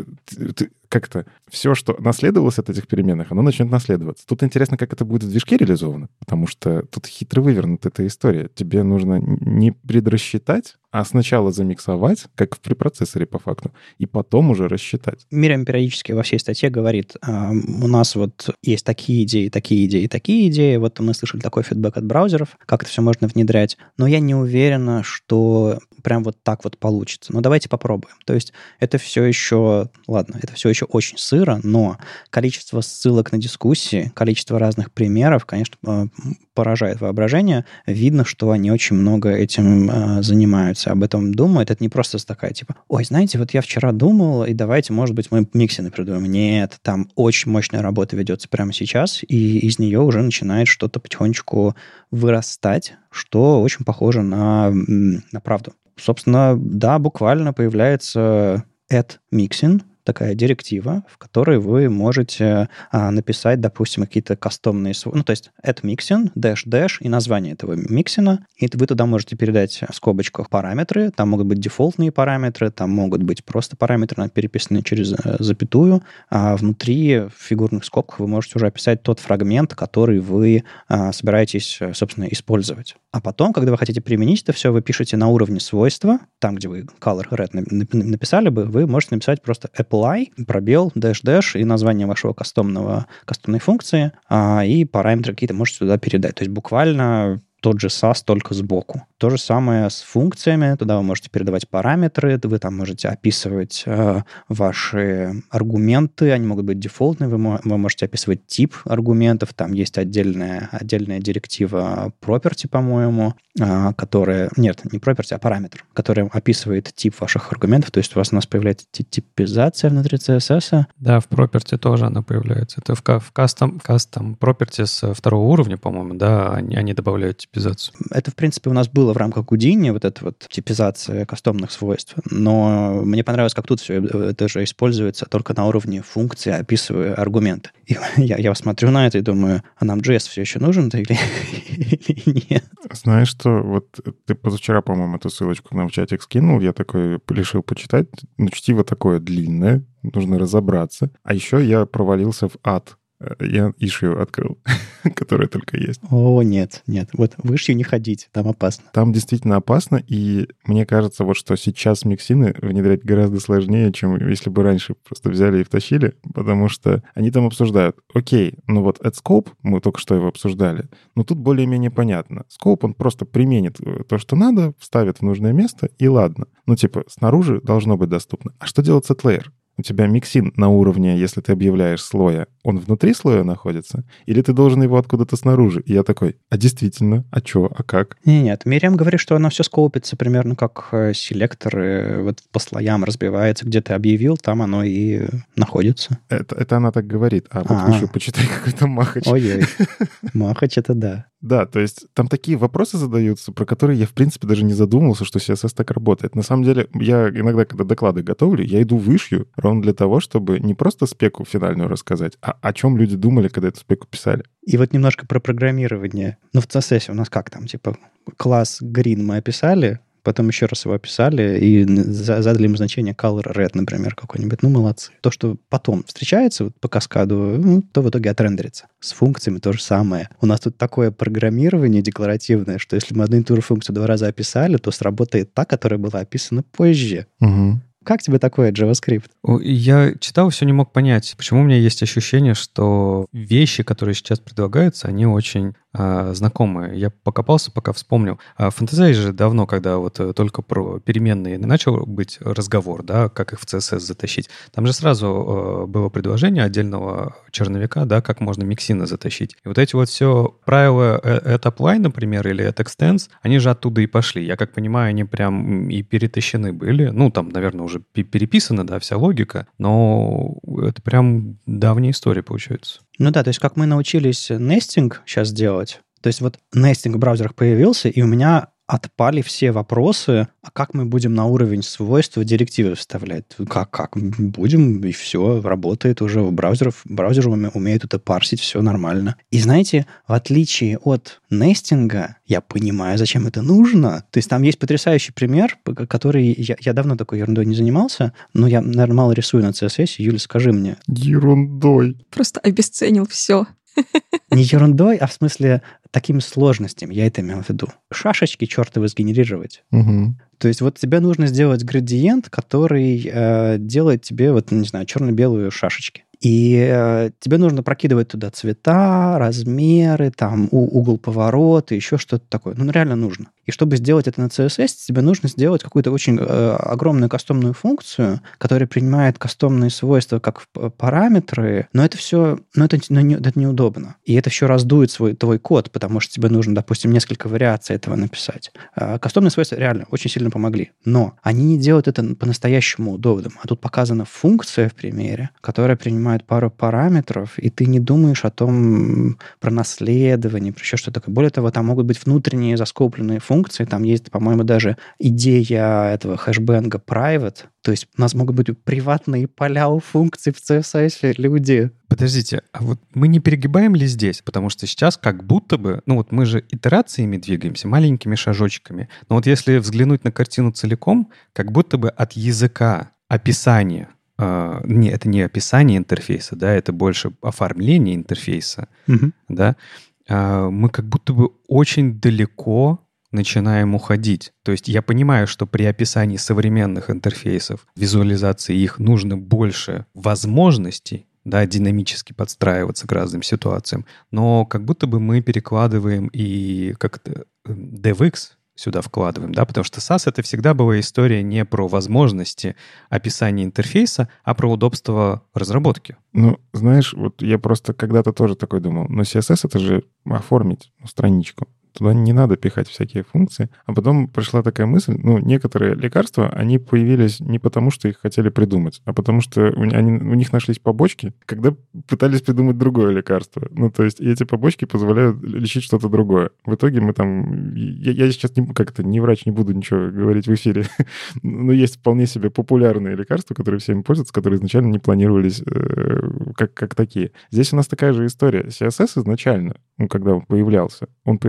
как-то все, что наследовалось от этих переменных, оно начнет наследоваться. Тут интересно, как это будет в движке реализовано, потому что тут хитро вывернута эта история. Тебе нужно не предрасчитать, а сначала замиксовать, как в препроцессоре по факту, и потом уже рассчитать. Мириам периодически во всей статье говорит, у нас вот есть такие идеи, такие идеи, такие идеи, вот мы слышали такой фидбэк от браузеров, как это все можно внедрять, но я не уверена, что прям вот так вот получится. Но давайте попробуем. То есть это все еще, это все еще очень сыро, но количество ссылок на дискуссии, количество разных примеров, конечно, поражает воображение. Видно, что они очень много этим занимаются, об этом думают. Это не просто такая, ой, знаете, вот я вчера думал, и давайте, может быть, мы миксины придумаем. Нет, там очень мощная работа ведется прямо сейчас, и из нее уже начинает что-то потихонечку вырастать, что очень похоже на правду. Собственно, да, буквально появляется add-mixin, такая директива, в которой вы можете написать, допустим, какие-то кастомные... то есть add mixin, dash и название этого миксина, и вы туда можете передать в скобочках параметры, там могут быть дефолтные параметры, там могут быть просто параметры, переписанные через запятую, а внутри в фигурных скобках вы можете уже описать тот фрагмент, который вы собираетесь, собственно, использовать. А потом, когда вы хотите применить это все, вы пишете на уровне свойства, там, где вы color red написали бы, вы можете написать просто apply, пробел, dash и название вашего кастомной функции, и параметры какие-то можете туда передать. То есть буквально тот же SAS, только сбоку. То же самое с функциями. Туда вы можете передавать параметры, вы там можете описывать ваши аргументы, они могут быть дефолтные, вы можете описывать тип аргументов, там есть отдельная директива property, по-моему, которая... Нет, не property, а параметр, который описывает тип ваших аргументов, то есть у нас появляется типизация внутри CSS. Да, в property тоже она появляется. Это в custom property с второго уровня, по-моему, да, они добавляют типизацию. Это, в принципе, у нас было в рамках Houdini, вот эта вот типизация кастомных свойств, но мне понравилось, как тут все это же используется только на уровне функции, описывая аргументы. И я смотрю на это и думаю, а нам JS все еще нужен-то или нет? Знаешь, что вот ты позавчера, по-моему, эту ссылочку нам в чатик скинул, я такой решил почитать. Ну, чтиво такое длинное, нужно разобраться. А еще я провалился в ад. Я issue открыл, которое только есть. О, нет. Вот в issue не ходите, там опасно. Там действительно опасно, и мне кажется, вот что сейчас миксины внедрять гораздо сложнее, чем если бы раньше просто взяли и втащили, потому что они там обсуждают, окей, ну вот AdScope, мы только что его обсуждали, но тут более-менее понятно. Scope, он просто применит то, что надо, вставит в нужное место, и ладно. Ну типа снаружи должно быть доступно. А что делать с setLayer? У тебя миксин на уровне, если ты объявляешь слоя, он внутри слоя находится? Или ты должен его откуда-то снаружи? И я такой, а действительно? А что? А как? Нет, Мириам говорит, что оно все скопится примерно как селекторы, вот по слоям разбивается, где ты объявил, там оно и находится. Это она так говорит. А вот еще почитай какой-то махач. Ой-ой, махач это да. Да, то есть там такие вопросы задаются, про которые я, в принципе, даже не задумывался, что CSS так работает. На самом деле, я иногда, когда доклады готовлю, я иду в issue ровно для того, чтобы не просто спеку финальную рассказать, а о чем люди думали, когда эту спеку писали. И вот немножко про программирование. Ну, в CSS у нас как там, типа, класс green мы описали, потом еще раз его описали и задали ему значение color red, например, какой-нибудь. Ну, молодцы. То, что потом встречается вот по каскаду, то в итоге отрендерится. С функциями то же самое. У нас тут такое программирование декларативное, что если мы одну и ту же функцию 2 раза описали, то сработает та, которая была описана позже. Угу. Как тебе такое JavaScript? Я читал, все не мог понять, почему у меня есть ощущение, что вещи, которые сейчас предлагаются, они очень знакомые. Я покопался, пока вспомнил. В Fantasy же давно, когда вот только про переменные начал быть разговор, да, как их в CSS затащить, там же сразу было предложение отдельного черновика, да, как можно миксины затащить. И вот эти вот все правила at-apply, например, или at-extends, они же оттуда и пошли. Я как понимаю, они прям и перетащены были. Ну, там, наверное, уже переписана, да, вся логика, но это прям давняя история получается. Ну да, то есть как мы научились нестинг сейчас делать, то есть вот нестинг в браузерах появился, и у меня отпали все вопросы, а как мы будем на уровень свойств директивы вставлять? Как? Будем, и все, работает уже у браузеров. Браузер умеет это парсить, все нормально. И знаете, в отличие от нестинга, я понимаю, зачем это нужно. То есть там есть потрясающий пример, который... Я давно такой ерундой не занимался, но я, наверное, мало рисую на CSS. Юля, скажи мне. Ерундой. Просто обесценил все. Не ерундой, а в смысле такими сложностями, я это имел в виду. Шашечки чертовы сгенерировать. Угу. То есть вот тебе нужно сделать градиент, который делает тебе, вот, не знаю, черно-белые шашечки. И тебе нужно прокидывать туда цвета, размеры, там угол поворота, еще что-то такое. Ну, реально нужно. И чтобы сделать это на CSS, тебе нужно сделать какую-то очень огромную кастомную функцию, которая принимает кастомные свойства как параметры, но это все, это неудобно. И это все раздует твой код, потому что тебе нужно, допустим, несколько вариаций этого написать. Кастомные свойства реально очень сильно помогли, но они не делают это по-настоящему удобным. А тут показана функция в примере, которая принимает пару параметров, и ты не думаешь о том, про наследование, про еще что-то такое. Более того, там могут быть внутренние заскопленные функции. Там есть, по-моему, даже идея этого хэшбэнга private. То есть у нас могут быть приватные поля у функций в CSS, люди. Подождите, а вот мы не перегибаем ли здесь? Потому что сейчас как будто бы, ну вот мы же итерациями двигаемся, маленькими шажочками. Но вот если взглянуть на картину целиком, как будто бы от языка описания, это не описание интерфейса, да, это больше оформление интерфейса, да, мы как будто бы очень далеко начинаем уходить. То есть я понимаю, что при описании современных интерфейсов, визуализации их нужно больше возможностей, да, динамически подстраиваться к разным ситуациям. Но как будто бы мы перекладываем и как-то DevX сюда вкладываем, да, потому что SAS — это всегда была история не про возможности описания интерфейса, а про удобство разработки. Ну, знаешь, вот я просто когда-то тоже такой думал, но CSS — это же оформить страничку. Туда не надо пихать всякие функции. А потом пришла такая мысль, некоторые лекарства, они появились не потому, что их хотели придумать, а потому что у них нашлись побочки, когда пытались придумать другое лекарство. То есть и эти побочки позволяют лечить что-то другое. В итоге мы там... Я сейчас не врач, не буду ничего говорить в эфире, но есть вполне себе популярные лекарства, которые всеми пользуются, которые изначально не планировались как такие. Здесь у нас такая же история. CSS изначально, когда он появлялся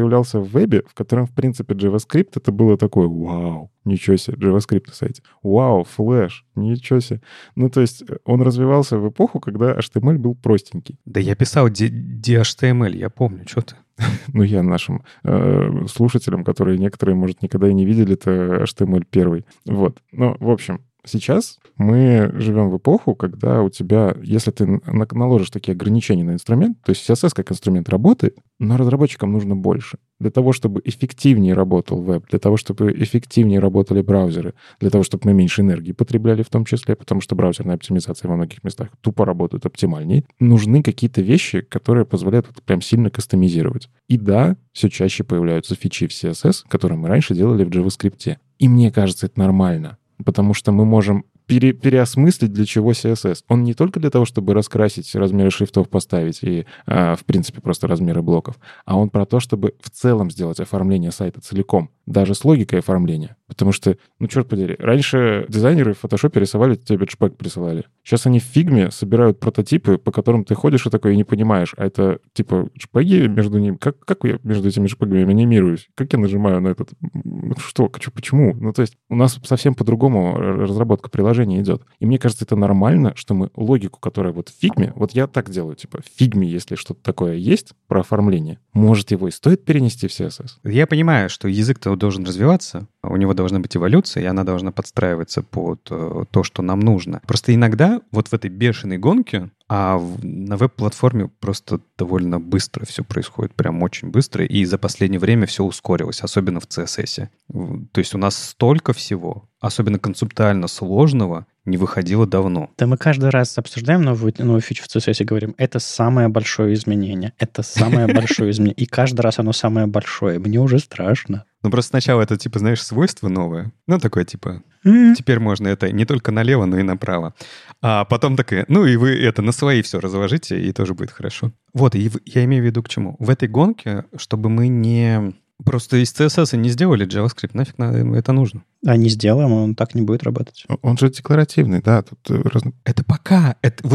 в вебе, в котором, в принципе, JavaScript — это было такое: вау, ничего себе, JavaScript на сайте. Вау, Flash, ничего себе. То есть он развивался в эпоху, когда HTML был простенький. Да я писал DHTML, я помню, что ты. Я нашим слушателям, которые некоторые, может, никогда и не видели, это HTML 1. Вот. В общем, сейчас мы живем в эпоху, когда у тебя, если ты наложишь такие ограничения на инструмент, то есть CSS как инструмент работает, но разработчикам нужно больше. Для того, чтобы эффективнее работал веб, для того, чтобы эффективнее работали браузеры, для того, чтобы мы меньше энергии потребляли в том числе, потому что браузерная оптимизация во многих местах тупо работает оптимальнее, нужны какие-то вещи, которые позволяют это прям сильно кастомизировать. И да, все чаще появляются фичи в CSS, которые мы раньше делали в JavaScript. И мне кажется, это нормально. Потому что мы можем переосмыслить, для чего CSS. Он не только для того, чтобы раскрасить, размеры шрифтов поставить и, в принципе, просто размеры блоков, а он про то, чтобы в целом сделать оформление сайта целиком, даже с логикой оформления. Потому что, черт подери, раньше дизайнеры в фотошопе рисовали, тебе JPEG присылали. Сейчас они в фигме собирают прототипы, по которым ты ходишь и такой и не понимаешь, а это типа JPEG между ними. Как я между этими JPEG анимируюсь? Как я нажимаю на этот... Что? Почему? То есть у нас совсем по-другому разработка приложения идет. И мне кажется, это нормально, что мы логику, которая вот в фигме, вот я так делаю, типа в фигме, если что-то такое есть про оформление, может, его и стоит перенести в CSS? Я понимаю, что язык-то должен развиваться, у него должна быть эволюция, и она должна подстраиваться под то, что нам нужно. Просто иногда вот в этой бешеной гонке, на веб-платформе просто довольно быстро все происходит, прям очень быстро, и за последнее время все ускорилось, особенно в CSS. То есть у нас столько всего, особенно концептуально сложного, не выходило давно. Да мы каждый раз обсуждаем новую фичу в CSS и говорим, это самое большое изменение, это самое большое изменение, и каждый раз оно самое большое, мне уже страшно. Просто сначала это, свойство новое. Такое, теперь можно это не только налево, но и направо. А потом такое, и вы это на свои все разложите, и тоже будет хорошо. Вот, и я имею в виду к чему. В этой гонке, чтобы мы не... Просто из CSS не сделали JavaScript, нафиг это нужно? А не сделаем, он так не будет работать. Он же декларативный, да. Это пока.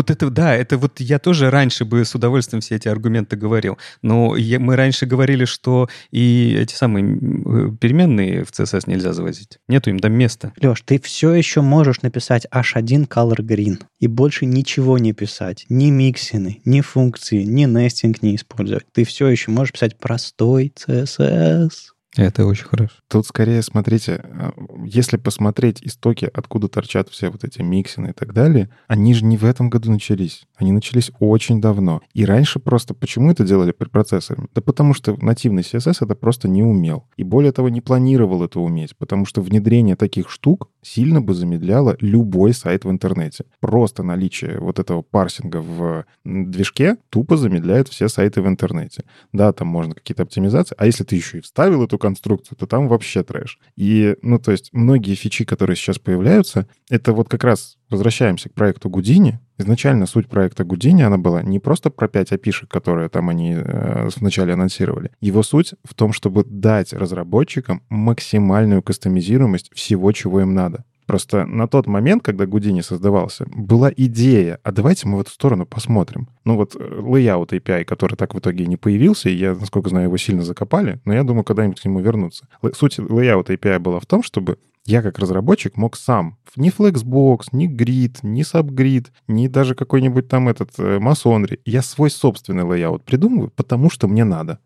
Это я тоже раньше бы с удовольствием все эти аргументы говорил. Но мы раньше говорили, что и эти самые переменные в CSS нельзя завозить. Нету им там места. Леш, ты все еще можешь написать H1 color green и больше ничего не писать. Ни миксины, ни функции, ни нестинг не использовать. Ты все еще можешь писать простой CSS. Это очень хорошо. Тут скорее, смотрите, если посмотреть истоки, откуда торчат все вот эти миксины и так далее, они же не в этом году начались. Они начались очень давно. И раньше просто... Почему это делали при процессоре? Да потому что нативный CSS это просто не умел. И более того, не планировал это уметь, потому что внедрение таких штук сильно бы замедляло любой сайт в интернете. Просто наличие вот этого парсинга в движке тупо замедляет все сайты в интернете. Да, там можно какие-то оптимизации, а если ты еще и вставил эту конструкцию, то там вообще трэш. И, то есть, многие фичи, которые сейчас появляются, это вот как раз возвращаемся к проекту Houdini. Изначально суть проекта Houdini, она была не просто про 5 API-шек, которые там они вначале анонсировали. Его суть в том, чтобы дать разработчикам максимальную кастомизируемость всего, чего им надо. Просто на тот момент, когда Houdini создавался, была идея, а давайте мы в эту сторону посмотрим. Layout API, который так в итоге и не появился, и я, насколько знаю, его сильно закопали, но я думаю, когда-нибудь к нему вернуться. Суть Layout API была в том, чтобы я как разработчик мог сам ни Flexbox, ни Grid, ни Subgrid, ни даже какой-нибудь там Masonry. Я свой собственный лейаут придумываю, потому что мне надо.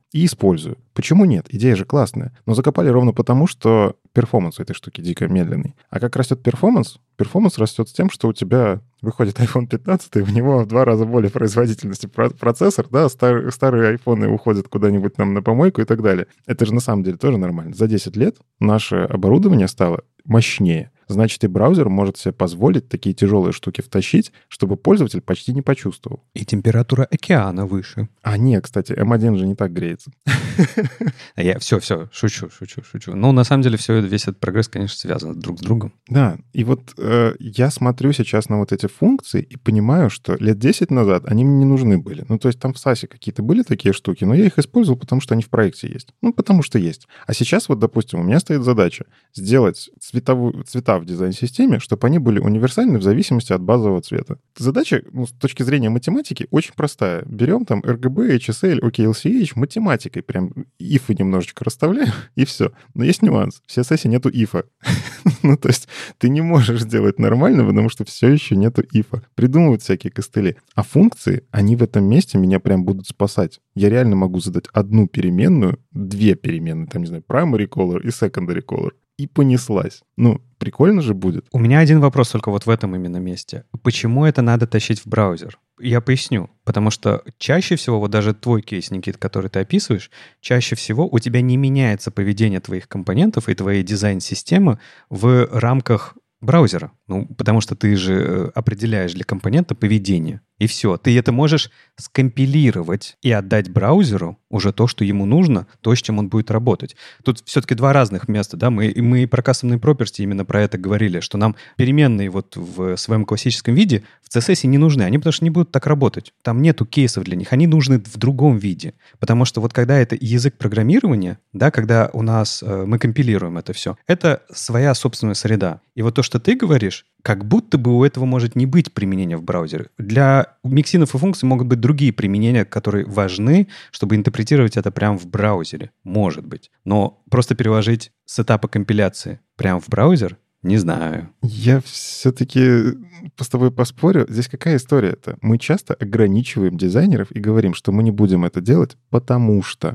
и использую. Почему нет? Идея же классная. Но закопали ровно потому, что перформанс у этой штуки дико медленный. А как растет перформанс? Перформанс растет с тем, что у тебя выходит iPhone 15, и в него в 2 раза более производительности процессор, да, старые айфоны уходят куда-нибудь нам на помойку и так далее. Это же на самом деле тоже нормально. За 10 лет наше оборудование стало мощнее. Значит, и браузер может себе позволить такие тяжелые штуки втащить, чтобы пользователь почти не почувствовал. И температура океана выше. А нет, кстати, M1 же не так греется. Я все, шучу. Ну, на самом деле, весь этот прогресс, конечно, связан друг с другом. Да, и вот я смотрю сейчас на вот эти функции и понимаю, что лет 10 назад они мне не нужны были. Ну, то есть там в SaaS какие-то были такие штуки, но я их использовал, потому что они в проекте есть. Ну, потому что есть. А сейчас вот, допустим, у меня стоит задача сделать цвета в дизайн-системе, чтобы они были универсальны в зависимости от базового цвета. Задача, ну, с точки зрения математики, очень простая. Берем там RGB, HSL, OKLCH, математикой прям ифы немножечко расставляем, и все. Но есть нюанс. В CSS нету ифа. Ну, то есть ты не можешь сделать нормально, потому что все еще нету ифа. Придумывают всякие костыли. А функции, они в этом месте меня прям будут спасать. Я реально могу задать одну переменную, 2 переменные, там, не знаю, primary color и secondary color. И понеслась. Ну, прикольно же будет. У меня один вопрос только вот в этом именно месте. Почему это надо тащить в браузер? Я поясню. Потому что чаще всего, вот даже твой кейс, Никит, который ты описываешь, чаще всего у тебя не меняется поведение твоих компонентов и твоей дизайн-системы в рамках браузера. Ну, потому что ты же определяешь для компонента поведение. И все. Ты это можешь скомпилировать и отдать браузеру уже то, что ему нужно, то, с чем он будет работать. Тут все-таки 2 разных места, да? Мы про custom property именно про это говорили, что нам переменные вот в своем классическом виде в CSS не нужны. Они потому что не будут так работать. Там нету кейсов для них. Они нужны в другом виде. Потому что вот когда это язык программирования, да, когда у нас мы компилируем это все, это своя собственная среда. И вот то, что ты говоришь, как будто бы у этого может не быть применения в браузере. Для миксинов и функций могут быть другие применения, которые важны, чтобы интерпретировать это прямо в браузере. Может быть. Но просто переложить с этапа компиляции прямо в браузер — не знаю. Я все-таки с тобой поспорю. Здесь какая история-то? Мы часто ограничиваем дизайнеров и говорим, что мы не будем это делать, потому что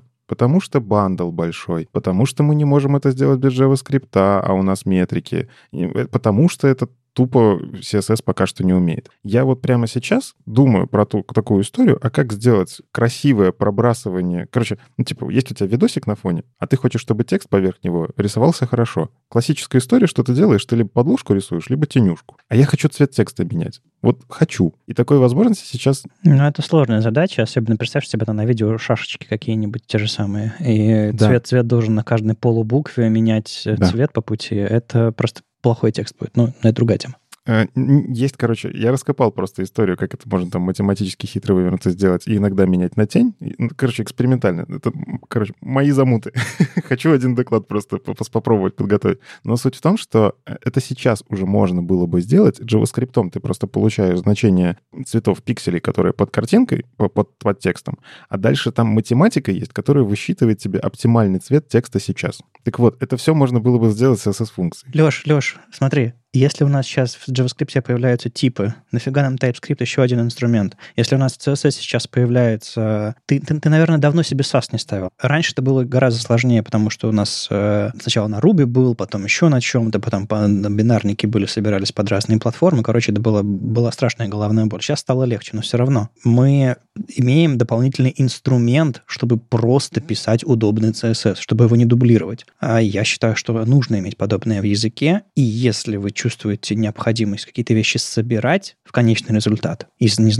бандл большой, потому что мы не можем это сделать без JavaScript, а у нас метрики, потому что это тупо CSS пока что не умеет. Я вот прямо сейчас думаю про такую историю, а как сделать красивое пробрасывание. Короче, ну типа, есть у тебя видосик на фоне, а ты хочешь, чтобы текст поверх него рисовался хорошо. Классическая история, что ты делаешь, ты либо подложку рисуешь, либо тенюшку. А я хочу цвет текста менять. Вот хочу. И такой возможности сейчас... Ну, это сложная задача, особенно представь, что тебе там на видео шашечки какие-нибудь те же самые. И да. цвет должен на каждой полубукве менять цвет по пути. Это просто плохой текст будет. Ну, это другая тема. Есть, короче, я раскопал просто историю, как это можно там математически хитро вывернуться сделать и иногда менять на тень. Короче, экспериментально. Это, мои замуты. Хочу один доклад просто попробовать подготовить. Но суть в том, что это сейчас уже можно было бы сделать. JavaScript ты просто получаешь значение цветов пикселей, которые под картинкой, под текстом, а дальше там математика есть, которая высчитывает тебе оптимальный цвет текста сейчас. Так вот, это все можно было бы сделать с CSS-функцией. Леш, смотри. Если у нас сейчас в JavaScript появляются типы, нафига нам TypeScript еще один инструмент? Если у нас в CSS сейчас появляется... Ты, наверное, давно себе SAS не ставил. Раньше это было гораздо сложнее, потому что у нас сначала на Ruby был, потом еще на чем-то, потом бинарники собирались под разные платформы. Короче, это была страшная головная боль. Сейчас стало легче, но все равно. Мы имеем дополнительный инструмент, чтобы просто писать удобный CSS, чтобы его не дублировать. А я считаю, что нужно иметь подобное в языке, и если вы чувствуете необходимость какие-то вещи собирать в конечный результат, из 3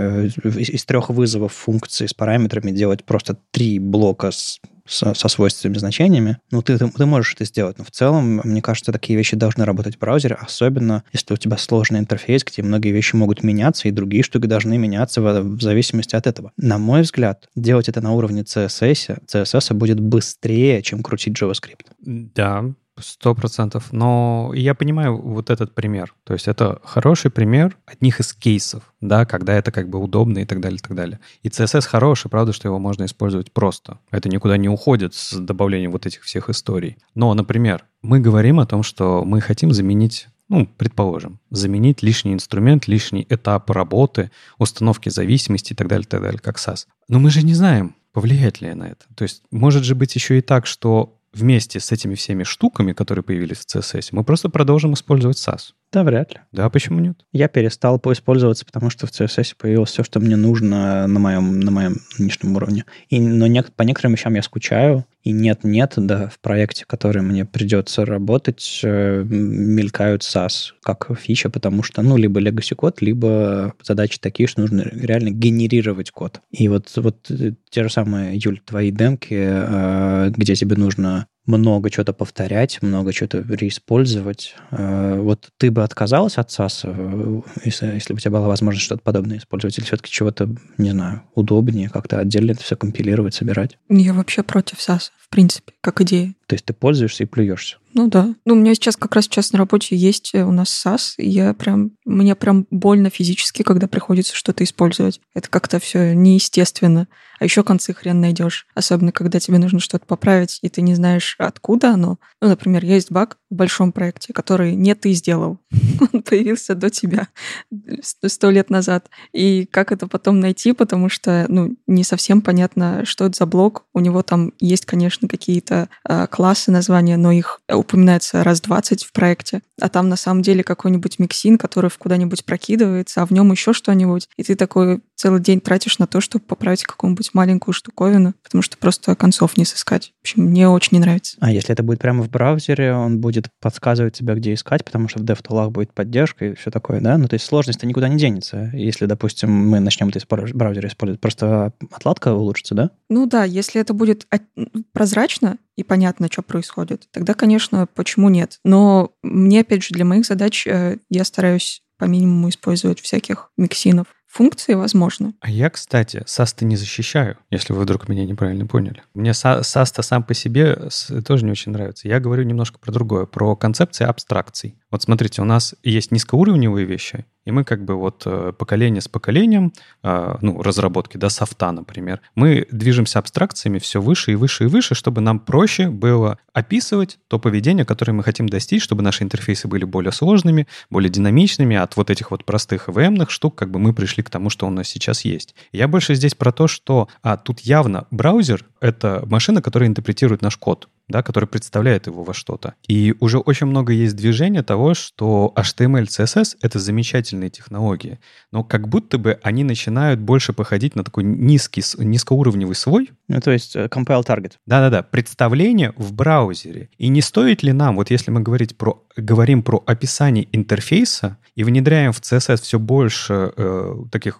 вызовов функции с параметрами делать просто 3 блока со свойственными значениями, ну, ты можешь это сделать. Но в целом, мне кажется, такие вещи должны работать в браузере, особенно если у тебя сложный интерфейс, где многие вещи могут меняться, и другие штуки должны меняться в зависимости от этого. На мой взгляд, делать это на уровне CSS будет быстрее, чем крутить JavaScript. Да, 100%. Но я понимаю вот этот пример. То есть это хороший пример одних из кейсов, да, когда это как бы удобно и так далее, и так далее. И CSS хороший, правда, что его можно использовать просто. Это никуда не уходит с добавлением вот этих всех историй. Но, например, мы говорим о том, что мы хотим заменить, предположим, заменить лишний инструмент, лишний этап работы, установки зависимости и так далее, как SAS. Но мы же не знаем, повлияет ли на это? То есть может же быть еще и так, что вместе с этими всеми штуками, которые появились в CSS, мы просто продолжим использовать SAS. Да, вряд ли. Да, почему нет? Я перестал использоваться, потому что в CSS появилось все, что мне нужно на моем нынешнем уровне. Но по некоторым вещам я скучаю, и нет-нет, да, в проекте, в который мне придется работать, мелькают SAS как фича, потому что, либо legacy код, либо задачи такие, что нужно реально генерировать код. И вот те же самые, Юль, твои демки, где тебе нужно много чего-то повторять, много чего-то реиспользовать. Вот ты бы отказалась от SAS, если бы у тебя была возможность что-то подобное использовать, или все-таки чего-то, не знаю, удобнее, как-то отдельно это все компилировать, собирать? Я вообще против SAS, в принципе, как идея. То есть ты пользуешься и плюешься? Ну да. У меня сейчас как раз на работе есть у нас SAS, и мне прям больно физически, когда приходится что-то использовать. Это как-то все неестественно. А еще концы хрен найдешь. Особенно, когда тебе нужно что-то поправить, и ты не знаешь, откуда оно. Например, есть баг в большом проекте, который не ты сделал. Он появился до тебя 100 лет назад. И как это потом найти, потому что, не совсем понятно, что это за блок. У него там есть, конечно, какие-то классы, названия, но их упоминается раз 20 в проекте. А там на самом деле какой-нибудь миксин, который куда-нибудь прокидывается, а в нем еще что-нибудь. И ты такой целый день тратишь на то, чтобы поправить какую-нибудь маленькую штуковину, потому что просто концов не сыскать. В общем, мне очень не нравится. А если это будет прямо в браузере, он будет подсказывать тебе, где искать, потому что в DevTool'ах будет поддержка и все такое, да? То есть сложность-то никуда не денется. Если, допустим, мы начнем это в браузере использовать, просто отладка улучшится, да? Да, если это будет прозрачно и понятно, что происходит, тогда, конечно, почему нет? Но мне, опять же, для моих задач я стараюсь по минимуму использовать всяких миксинов. Функции возможны. А я, кстати, SAS-то не защищаю, если вы вдруг меня неправильно поняли. Мне SAS-то сам по себе тоже не очень нравится. Я говорю немножко про другое, про концепции абстракций. Вот смотрите, у нас есть низкоуровневые вещи, и мы поколение с поколением, разработки, софта, например, мы движемся абстракциями все выше и выше и выше, чтобы нам проще было описывать то поведение, которое мы хотим достичь, чтобы наши интерфейсы были более сложными, более динамичными. От вот этих вот простых EVM-ных штук мы пришли к тому, что у нас сейчас есть. Я больше здесь про то, что тут явно браузер — это машина, которая интерпретирует наш код, да, который представляет его во что-то. И уже очень много есть движения того, что HTML, CSS — это замечательные технологии, но как будто бы они начинают больше походить на такой низкоуровневый свой. То есть compile target. Да-да-да, представление в браузере. И не стоит ли нам, вот если мы говорим про описание интерфейса и внедряем в CSS все больше таких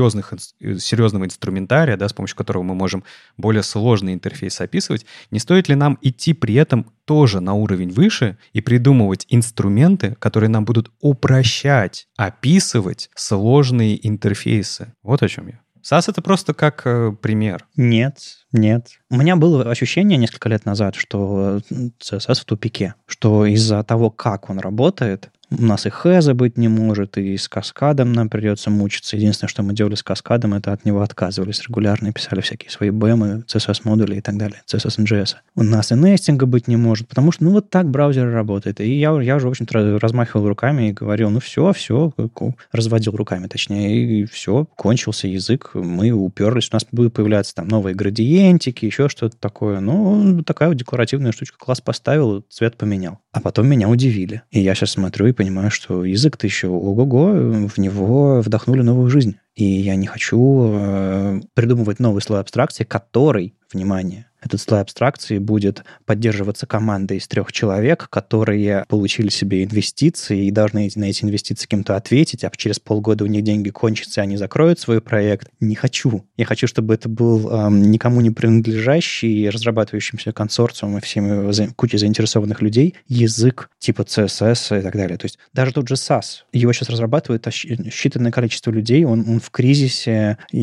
серьезного инструментария, да, с помощью которого мы можем более сложные интерфейсы описывать, не стоит ли нам идти при этом тоже на уровень выше и придумывать инструменты, которые нам будут упрощать, описывать сложные интерфейсы? Вот о чем я. SAS — это просто как пример. Нет. У меня было ощущение несколько лет назад, что CSS в тупике, что из-за того, как он работает, у нас и хэза быть не может, и с каскадом нам придется мучиться. Единственное, что мы делали с каскадом, это от него отказывались регулярно и писали всякие свои бэмы, CSS-модули и так далее, CSS NGS. У нас и нестинга быть не может, потому что, вот так браузер работает. И я уже, в общем-то, размахивал руками и говорил, все, разводил руками, точнее, и все, кончился язык, мы уперлись, у нас будут появляться там новые градиентики, еще что-то такое. Такая вот декоративная штучка, класс поставил, цвет поменял. А потом меня удивили. И я сейчас смотрю и понимаю, что язык-то еще ого-го, в него вдохнули новую жизнь. И я не хочу придумывать новый слой абстракции, который, внимание, этот слой абстракции будет поддерживаться командой из 3 человек, которые получили себе инвестиции и должны на эти инвестиции кем-то ответить, а через полгода у них деньги кончатся, и они закроют свой проект. Не хочу. Я хочу, чтобы это был никому не принадлежащий, разрабатывающимся консорциумом и всеми кучей заинтересованных людей язык типа CSS и так далее. То есть даже тот же SAS, его сейчас разрабатывает считанное количество людей, он в кризисе, у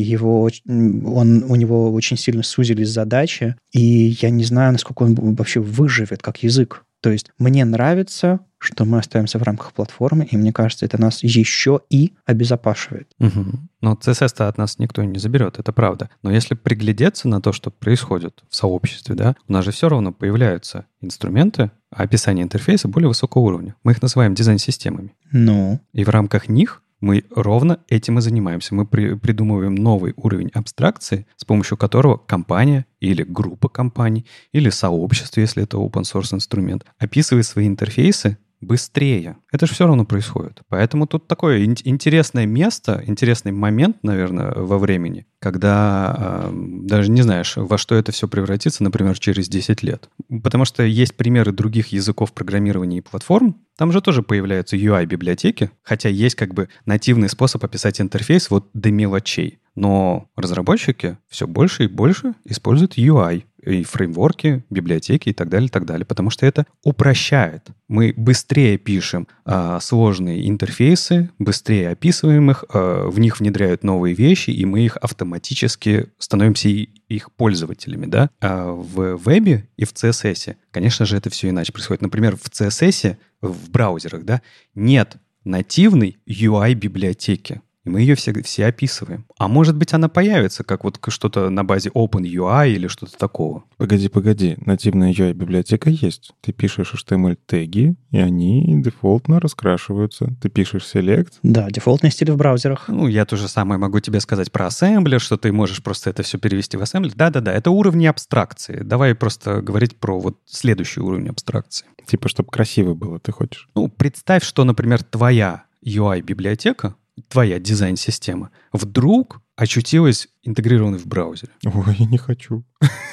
него очень сильно сузились задачи, и я не знаю, насколько он вообще выживет как язык. То есть мне нравится, что мы остаемся в рамках платформы, и мне кажется, это нас еще и обезопашивает. Угу. Но CSS-то от нас никто не заберет, это правда. Но если приглядеться на то, что происходит в сообществе, да, у нас же все равно появляются инструменты описания интерфейса более высокого уровня. Мы их называем дизайн-системами. Ну? И в рамках них Мы ровно этим и занимаемся. Мы придумываем новый уровень абстракции, с помощью которого компания или группа компаний, или сообщество, если это open-source инструмент, описывает свои интерфейсы быстрее. Это же все равно происходит. Поэтому тут такое интересное место, интересный момент, наверное, во времени, когда даже не знаешь, во что это все превратится, например, через 10 лет. Потому что есть примеры других языков программирования и платформ. Там же тоже появляются UI-библиотеки, хотя есть как бы нативный способ описать интерфейс вот до мелочей. Но разработчики все больше и больше используют UI и фреймворки, библиотеки и так далее, потому что это упрощает. Мы быстрее пишем сложные интерфейсы, быстрее описываем их, в них внедряют новые вещи, и мы их автоматически становимся их пользователями, да? А в вебе и в CSS, конечно же, это все иначе происходит. Например, в CSS, в браузерах, да, нет нативной UI-библиотеки. И мы ее все описываем. А может быть, она появится, как вот что-то на базе OpenUI или что-то такого. Погоди. Нативная UI-библиотека есть. Ты пишешь HTML-теги, и они дефолтно раскрашиваются. Ты пишешь select. Да, дефолтный стиль в браузерах. Ну, я то же самое могу тебе сказать про ассемблер, что ты можешь просто это все перевести в ассемблер. Да-да-да, это уровни абстракции. Давай просто говорить про вот следующий уровень абстракции. Типа, чтобы красиво было, ты хочешь? Ну, представь, что, например, твоя UI-библиотека, твоя дизайн-система вдруг очутилась интегрированной в браузере. Ой, не хочу.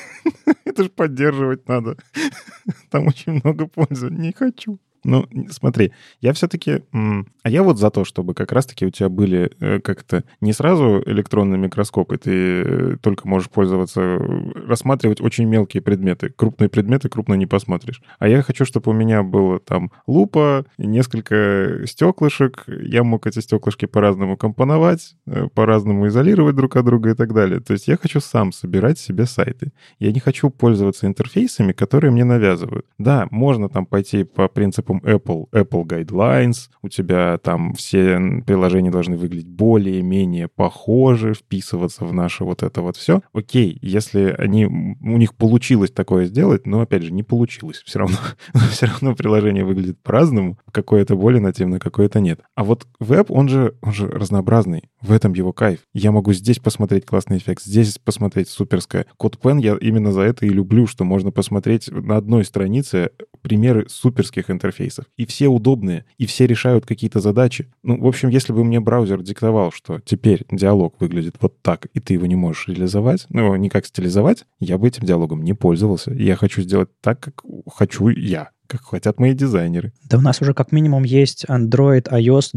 Это же поддерживать надо. Там очень много пользы. Не хочу. Ну, смотри, я все-таки... А я вот за то, чтобы как раз-таки у тебя были как-то не сразу электронные микроскопы, ты только можешь пользоваться, рассматривать очень мелкие предметы. Крупные предметы крупно не посмотришь. А я хочу, чтобы у меня было там лупа, несколько стеклышек, я мог эти стеклышки по-разному компоновать, по-разному изолировать друг от друга и так далее. То есть я хочу сам собирать себе сайты. Я не хочу пользоваться интерфейсами, которые мне навязывают. Да, можно там пойти по принципам Apple Guidelines, у тебя там все приложения должны выглядеть более-менее похожи, вписываться в наше вот это вот все. Окей, если у них получилось такое сделать, но, опять же, не получилось. Все равно приложение выглядит по-разному, какое-то более нативное, какое-то нет. А вот веб, он же разнообразный. В этом его кайф. Я могу здесь посмотреть классный эффект, здесь посмотреть суперское. CodePen я именно за это и люблю, что можно посмотреть на одной странице примеры суперских интерфейсов. И все удобные, и все решают какие-то задачи. Ну, в общем, если бы мне браузер диктовал, что теперь диалог выглядит вот так, и ты его не можешь реализовать, ну, никак стилизовать, я бы этим диалогом не пользовался. И я хочу сделать так, как хочу я, как хотят мои дизайнеры. Да у нас уже как минимум есть Android, iOS,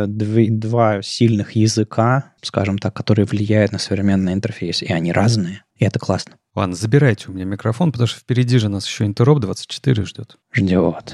два сильных языка, скажем так, которые влияют на современный интерфейс. И они разные, и это классно. Ладно, забирайте у меня микрофон, потому что впереди же нас еще Interop 24 ждет. Ждет.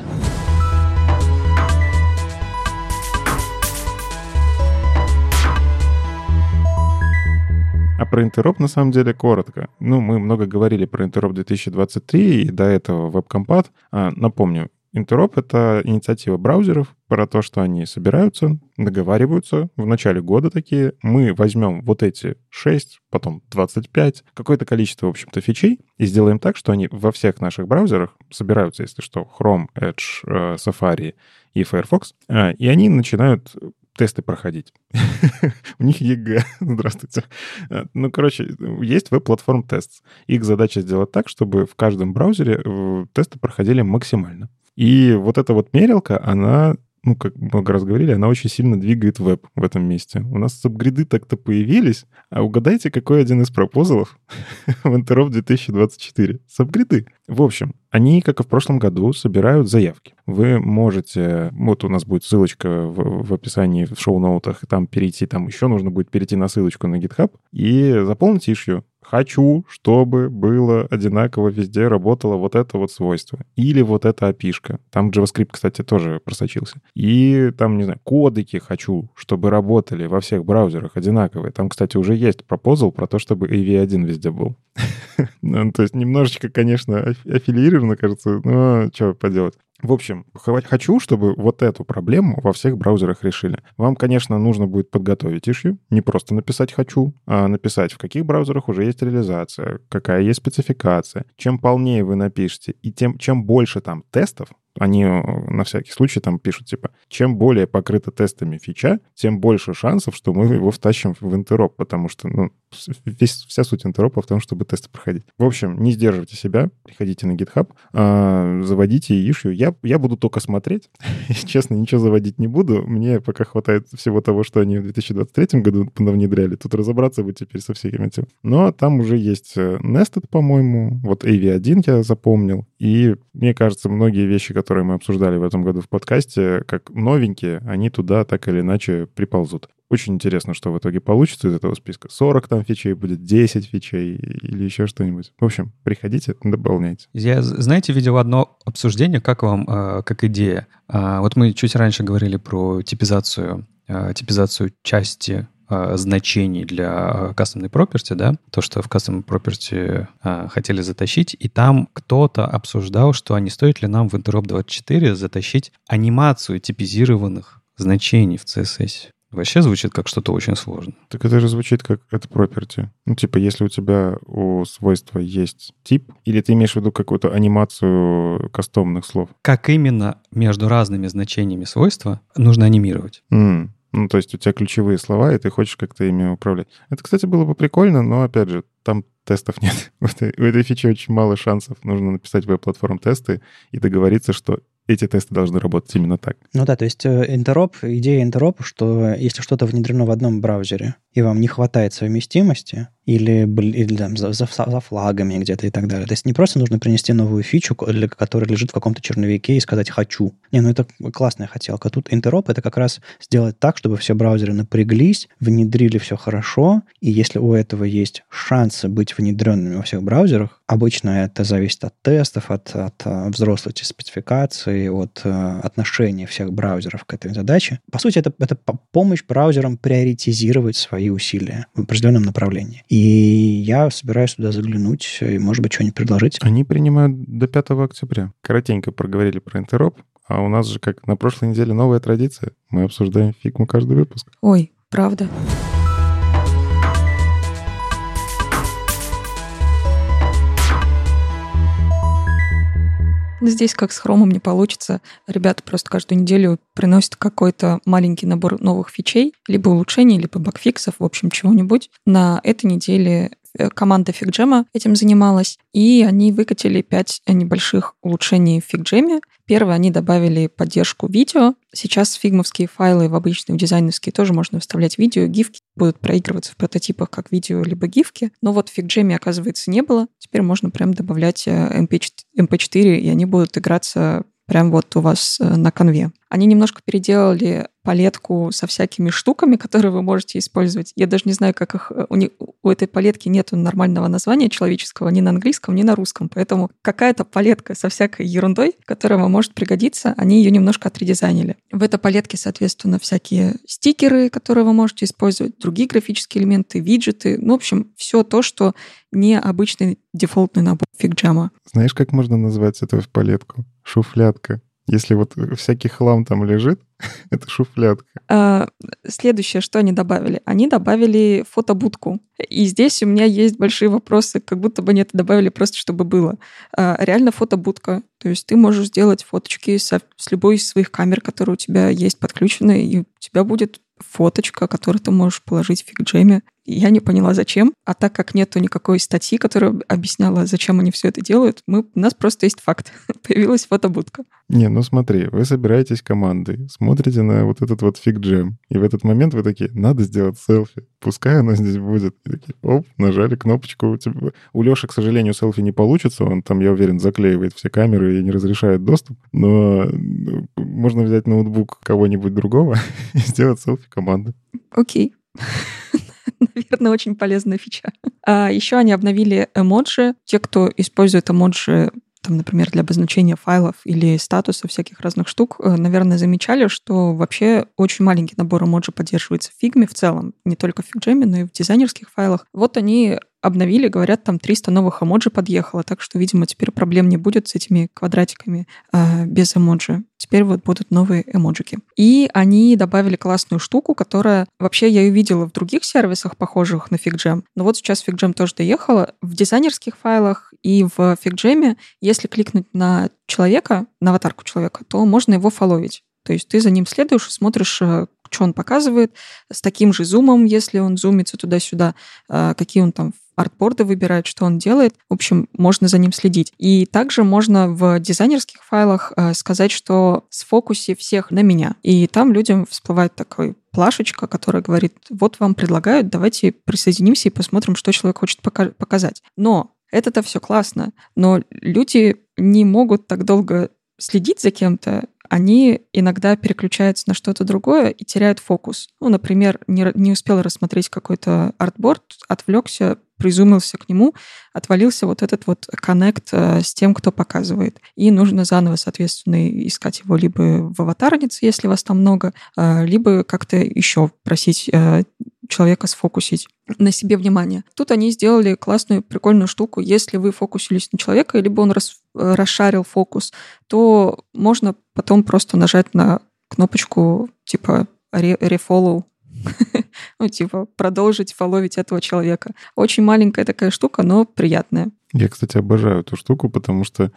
А про Interop, на самом деле, коротко. Ну, мы много говорили про Interop 2023 и до этого WebCompat. Напомню, Interop — это инициатива браузеров про то, что они собираются, договариваются в начале года такие. Мы возьмем вот эти 6, потом 25, какое-то количество, в общем-то, фичей и сделаем так, что они во всех наших браузерах собираются, если что, Chrome, Edge, Safari и Firefox, и они начинают тесты проходить. У них ЕГЭ. Здравствуйте. Ну, короче, есть веб-платформ тест. Их задача сделать так, чтобы в каждом браузере тесты проходили максимально. И вот эта вот мерилка, она, ну, как много раз говорили, она очень сильно двигает веб в этом месте. У нас сабгриды так-то появились, а угадайте, какой один из пропозалов в Interop 2024? Сабгриды. В общем, они, как и в прошлом году, собирают заявки. Вы можете... Вот у нас будет ссылочка в описании, в шоу-ноутах, там перейти, там еще нужно будет перейти на ссылочку на GitHub и заполнить issue. Хочу, чтобы было одинаково везде работало вот это вот свойство. Или вот эта API-шка. Там JavaScript, кстати, тоже просочился. И там, не знаю, кодеки хочу, чтобы работали во всех браузерах одинаковые. Там, кстати, уже есть пропозал про то, чтобы AV1 везде был. То есть немножечко, конечно, аффилировано, кажется, но что поделать. В общем, хочу, чтобы вот эту проблему во всех браузерах решили. Вам, конечно, нужно будет подготовить issue, не просто написать «хочу», а написать, в каких браузерах уже есть реализация, какая есть спецификация. Чем полнее вы напишете, и чем больше там тестов, они на всякий случай там пишут, типа, чем более покрыта тестами фича, тем больше шансов, что мы его втащим в интероп, потому что, вся суть интеропа в том, чтобы тесты проходить. В общем, не сдерживайте себя, приходите на GitHub, заводите issue. Я буду только смотреть. Честно, ничего заводить не буду. Мне пока хватает всего того, что они в 2023 году внедряли. Тут разобраться бы теперь со всеми этим. Но там уже есть Nested, по-моему. Вот AV1 я запомнил. И мне кажется, многие вещи, которые мы обсуждали в этом году в подкасте, как новенькие, они туда так или иначе приползут. Очень интересно, что в итоге получится из этого списка. 40 там фичей будет, 10 фичей или еще что-нибудь. В общем, приходите, дополняйте. Я, знаете, видел одно обсуждение, как вам, как идея. Вот мы чуть раньше говорили про типизацию части значений для custom property, да, то, что в custom property хотели затащить, и там кто-то обсуждал, что не стоит ли нам в Interop 24 затащить анимацию типизированных значений в CSS. Вообще звучит как что-то очень сложное. Так это же звучит как это property. Если у тебя у свойства есть тип, или ты имеешь в виду какую-то анимацию кастомных слов? Как именно между разными значениями свойства нужно анимировать? То есть у тебя ключевые слова, и ты хочешь как-то ими управлять. Это, кстати, было бы прикольно, но, опять же, там тестов нет. У этой фичи очень мало шансов. Нужно написать веб-платформ тесты и договориться, что эти тесты должны работать именно так. То есть идея интеропа, что если что-то внедрено в одном браузере, и вам не хватает совместимости, или там, за флагами где-то и так далее. То есть не просто нужно принести новую фичу, которая лежит в каком-то черновике, и сказать «хочу». Это классная хотелка. Тут интероп — это как раз сделать так, чтобы все браузеры напряглись, внедрили все хорошо, и если у этого есть шансы быть внедренными во всех браузерах, обычно это зависит от тестов, от взрослости спецификации, от отношения всех браузеров к этой задаче. По сути, это помощь браузерам приоритизировать свои усилия в определенном направлении. И я собираюсь туда заглянуть и, может быть, что-нибудь предложить. Они принимают до 5 октября. Коротенько проговорили про интероп, а у нас же, как на прошлой неделе, новая традиция. Мы обсуждаем фигму каждый выпуск. Ой, правда. Здесь, как с хромом, не получится. Ребята просто каждую неделю приносят какой-то маленький набор новых фичей, либо улучшений, либо багфиксов, в общем, чего-нибудь. На этой неделе команда FigJam этим занималась, и они выкатили 5 небольших улучшений в FigJam. Первое, они добавили поддержку видео. Сейчас фигмовские файлы в обычные, в дизайнерские тоже можно вставлять видео. Гифки будут проигрываться в прототипах как видео, либо гифки. Но вот в FigJam, оказывается, не было. Теперь можно прям добавлять MP4, и они будут играться прям вот у вас на конве. Они немножко переделали палетку со всякими штуками, которые вы можете использовать. Я даже не знаю, как их... У этой палетки нет нормального названия человеческого ни на английском, ни на русском. Поэтому какая-то палетка со всякой ерундой, которая вам может пригодиться, они ее немножко отредизайнили. В этой палетке, соответственно, всякие стикеры, которые вы можете использовать, другие графические элементы, виджеты. В общем, все то, что не обычный дефолтный набор FigJam. Знаешь, как можно назвать эту палетку? Шуфлятка. Если вот всякий хлам там лежит, это шуфлятка. Следующее, что они добавили? Они добавили фотобудку. И здесь у меня есть большие вопросы, как будто бы они это добавили просто, чтобы было. Реально фотобудка. То есть ты можешь сделать фоточки с любой из своих камер, которые у тебя есть подключены, и у тебя будет фоточка, которую ты можешь положить в FigJam. Я не поняла, зачем. А так как нету никакой статьи, которая объясняла, зачем они все это делают, у нас просто есть факт. Появилась фотобудка. Смотри, вы собираетесь командой, смотрите на вот этот вот FigJam, и в этот момент вы такие, надо сделать селфи, пускай оно здесь будет. И такие, оп, нажали кнопочку. У Леши, к сожалению, селфи не получится, он там, я уверен, заклеивает все камеры и не разрешает доступ, но можно взять ноутбук кого-нибудь другого и сделать селфи команды. Окей. Наверное, очень полезная фича. Еще они обновили эмоджи. Те, кто использует эмоджи, там, например, для обозначения файлов или статусов всяких разных штук, наверное, замечали, что вообще очень маленький набор эмоджи поддерживается в Figma в целом. Не только в FigJam, но и в дизайнерских файлах. Вот они обновили, говорят, там 300 новых эмоджи подъехало, так что, видимо, теперь проблем не будет с этими квадратиками без эмоджи. Теперь вот будут новые эмоджики. И они добавили классную штуку, которая вообще я ее видела в других сервисах, похожих на FigJam. Но вот сейчас FigJam тоже доехала. В дизайнерских файлах и в FigJam, если кликнуть на человека, на аватарку человека, то можно его фолловить. То есть ты за ним следуешь и смотришь, что он показывает, с таким же зумом, если он зумится туда-сюда, какие он там артборды выбирает, что он делает. В общем, можно за ним следить. И также можно в дизайнерских файлах сказать, что сфокуси всех на меня. И там людям всплывает такой плашечка, которая говорит, вот вам предлагают, давайте присоединимся и посмотрим, что человек хочет показать. Но это-то все классно. Но люди не могут так долго следить за кем-то, они иногда переключаются на что-то другое и теряют фокус. Ну, например, не успел рассмотреть какой-то артборд, отвлекся, призумился к нему, отвалился вот этот вот коннект с тем, кто показывает. И нужно заново, соответственно, искать его либо в аватарнице, если вас там много, либо как-то еще просить человека сфокусить на себе внимание. Тут они сделали классную, прикольную штуку. Если вы фокусились на человека, либо он расшарил фокус, то можно потом просто нажать на кнопочку типа refollow, ну, типа продолжить фолловить этого человека. Очень маленькая такая штука, но приятная. Я, кстати, обожаю эту штуку, потому что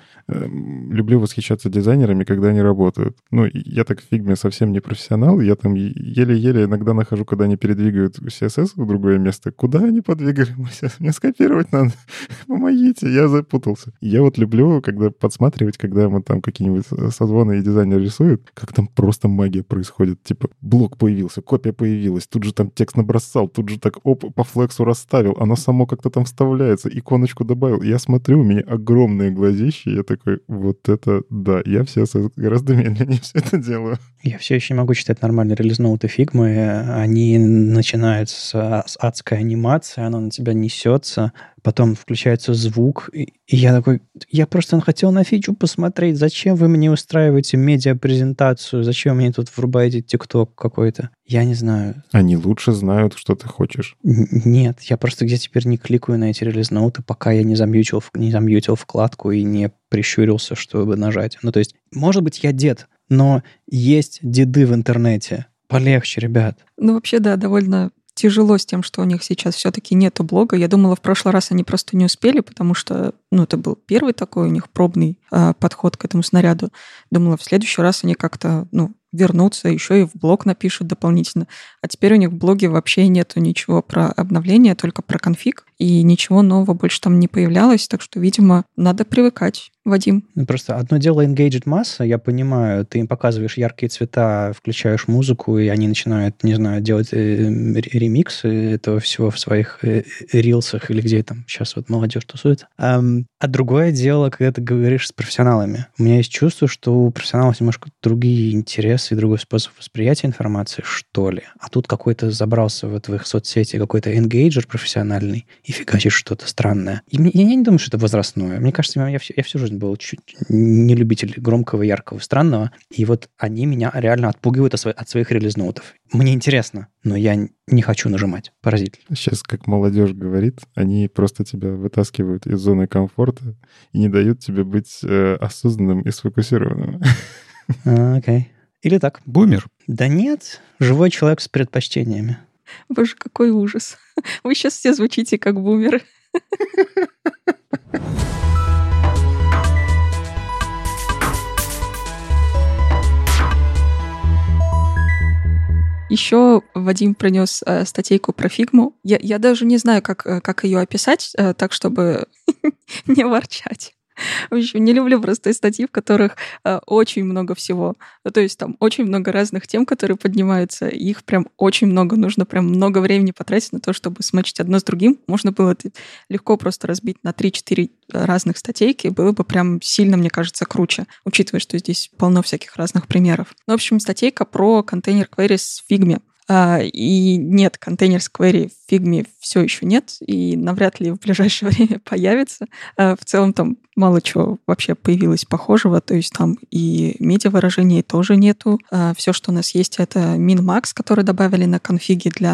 люблю восхищаться дизайнерами, когда они работают. Ну, я так в фигме совсем не профессионал, я там еле-еле иногда нахожу, когда они передвигают CSS в другое место. Куда они подвигали? Мне скопировать надо. Помогите, я запутался. Я вот люблю, когда подсматривать, когда мы там какие-нибудь созвоны и дизайнер рисуют, как там просто магия происходит. Типа блок появился, копия появилась, тут же там текст набросал, тут же так по флексу расставил, оно само как-то там вставляется, иконочку добавил. Я смотрю, у меня огромные глазища, я такой, вот это да, я все гораздо медленнее все это делаю. Я все еще не могу читать нормальные релиз-ноуты фигмы. Они начинаются с адской анимации, она на тебя несется, потом включается звук, и я такой, я просто хотел на фичу посмотреть, зачем вы мне устраиваете медиа-презентацию, зачем мне тут врубаете ТикТок какой-то? Я не знаю. Они лучше знают, что ты хочешь. Нет, я просто где теперь не кликаю на эти релиз-ноуты, пока я не замьютил вкладку и не прищурился, чтобы нажать. Ну, то есть, может быть, я дед, но есть деды в интернете. Полегче, ребят. Ну, вообще, да, довольно тяжело с тем, что у них сейчас все-таки нету блога. Я думала, в прошлый раз они просто не успели, потому что, ну, это был первый такой у них пробный подход к этому снаряду. Думала, в следующий раз они как-то, ну, вернутся, еще и в блог напишут дополнительно. А теперь у них в блоге вообще нету ничего про обновление, только про конфиг, и ничего нового больше там не появлялось, так что, видимо, надо привыкать, Вадим. Просто одно дело engaged масса, я понимаю, ты им показываешь яркие цвета, включаешь музыку, и они начинают, не знаю, делать ремиксы этого всего в своих рилсах или где там сейчас вот молодежь тусует. А другое дело, когда ты говоришь с профессионалами. У меня есть чувство, что у профессионалов немножко другие интересы и другой способ восприятия информации, что ли. А тут какой-то забрался вот в их соцсети, какой-то энгейджер профессиональный и фигачит что-то странное. И я не думаю, что это возрастное. Мне кажется, я всю жизнь был чуть не любитель громкого, яркого, странного. И вот они меня реально отпугивают от своих релиз-ноутов. Мне интересно, но я не хочу нажимать. Поразительно. Сейчас, как молодежь говорит, они просто тебя вытаскивают из зоны комфорта и не дают тебе быть осознанным и сфокусированным. Окей. Или так. Бумер. Да нет, живой человек с предпочтениями. Боже, какой ужас. Вы сейчас все звучите как бумеры. Еще Вадим принес статейку про фигму. Я даже не знаю, как ее описать так, чтобы не ворчать. В общем, не люблю просто статьи, в которых очень много всего. Ну, то есть там очень много разных тем, которые поднимаются. Их прям очень много. Нужно прям много времени потратить на то, чтобы смычить одно с другим. Можно было это легко просто разбить на 3-4 разных статейки. Было бы прям сильно, мне кажется, круче, учитывая, что здесь полно всяких разных примеров. Ну, в общем, статейка про контейнер queries в Figma. И нет, контейнер с query в Figma все еще нет, и навряд ли в ближайшее время появится. В целом там мало чего вообще появилось похожего, то есть там и медиа-выражений тоже нету. Все, что у нас есть, это min-max, который добавили на конфиге для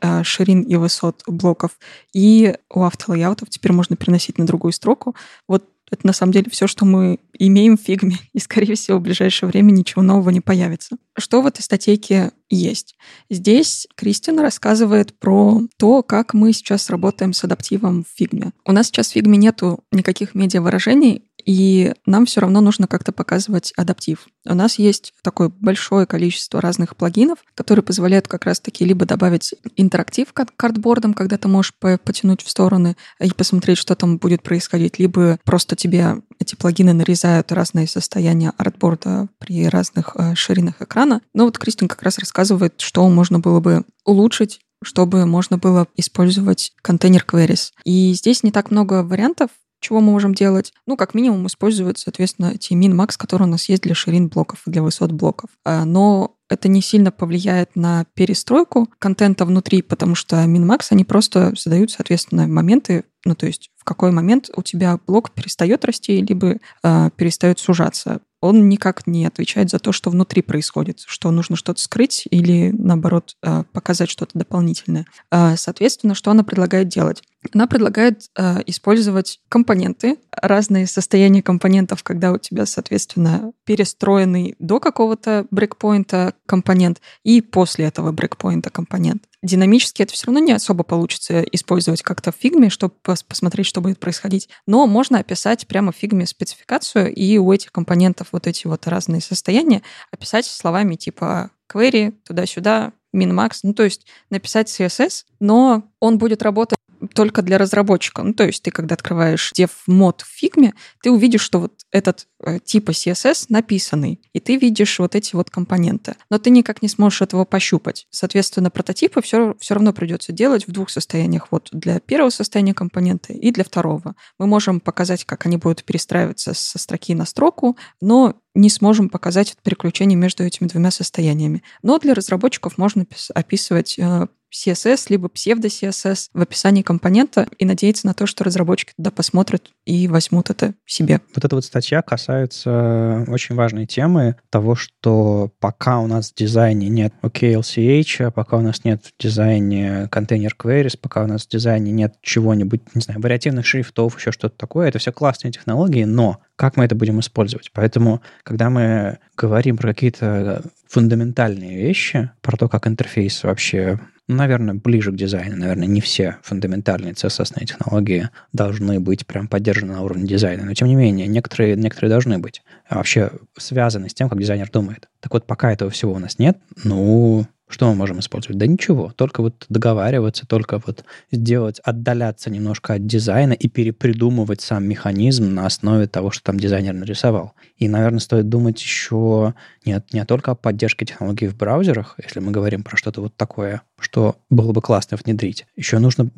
ширин и высот блоков, и у автолейаутов теперь можно переносить на другую строку. Вот это на самом деле все, что мы имеем в фигме, и, скорее всего, в ближайшее время ничего нового не появится. Что в этой статейке есть? Здесь Кристина рассказывает про то, как мы сейчас работаем с адаптивом в фигме. У нас сейчас в фигме нету никаких медиавыражений, и нам все равно нужно как-то показывать адаптив. У нас есть такое большое количество разных плагинов, которые позволяют как раз-таки либо добавить интерактив к картбордам, когда ты можешь потянуть в стороны и посмотреть, что там будет происходить, либо просто тебе эти плагины нарезают разные состояния артборда при разных ширинах экрана. Но вот Кристин как раз рассказывает, что можно было бы улучшить, чтобы можно было использовать контейнер queries. И здесь не так много вариантов, чего мы можем делать. Ну, как минимум, использовать, соответственно, те min-max, которые у нас есть для ширин блоков и для высот блоков. Но это не сильно повлияет на перестройку контента внутри, потому что min-max, они просто задают, соответственно, моменты, ну, то есть в какой момент у тебя блок перестает расти, либо перестает сужаться. Он никак не отвечает за то, что внутри происходит, что нужно что-то скрыть или, наоборот, показать что-то дополнительное. Соответственно, что она предлагает делать? Она предлагает использовать компоненты, разные состояния компонентов, когда у тебя, соответственно, перестроенный до какого-то брейкпоинта компонент и после этого брейкпоинта компонент. Динамически это все равно не особо получится использовать как-то в фигме, чтобы посмотреть, что будет происходить. Но можно описать прямо в фигме спецификацию, и у этих компонентов вот эти вот разные состояния описать словами типа query, туда-сюда, min-max. Ну, то есть написать CSS, но он будет работать только для разработчика. Ну, то есть ты, когда открываешь dev-мод в фигме, ты увидишь, что вот этот типа CSS написанный, и ты видишь вот эти вот компоненты. Но ты никак не сможешь этого пощупать. Соответственно, прототипы все равно придется делать в двух состояниях. Вот для первого состояния компонента и для второго. Мы можем показать, как они будут перестраиваться со строки на строку, но не сможем показать это переключение между этими двумя состояниями. Но для разработчиков можно описывать CSS, либо псевдо-CSS в описании компонента и надеяться на то, что разработчики туда посмотрят и возьмут это себе. Вот эта вот статья касается очень важной темы того, что пока у нас в дизайне нет OKLCH, пока у нас нет в дизайне контейнер queries, пока у нас в дизайне нет чего-нибудь, не знаю, вариативных шрифтов, еще что-то такое, это все классные технологии, но как мы это будем использовать? Поэтому, когда мы говорим про какие-то фундаментальные вещи, про то, как интерфейс вообще, наверное, ближе к дизайну, наверное, не все фундаментальные CSS-ные технологии должны быть прям поддержаны на уровне дизайна, но тем не менее, некоторые должны быть вообще связаны с тем, как дизайнер думает. Так вот, пока этого всего у нас нет, что мы можем использовать? Да ничего, только вот договариваться, только вот отдаляться немножко от дизайна и перепридумывать сам механизм на основе того, что там дизайнер нарисовал. И, наверное, стоит думать еще не только о поддержке технологий в браузерах, если мы говорим про что-то вот такое, что было бы классно внедрить. Еще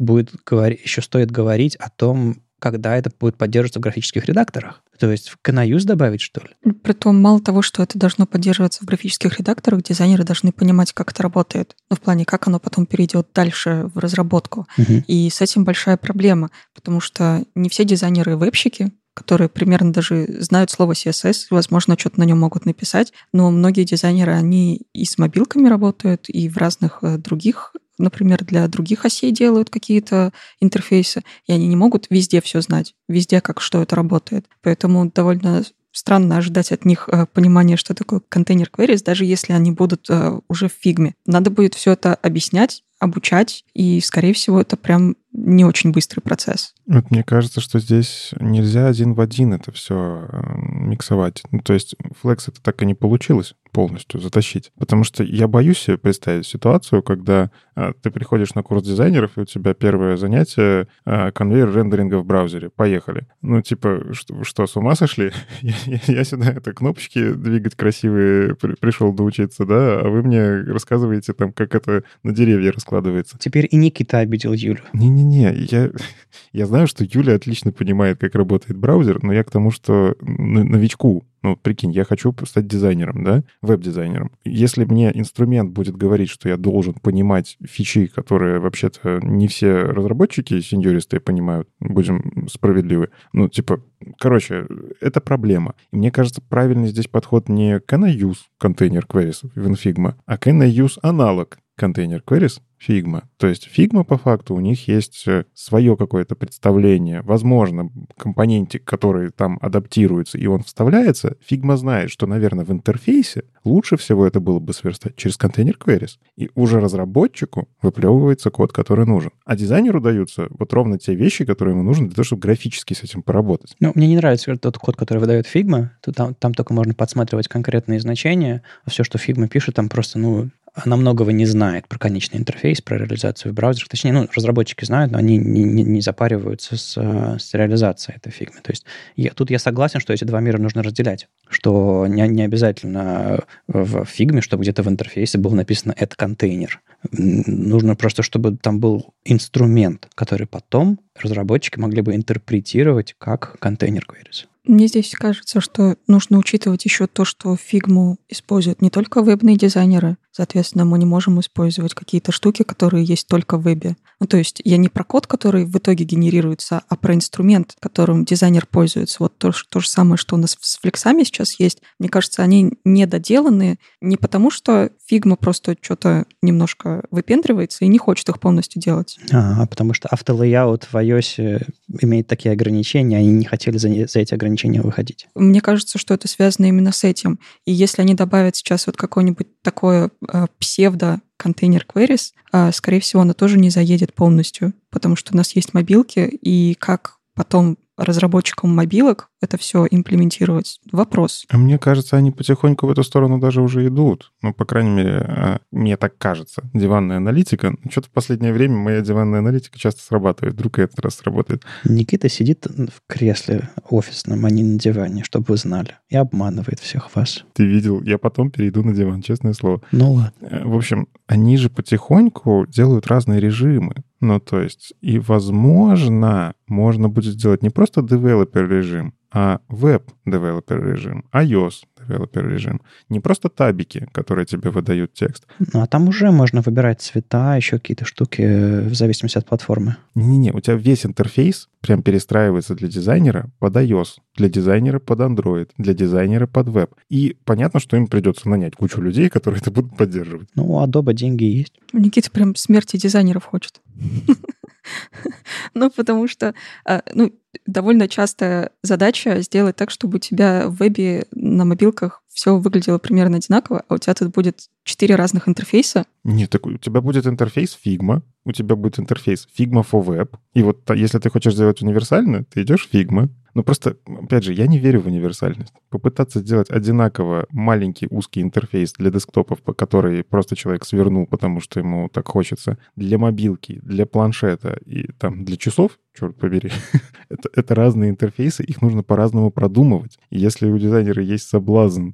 стоит говорить о том, когда это будет поддерживаться в графических редакторах. То есть в Canvas добавить, что ли? Притом, мало того, что это должно поддерживаться в графических редакторах, дизайнеры должны понимать, как это работает. Ну, в плане, как оно потом перейдет дальше в разработку. И с этим большая проблема, потому что не все дизайнеры вебщики, которые примерно даже знают слово CSS, возможно, что-то на нем могут написать, но многие дизайнеры, они и с мобилками работают, и в разных других, например, для других осей делают какие-то интерфейсы, и они не могут везде все знать, везде что это работает. Поэтому довольно странно ожидать от них понимания, что такое контейнер queries, даже если они будут уже в фигме. Надо будет все это объяснять, обучать, и, скорее всего, это прям не очень быстрый процесс. Вот мне кажется, что здесь нельзя один в один это все миксовать. Ну, то есть Flex это так и не получилось полностью затащить. Потому что я боюсь себе представить ситуацию, когда ты приходишь на курс дизайнеров, и у тебя первое занятие конвейер рендеринга в браузере. Поехали. Ну, типа, что, с ума сошли? Я сюда кнопочки двигать красивые пришел доучиться, да? А вы мне рассказываете там, как это на деревья раскладывается. Теперь и Никита обидел Юлю. Не-не-не, я знаю, что Юля отлично понимает, как работает браузер, но я к тому, что новичку, прикинь, я хочу стать дизайнером, да, веб-дизайнером. Если мне инструмент будет говорить, что я должен понимать фичи, которые вообще-то не все разработчики сеньористые понимают, будем справедливы, это проблема. И мне кажется, правильный здесь подход не can I use container queries в Infigma, а can I use аналог контейнер queries Figma. То есть Figma, по факту, у них есть свое какое-то представление. Возможно, компонентик, который там адаптируется, и он вставляется, Figma знает, что, наверное, в интерфейсе лучше всего это было бы сверстать через контейнер queries. И уже разработчику выплевывается код, который нужен. А дизайнеру даются вот ровно те вещи, которые ему нужны для того, чтобы графически с этим поработать. Ну, мне не нравится тот код, который выдает Figma. Там только можно подсматривать конкретные значения, а все, что Figma пишет, там просто, она многого не знает про конечный интерфейс, про реализацию в браузерах. Точнее, разработчики знают, но они не запариваются с реализацией этой фигмы. То есть тут я согласен, что эти два мира нужно разделять. Что не обязательно в фигме, чтобы где-то в интерфейсе было написано «это контейнер». Нужно просто, чтобы там был инструмент, который потом разработчики могли бы интерпретировать как контейнер queries. Мне здесь кажется, что нужно учитывать еще то, что фигму используют не только вебные дизайнеры. Соответственно, мы не можем использовать какие-то штуки, которые есть только в вебе. То есть я не про код, который в итоге генерируется, а про инструмент, которым дизайнер пользуется. Вот то же самое, что у нас с флексами сейчас есть. Мне кажется, они недоделаны не потому, что фигма просто что-то немножко выпендривается и не хочет их полностью делать. Потому что автолейаут в iOS имеет такие ограничения, они не хотели за эти ограничения выходить. Мне кажется, что это связано именно с этим. И если они добавят сейчас вот какое-нибудь такое псевдо-контейнер queries, скорее всего, оно тоже не заедет полностью, потому что у нас есть мобилки, и как потом разработчикам мобилок это все имплементировать? Вопрос. А мне кажется, они потихоньку в эту сторону даже уже идут. По крайней мере, мне так кажется. Диванная аналитика. Что-то в последнее время моя диванная аналитика часто срабатывает. Вдруг и этот раз сработает. Никита сидит в кресле офисном, а не на диване, чтобы вы знали. И обманывает всех вас. Ты видел? Я потом перейду на диван, честное слово. Ну ладно. В общем, они же потихоньку делают разные режимы. То есть, и, возможно, можно будет сделать не просто developer режим, а веб-девелопер режим, iOS-девелопер режим. Не просто табики, которые тебе выдают текст. А там уже можно выбирать цвета, еще какие-то штуки в зависимости от платформы. Не-не-не, у тебя весь интерфейс прям перестраивается для дизайнера под iOS, для дизайнера под Android, для дизайнера под веб. И понятно, что им придется нанять кучу людей, которые это будут поддерживать. У Adobe деньги есть. Никита прям смерти дизайнеров хочет. Потому что довольно частая задача сделать так, чтобы у тебя в вебе на мобилках все выглядело примерно одинаково, а у тебя тут будет 4 разных интерфейса. Нет, так у тебя будет интерфейс Figma, у тебя будет интерфейс Figma for Web. И вот если ты хочешь сделать универсально, ты идешь в Figma. Просто, опять же, я не верю в универсальность. Попытаться сделать одинаково маленький узкий интерфейс для десктопов, по который просто человек свернул, потому что ему так хочется, для мобилки, для планшета и там для часов, черт побери, это разные интерфейсы, их нужно по-разному продумывать. И если у дизайнера есть соблазн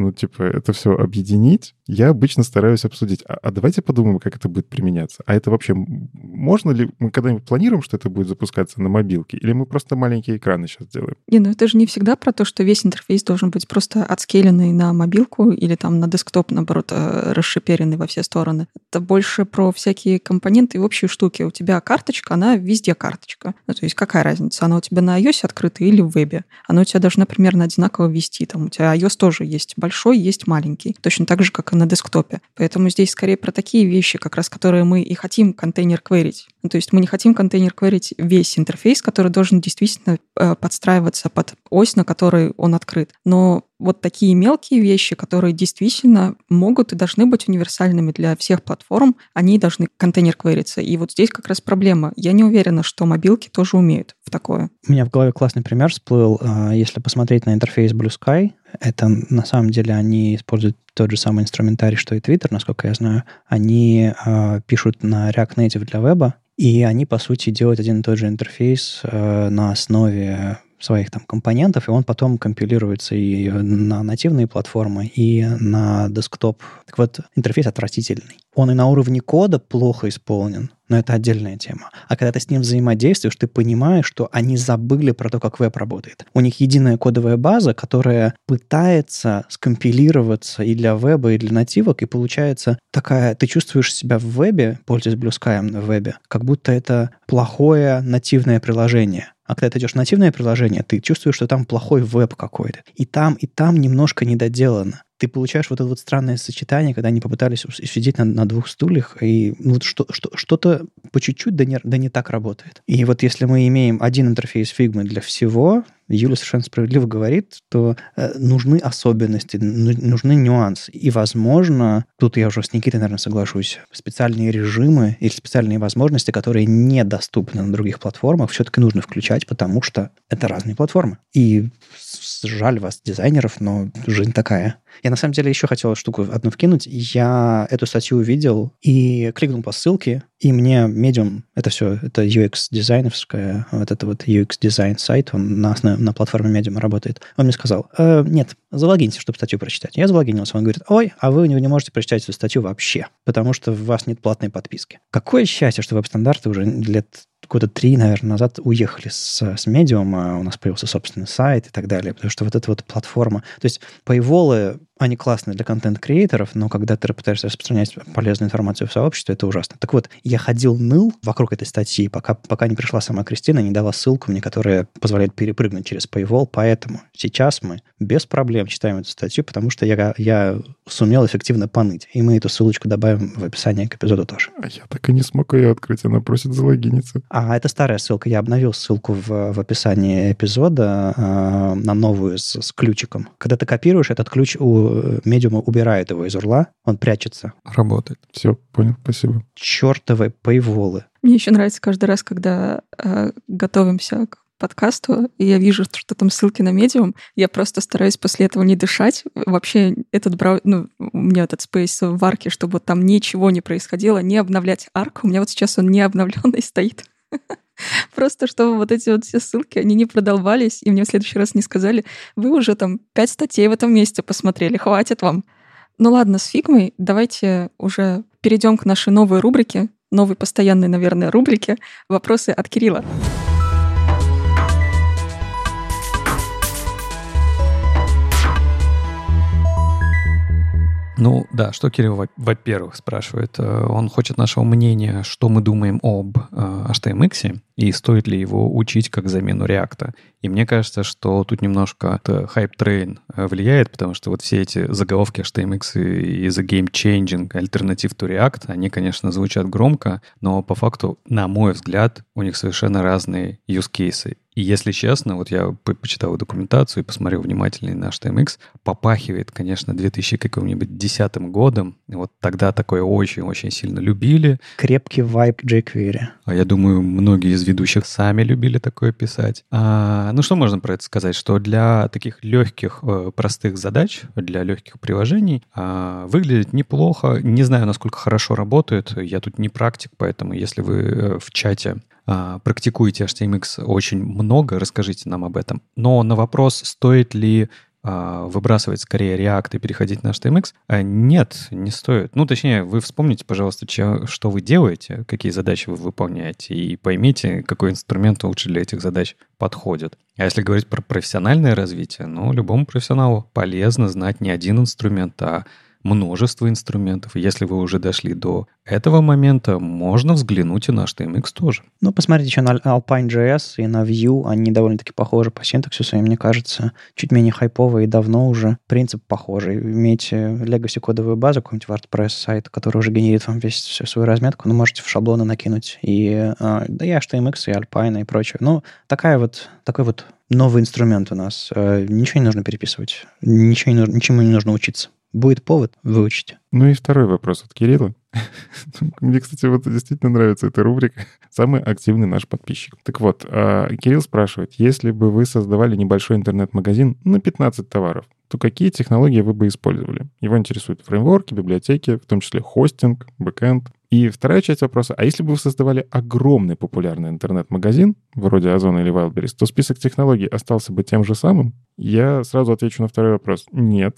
это все объединить, я обычно стараюсь обсудить. А давайте подумаем, как это будет применяться. А это вообще можно ли... Мы когда-нибудь планируем, что это будет запускаться на мобилке? Или мы просто маленькие экраны сейчас делаем? Это же не всегда про то, что весь интерфейс должен быть просто отскейленный на мобилку или там на десктоп, наоборот, расшиперенный во все стороны. Это больше про всякие компоненты и общие штуки. У тебя карточка, она везде карточка. То есть какая разница? Она у тебя на iOS открыта или в вебе? Она у тебя должна примерно одинаково вести. Там у тебя iOS тоже есть большой, есть маленький. Точно так же, как и на десктопе. Поэтому здесь скорее про такие вещи, как раз которые мы и хотим контейнер query'ить. То есть мы не хотим контейнер query'ить весь интерфейс, который должен действительно подстраиваться под ось, на которой он открыт. Но вот такие мелкие вещи, которые действительно могут и должны быть универсальными для всех платформ, они должны контейнер query'иться. И вот здесь как раз проблема. Я не уверена, что мобилки тоже умеют в такое. У меня в голове классный пример всплыл. Если посмотреть на интерфейс Blue Sky, это на самом деле они используют тот же самый инструментарий, что и Twitter, насколько я знаю. Они пишут на React Native для веба, и они, по сути, делают один и тот же интерфейс на основе своих там компонентов, и он потом компилируется и на нативные платформы, и на десктоп. Так вот, интерфейс отвратительный. Он и на уровне кода плохо исполнен, но это отдельная тема. А когда ты с ним взаимодействуешь, ты понимаешь, что они забыли про то, как веб работает. У них единая кодовая база, которая пытается скомпилироваться и для веба, и для нативок, и получается такая... Ты чувствуешь себя в вебе, пользуясь Blue Sky в вебе, как будто это плохое нативное приложение. А когда ты идешь в нативное приложение, ты чувствуешь, что там плохой веб какой-то. И там немножко недоделано. ты получаешь вот это вот странное сочетание, когда они попытались сидеть на двух стульях, и вот что-то по чуть-чуть, да не так работает. И вот если мы имеем один интерфейс Figma для всего, Юля совершенно справедливо говорит, что нужны особенности, нужны нюансы. И, возможно, тут я уже с Никитой, наверное, соглашусь, специальные режимы или специальные возможности, которые недоступны на других платформах, все-таки нужно включать, потому что это разные платформы. И жаль вас, дизайнеров, но жизнь такая. Я, на самом деле, еще хотел штуку одну вкинуть. Я эту статью увидел и кликнул по ссылке, и мне Medium, это UX-дизайновская, вот это вот UX-дизайн сайт, он на платформе Medium работает. Он мне сказал, нет, залогиньте, чтобы статью прочитать. Я залогинился. Он говорит, ой, а вы не можете прочитать эту статью вообще, потому что у вас нет платной подписки. Какое счастье, что веб-стандарты уже лет года 3, наверное, назад уехали с Medium, у нас появился собственный сайт и так далее, потому что вот эта вот платформа... То есть Paywall, они классные для контент-креаторов, но когда ты пытаешься распространять полезную информацию в сообществе, это ужасно. Так вот, я ныл вокруг этой статьи, пока не пришла сама Кристина, не дала ссылку мне, которая позволяет перепрыгнуть через Paywall, поэтому сейчас мы без проблем читаем эту статью, потому что я сумел эффективно поныть, и мы эту ссылочку добавим в описание к эпизоду тоже. А я так и не смог ее открыть, она просит залогиниться. А это старая ссылка. Я обновил ссылку в описании эпизода на новую с ключиком. Когда ты копируешь, этот ключ у Medium убирает его из URL, он прячется. Работает. Все, понял, спасибо. Чертовы пейволы. Мне еще нравится каждый раз, когда готовимся к подкасту, и я вижу, что там ссылки на Medium, я просто стараюсь после этого не дышать. Вообще этот у меня этот space в арке, чтобы там ничего не происходило, не обновлять арку. У меня вот сейчас он не обновленный стоит. Просто чтобы вот эти вот все ссылки, они не продолбались, и мне в следующий раз не сказали, вы уже там 5 статей в этом месяце посмотрели, хватит вам. Ну ладно, с Фигмой давайте уже перейдем к нашей новой рубрике, новой постоянной, наверное, рубрике «Вопросы от Кирилла». Ну да, что Кирилл, во-первых, спрашивает. Он хочет нашего мнения, что мы думаем об HTMX и стоит ли его учить как замену React. И мне кажется, что тут немножко хайп-трейн влияет, потому что вот все эти заголовки HTMX и The Game Changing, Alternative to React, они, конечно, звучат громко, но по факту, на мой взгляд, у них совершенно разные use cases. И если честно, вот я почитал документацию и посмотрел внимательно на HTMX, попахивает, конечно, 2010 годом. И вот тогда такое очень-очень сильно любили. Крепкий вайб jQuery. А я думаю, многие из ведущих сами любили такое писать. Ну, что можно про это сказать? Что для таких легких, простых задач, для легких приложений выглядит неплохо. Не знаю, насколько хорошо работает. Я тут не практик, поэтому если вы в чате практикуете HTMX очень много, расскажите нам об этом. Но на вопрос, стоит ли выбрасывать скорее React и переходить на HTMX, нет, не стоит. Ну, точнее, вы вспомните, пожалуйста, что вы делаете, какие задачи вы выполняете, и поймите, какой инструмент лучше для этих задач подходит. А если говорить про профессиональное развитие, ну, любому профессионалу полезно знать не один инструмент, а множество инструментов. И если вы уже дошли до этого момента, можно взглянуть и на HTMX тоже. Ну, посмотрите еще на Alpine.js и на Vue. Они довольно-таки похожи по синтаксису, и мне кажется, чуть менее хайповые и давно уже. Принцип похожий. Имеете legacy-кодовую базу, какой-нибудь WordPress сайт, который уже генерит вам всю свою разметку, ну, можете в шаблоны накинуть. И HTMX, и Alpine, и прочее. Ну, такой вот новый инструмент у нас. Ничего не нужно переписывать. Ничему не нужно учиться. Будет повод, выучите. Ну и второй вопрос от Кирилла. Мне, кстати, вот действительно нравится эта рубрика. Самый активный наш подписчик. Так вот, Кирилл спрашивает, если бы вы создавали небольшой интернет-магазин на 15 товаров, то какие технологии вы бы использовали? Его интересуют фреймворки, библиотеки, в том числе хостинг, бэкэнд. И вторая часть вопроса, а если бы вы создавали огромный популярный интернет-магазин, вроде Озона или Wildberries, то список технологий остался бы тем же самым? Я сразу отвечу на второй вопрос. Нет.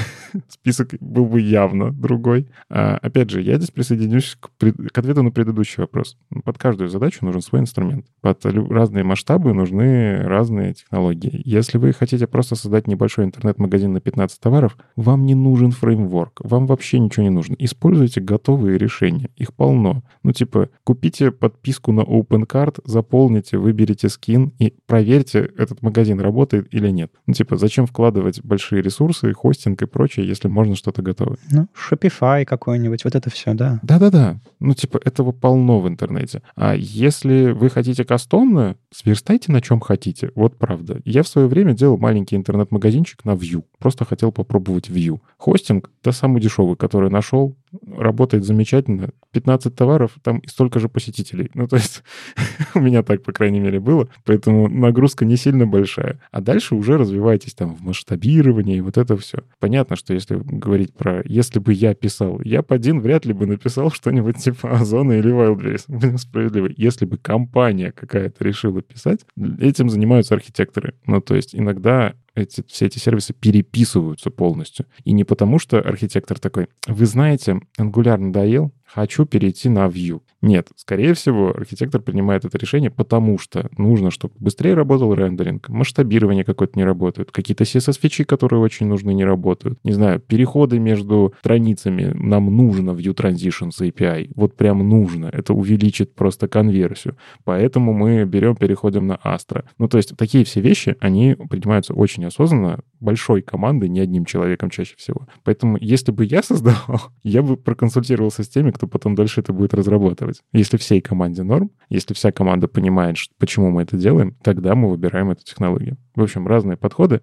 Список был бы явно другой. Опять же, я здесь присоединюсь к ответу на предыдущий вопрос. Под каждую задачу нужен свой инструмент. Под разные масштабы нужны разные технологии. Если вы хотите просто создать небольшой интернет-магазин на 15 товаров, вам не нужен фреймворк, вам вообще ничего не нужно. Используйте готовые решения, их полно. Ну, типа, купите подписку на OpenCart, заполните, выберите скин и проверьте, этот магазин работает или нет. Ну, типа, зачем вкладывать большие ресурсы, хостинг рендеринг и прочее, если можно что-то готовить. Ну, Shopify какой-нибудь, вот это все, да. Да-да-да. Ну, типа, этого полно в интернете. А если вы хотите кастомно, сверстайте на чем хотите. Вот правда. Я в свое время делал маленький интернет-магазинчик на Vue. Просто хотел попробовать Vue. Хостинг, да, самый дешевый, который нашел, работает замечательно. 15 товаров, там и столько же посетителей. Ну, то есть у меня так, по крайней мере, было. Поэтому нагрузка не сильно большая. А дальше уже развивайтесь там в масштабировании, вот это все. Понятно, что если говорить про «если бы я писал», я один вряд ли бы написал что-нибудь типа Озона или Wildberries. Будем справедливы. Если бы компания какая-то решила писать, этим занимаются архитекторы. Ну, то есть иногда все эти сервисы переписываются полностью. И не потому, что архитектор такой: вы знаете, Angular надоел, хочу перейти на Vue. Нет, скорее всего, архитектор принимает это решение, потому что нужно, чтобы быстрее работал рендеринг, масштабирование какое-то не работает, какие-то CSS-фичи, которые очень нужны, не работают. Не знаю, переходы между страницами нам нужно в Vue Transitions API. Вот прям нужно. Это увеличит просто конверсию. Поэтому мы переходим на Astra. Ну, то есть такие все вещи, они принимаются очень осознанно, большой командой, не одним человеком чаще всего. Поэтому если бы я создавал, я бы проконсультировался с теми, кто потом дальше это будет разрабатывать. Если всей команде норм, если вся команда понимает, почему мы это делаем, тогда мы выбираем эту технологию. В общем, разные подходы.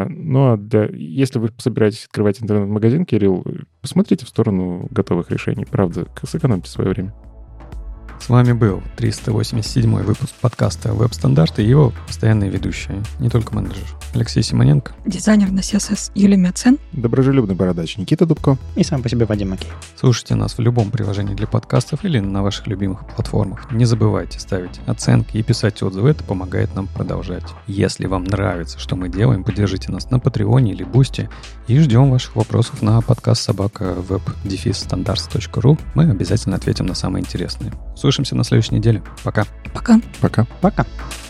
Если вы собираетесь открывать интернет-магазин, Кирилл, посмотрите в сторону готовых решений. Правда, сэкономьте свое время. С вами был 387-й выпуск подкаста «Веб-стандарты» и его постоянные ведущие, не только менеджер, Алексей Симоненко, дизайнер на CSS Юлия Мяцен, доброжелюбный бородач Никита Дубко и сам по себе Вадим Макеев. Слушайте нас в любом приложении для подкастов или на ваших любимых платформах. Не забывайте ставить оценки и писать отзывы, это помогает нам продолжать. Если вам нравится, что мы делаем, поддержите нас на Патреоне или Бусти и ждем ваших вопросов на podcast@web-standards.ru. Мы обязательно ответим на самые интересные. Услышимся на следующей неделе. Пока. Пока. Пока. Пока.